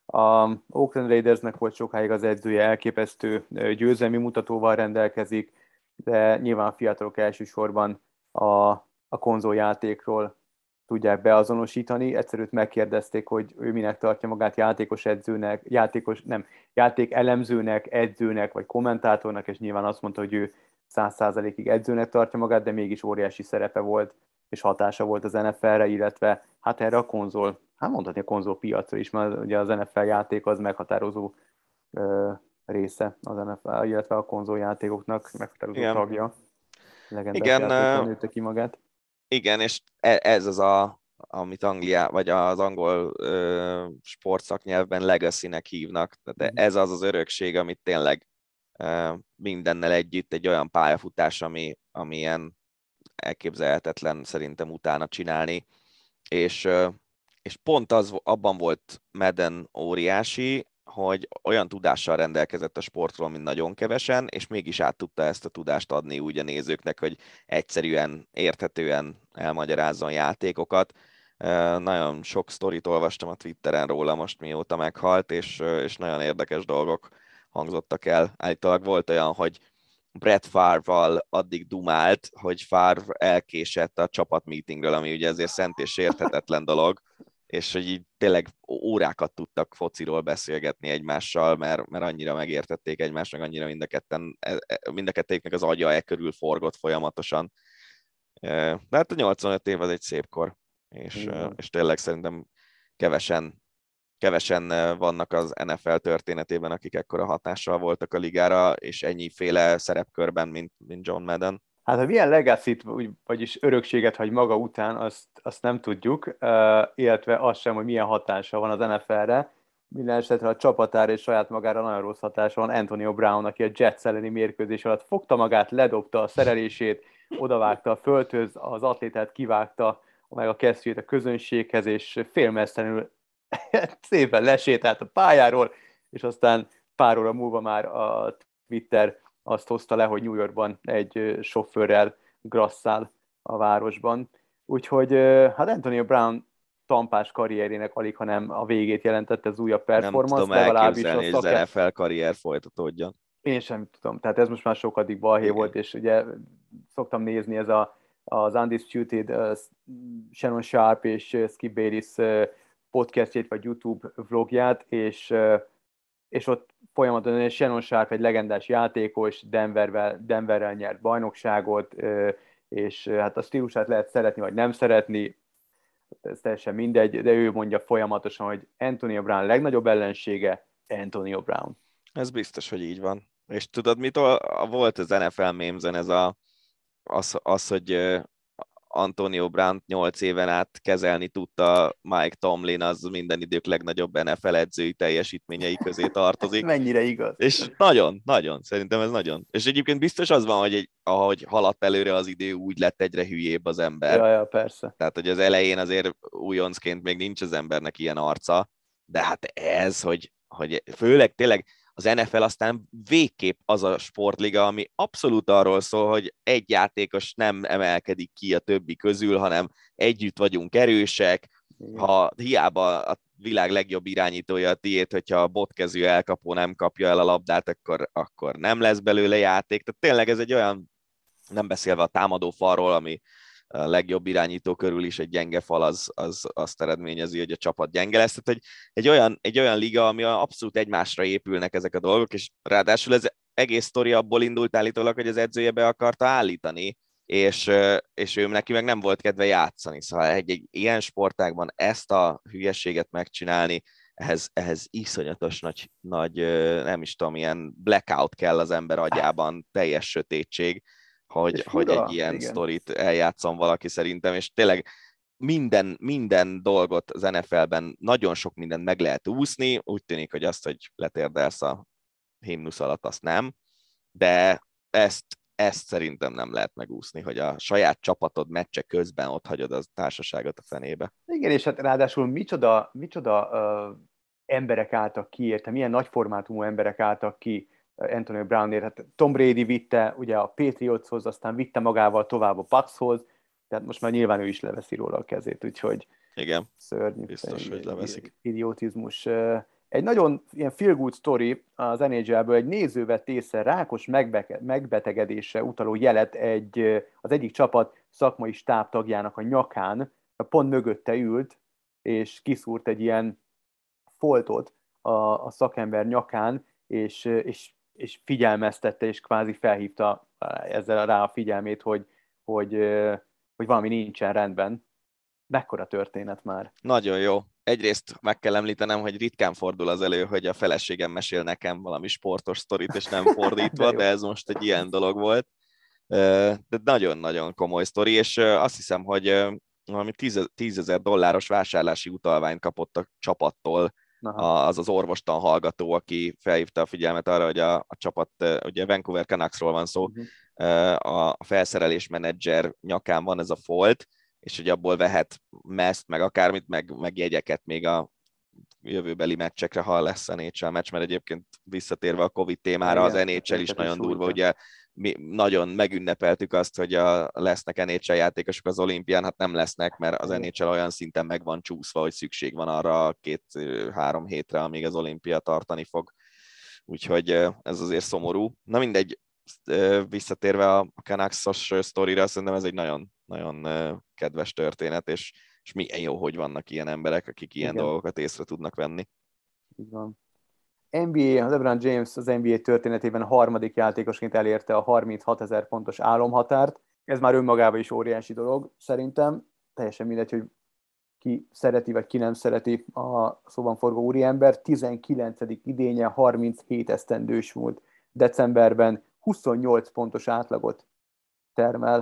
A Oakland Raidersnek volt sokáig az edzője, elképesztő győzelmi mutatóval rendelkezik, de nyilván a fiatalok elsősorban a, a konzoljátékról tudják beazonosítani. Egyszerűt megkérdezték, hogy ő minek tartja magát, játékos edzőnek, játékos, nem, játék elemzőnek, edzőnek vagy kommentátornak, és nyilván azt mondta, hogy ő száz százalékig edzőnek tartja magát, de mégis óriási szerepe volt, és hatása volt az en ef el-re, illetve hát erre a konzol, hát mondhatni a konzol piacra is, mert ugye az en ef el játék az meghatározó ö, része az en ef el, illetve a konzoljátékoknak meghatározó igen. tagja. Legendás játékban nőtte ki magát. Igen, és ez az a, amit Anglia, vagy az angol ö, sportszaknyelvben legacy-nek hívnak. Tehát ez az az örökség, amit tényleg ö, mindennel együtt egy olyan pályafutás, ami, ami ilyen elképzelhetetlen szerintem utána csinálni. És, ö, és pont az abban volt Madden óriási, hogy olyan tudással rendelkezett a sportról, mint nagyon kevesen, és mégis át tudta ezt a tudást adni úgy a nézőknek, hogy egyszerűen, érthetően elmagyarázzon játékokat. Nagyon sok sztorit olvastam a Twitteren róla most, mióta meghalt, és, és nagyon érdekes dolgok hangzottak el. Állítólag volt olyan, hogy Brett Favre-val addig dumált, hogy Favre elkésett a csapatmeetingről, ami ugye azért szent és érthetetlen dolog, és hogy így tényleg órákat tudtak fociról beszélgetni egymással, mert, mert annyira megértették egymást, meg annyira mind a ketten, mind a kettőjüknek az agya e körül forgott folyamatosan. De hát a nyolcvanöt év az egy szép kor, és, és tényleg szerintem kevesen, kevesen vannak az en ef el történetében, akik ekkora hatással voltak a ligára, és ennyiféle szerepkörben, mint, mint John Madden. Hát, hogy milyen legacy-t, vagyis örökséget hagy maga után, azt, azt nem tudjuk, illetve azt sem, hogy milyen hatása van az en ef el-re. Minden esetre a csapatára és saját magára nagyon rossz hatása van Antonio Brown, aki a Jets elleni mérkőzés alatt fogta magát, ledobta a szerelését, odavágta a földhöz, az atlétát kivágta, meg a kesztyűjét a közönséghez, és félmeztelenül szépen lesétált a pályáról, és aztán pár óra múlva már a Twitter azt hozta le, hogy New Yorkban egy sofőrrel grasszál a városban. Úgyhogy hát Antonio Brown tampás karrierének alig, hanem a végét jelentette az újabb performance. Nem tudom elképzelni, hogy az en ef el karrier folytatódjon. Én sem tudom. Tehát ez most már sokadik balhé Igen. volt, és ugye szoktam nézni ez a, az Undisputed uh, Shannon Sharp és uh, Skip Bayless uh, podcastjét, vagy YouTube vlogját, és, uh, és ott folyamatosan Shannon Sharp egy legendás játékos, Denverrel, Denverrel nyert bajnokságot, uh, és uh, hát a stílusát lehet szeretni, vagy nem szeretni, ez teljesen mindegy, de ő mondja folyamatosan, hogy Antonio Brown legnagyobb ellensége Antonio Brown. Ez biztos, hogy így van. És tudod, mit volt az en ef el mémzen ez a, az, az, hogy Antonio Brown nyolc éven át kezelni tudta Mike Tomlin, az minden idők legnagyobb en ef el edzői teljesítményei közé tartozik. Mennyire igaz. És nagyon, nagyon, szerintem ez nagyon. És egyébként biztos az van, hogy egy, ahogy haladt előre az idő, úgy lett egyre hülyébb az ember. Ja, ja, persze. Tehát, hogy az elején azért újoncként még nincs az embernek ilyen arca, de hát ez, hogy, hogy főleg tényleg az en ef el aztán végképp az a sportliga, ami abszolút arról szól, hogy egy játékos nem emelkedik ki a többi közül, hanem együtt vagyunk erősek. Ha hiába a világ legjobb irányítója a tiéd, hogyha a botkezű elkapó nem kapja el a labdát, akkor, akkor nem lesz belőle játék. Tehát tényleg ez egy olyan, nem beszélve a támadó falról, ami a legjobb irányító körül is egy gyenge fal, az, az azt eredményezi, hogy a csapat gyenge lesz. Tehát, hogy egy olyan, egy olyan liga, ami abszolút egymásra épülnek ezek a dolgok, és ráadásul ez egész sztori abból indult állítólag, hogy az edzője be akarta állítani, és, és ő neki meg nem volt kedve játszani. Szóval egy, egy ilyen sportágban ezt a hülyességet megcsinálni, ehhez, ehhez iszonyatos nagy, nagy, nem is tudom, ilyen blackout kell az ember agyában, teljes sötétség, hogy, hogy egy ilyen igen. sztorit eljátszom valaki szerintem, és tényleg minden, minden dolgot az en ef el-ben nagyon sok mindent meg lehet úszni, úgy tűnik, hogy azt, hogy letérdelsz a himnusz alatt, azt nem, de ezt, ezt szerintem nem lehet megúszni, hogy a saját csapatod meccse közben ott hagyod a társaságot a fenébe. Igen, és hát ráadásul micsoda, micsoda uh, emberek álltak ki, érte, milyen nagyformátumú emberek álltak ki Antonio Brownért. Hát Tom Brady vitte ugye a Patriotshoz, aztán vitte magával tovább a Buckshoz, tehát most már nyilván ő is leveszi róla a kezét, úgyhogy igen, szörnyű. biztos, hogy leveszik. Idiotizmus. Egy nagyon ilyen feel good story az en há el-ből, egy néző vett észre rákos megbetegedésre utaló jelet egy, az egyik csapat szakmai stábtagjának a nyakán, pont mögötte ült, és kiszúrt egy ilyen foltot a, a szakember nyakán, és, és, és figyelmeztette, és kvázi felhívta ezzel rá a figyelmét, hogy, hogy, hogy valami nincsen rendben. Mekkora történet már. Nagyon jó. Egyrészt meg kell említenem, hogy ritkán fordul az elő, hogy a feleségem mesél nekem valami sportos sztorit, és nem fordítva, de, de ez most egy ilyen dolog volt. De nagyon-nagyon komoly sztori, és azt hiszem, hogy valami tízezer dolláros vásárlási utalványt kapott a csapattól. Aha. az az orvostan hallgató, aki felhívta a figyelmet arra, hogy a, a csapat, ugye Vancouver Canucksról van szó, uh-huh. a felszerelés menedzser nyakán van ez a folt, és hogy abból vehet meszt, meg akármit, meg, meg jegyeket még a jövőbeli meccsekre, ha lesz en há el meccs, mert egyébként visszatérve a Covid témára, igen, az en há el is nagyon durva, ugye mi nagyon megünnepeltük azt, hogy a, lesznek en há el játékosok az olimpián, hát nem lesznek, mert az en há el olyan szinten meg van csúszva, hogy szükség van arra két-három hétre, amíg az olimpia tartani fog. Úgyhogy ez azért szomorú. Na mindegy, visszatérve a Canucks-os sztorira, szerintem ez egy nagyon, nagyon kedves történet, és, és milyen jó, hogy vannak ilyen emberek, akik ilyen Igen. dolgokat észre tudnak venni. Így van. en bé á, LeBron James az en bé á történetében a harmadik játékosként elérte a harminchatezer pontos álomhatárt. Ez már önmagában is óriási dolog, szerintem. Teljesen mindegy, hogy ki szereti, vagy ki nem szereti a szóban forgó úriember. tizenkilencedik idénye, harminchét esztendős volt. Decemberben huszonnyolc pontos átlagot termel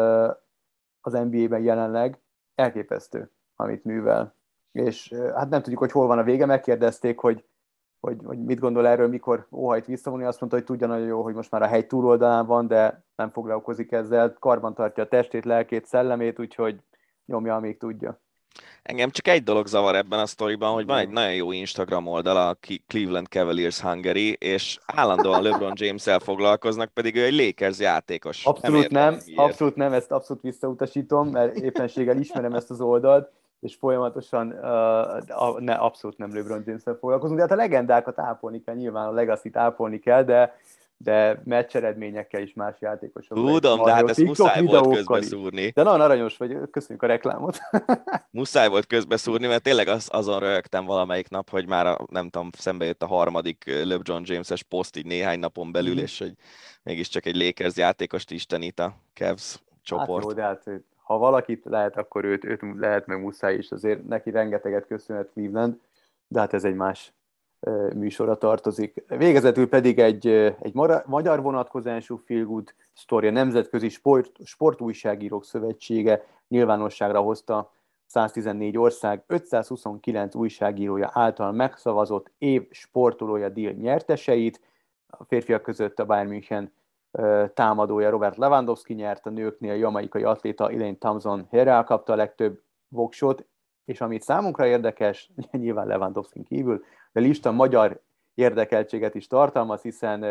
az en bé á-ben jelenleg. Elképesztő, amit művel. És hát nem tudjuk, hogy hol van a vége. Megkérdezték, hogy Hogy, hogy mit gondol erről, mikor óhajt visszavonni, azt mondta, hogy tudja nagyon jó, hogy most már a hegy túloldalán van, de nem foglalkozik ezzel, karban tartja a testét, lelkét, szellemét, úgyhogy nyomja, amíg tudja. Engem csak egy dolog zavar ebben a sztoriban, hogy van egy nagyon jó Instagram oldal, a Cleveland Cavaliers Hungary, és állandóan LeBron James-el foglalkoznak, pedig ő egy Lakers játékos. Abszolút nem, nem abszolút nem, ezt abszolút visszautasítom, mert éppenséggel ismerem ezt az oldalt, és folyamatosan uh, ne, abszolút nem LeBron James-el foglalkozunk, de hát a legendákat ápolni kell, nyilván a legacy-t ápolni kell, de, de meccs eredményekkel is más játékosok. Tudom, de hát ezt muszáj volt közbeszúrni. De nagyon aranyos vagy, köszönjük a reklámot. Muszáj volt közbeszúrni, mert tényleg az, azon röhögtem valamelyik nap, hogy már a, nem tudom, szembe jött a harmadik LeBron James-es poszt így néhány napon belül, mm. és hogy mégiscsak egy Lakers játékost istenít a Cavs csoport. Hát jó, de hát ha valakit lehet, akkor őt, őt lehet, meg muszáj is, azért neki rengeteget köszönhet Cleveland, de hát ez egy más uh, műsorra tartozik. Végezetül pedig egy, egy mara, magyar vonatkozású feel good sztori, a Nemzetközi Sport, Sportújságírók Szövetsége nyilvánosságra hozta száztizennégy ország ötszázhuszonkilenc újságírója által megszavazott év sportolója díj nyerteseit. A férfiak között a Bayern München támadója Robert Lewandowski nyert, a nőknél jamaikai atléta Elaine Thompson Herrera kapta a legtöbb voksot, és amit számunkra érdekes, nyilván Lewandowskin kívül, a lista magyar érdekeltséget is tartalmaz, hiszen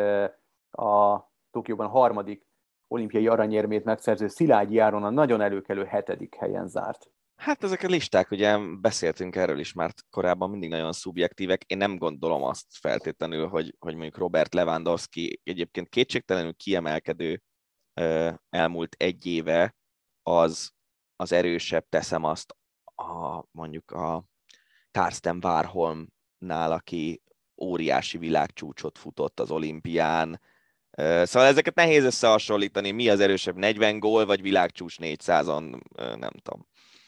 a Tokióban a harmadik olimpiai aranyérmét megszerző Szilágyi Áron a nagyon előkelő hetedik helyen zárt. Hát ezek a listák, ugye beszéltünk erről is már korábban, mindig nagyon szubjektívek. Én nem gondolom azt feltétlenül, hogy, hogy mondjuk Robert Lewandowski egyébként kétségtelenül kiemelkedő elmúlt egy éve, az, az erősebb, teszem azt, a, mondjuk a Karsten Warholmnál, aki óriási világcsúcsot futott az olimpián. Szóval ezeket nehéz összehasonlítani, mi az erősebb, negyven gól, vagy világcsúcs négyszázon, nem tudom.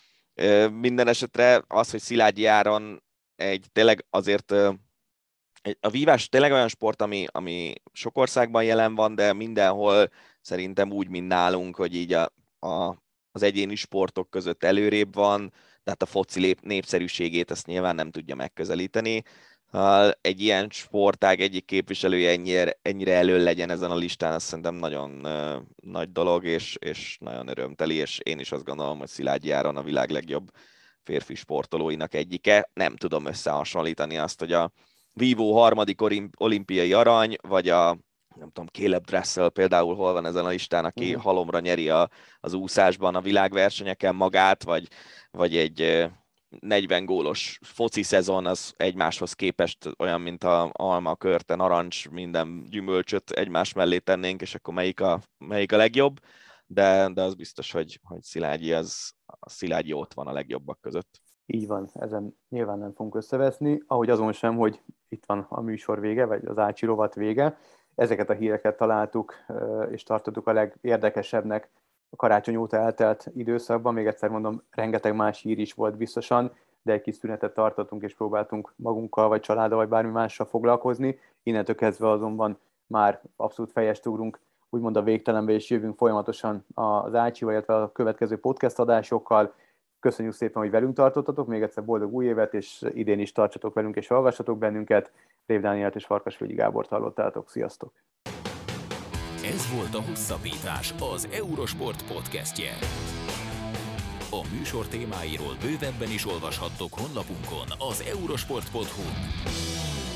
Minden esetre az, hogy Szilágyi Áron egy tényleg azért a vívás tényleg olyan sport, ami, ami sok országban jelen van, de mindenhol szerintem úgy, mint nálunk, hogy így a, a, az egyéni sportok között előrébb van, tehát a foci lép, népszerűségét ezt nyilván nem tudja megközelíteni. Egy ilyen sportág egyik képviselője ennyire, ennyire elől legyen ezen a listán, az szerintem nagyon uh, nagy dolog, és, és nagyon örömteli, és én is azt gondolom, hogy Szilágyi Áron a világ legjobb férfi sportolóinak egyike. Nem tudom összehasonlítani azt, hogy a vívó harmadik olimpiai arany, vagy a nem tudom, Caleb Dressel például hol van ezen a listán, aki uh-huh. halomra nyeri a, az úszásban a világversenyeken magát, vagy, vagy egy negyven gólos foci szezon, az egymáshoz képest olyan, mint a alma, körte, narancs, minden gyümölcsöt egymás mellé tennénk, és akkor melyik a, melyik a legjobb, de, de az biztos, hogy, hogy Szilágyi, az, a Szilágyi ott van a legjobbak között. Így van, ezen nyilván nem fogunk összeveszni, ahogy azon sem, hogy itt van a műsor vége, vagy az Ácsi rovat vége. Ezeket a híreket találtuk, és tartottuk a legérdekesebbnek a karácsony óta eltelt időszakban. Még egyszer mondom, rengeteg más hír is volt biztosan, de egy kis szünetet tartottunk, és próbáltunk magunkkal, vagy családdal, vagy bármi mással foglalkozni. Innentől kezdve azonban már abszolút fejest ugrunk, úgymond a végtelenbe, és jövünk folyamatosan az Ácsival, illetve a következő podcast adásokkal. Köszönjük szépen, hogy velünk tartottatok, még egyszer boldog új évet, és idén is tartsatok velünk, és hallgassatok bennünket. Rév Dánielt és Farkasvölgyi Gábort hallottátok, sziasztok! Ez volt a Hosszabbítás, az Eurosport podcastje. A műsor témáiról bővebben is olvashattok honlapunkon, az eurosport pont hu.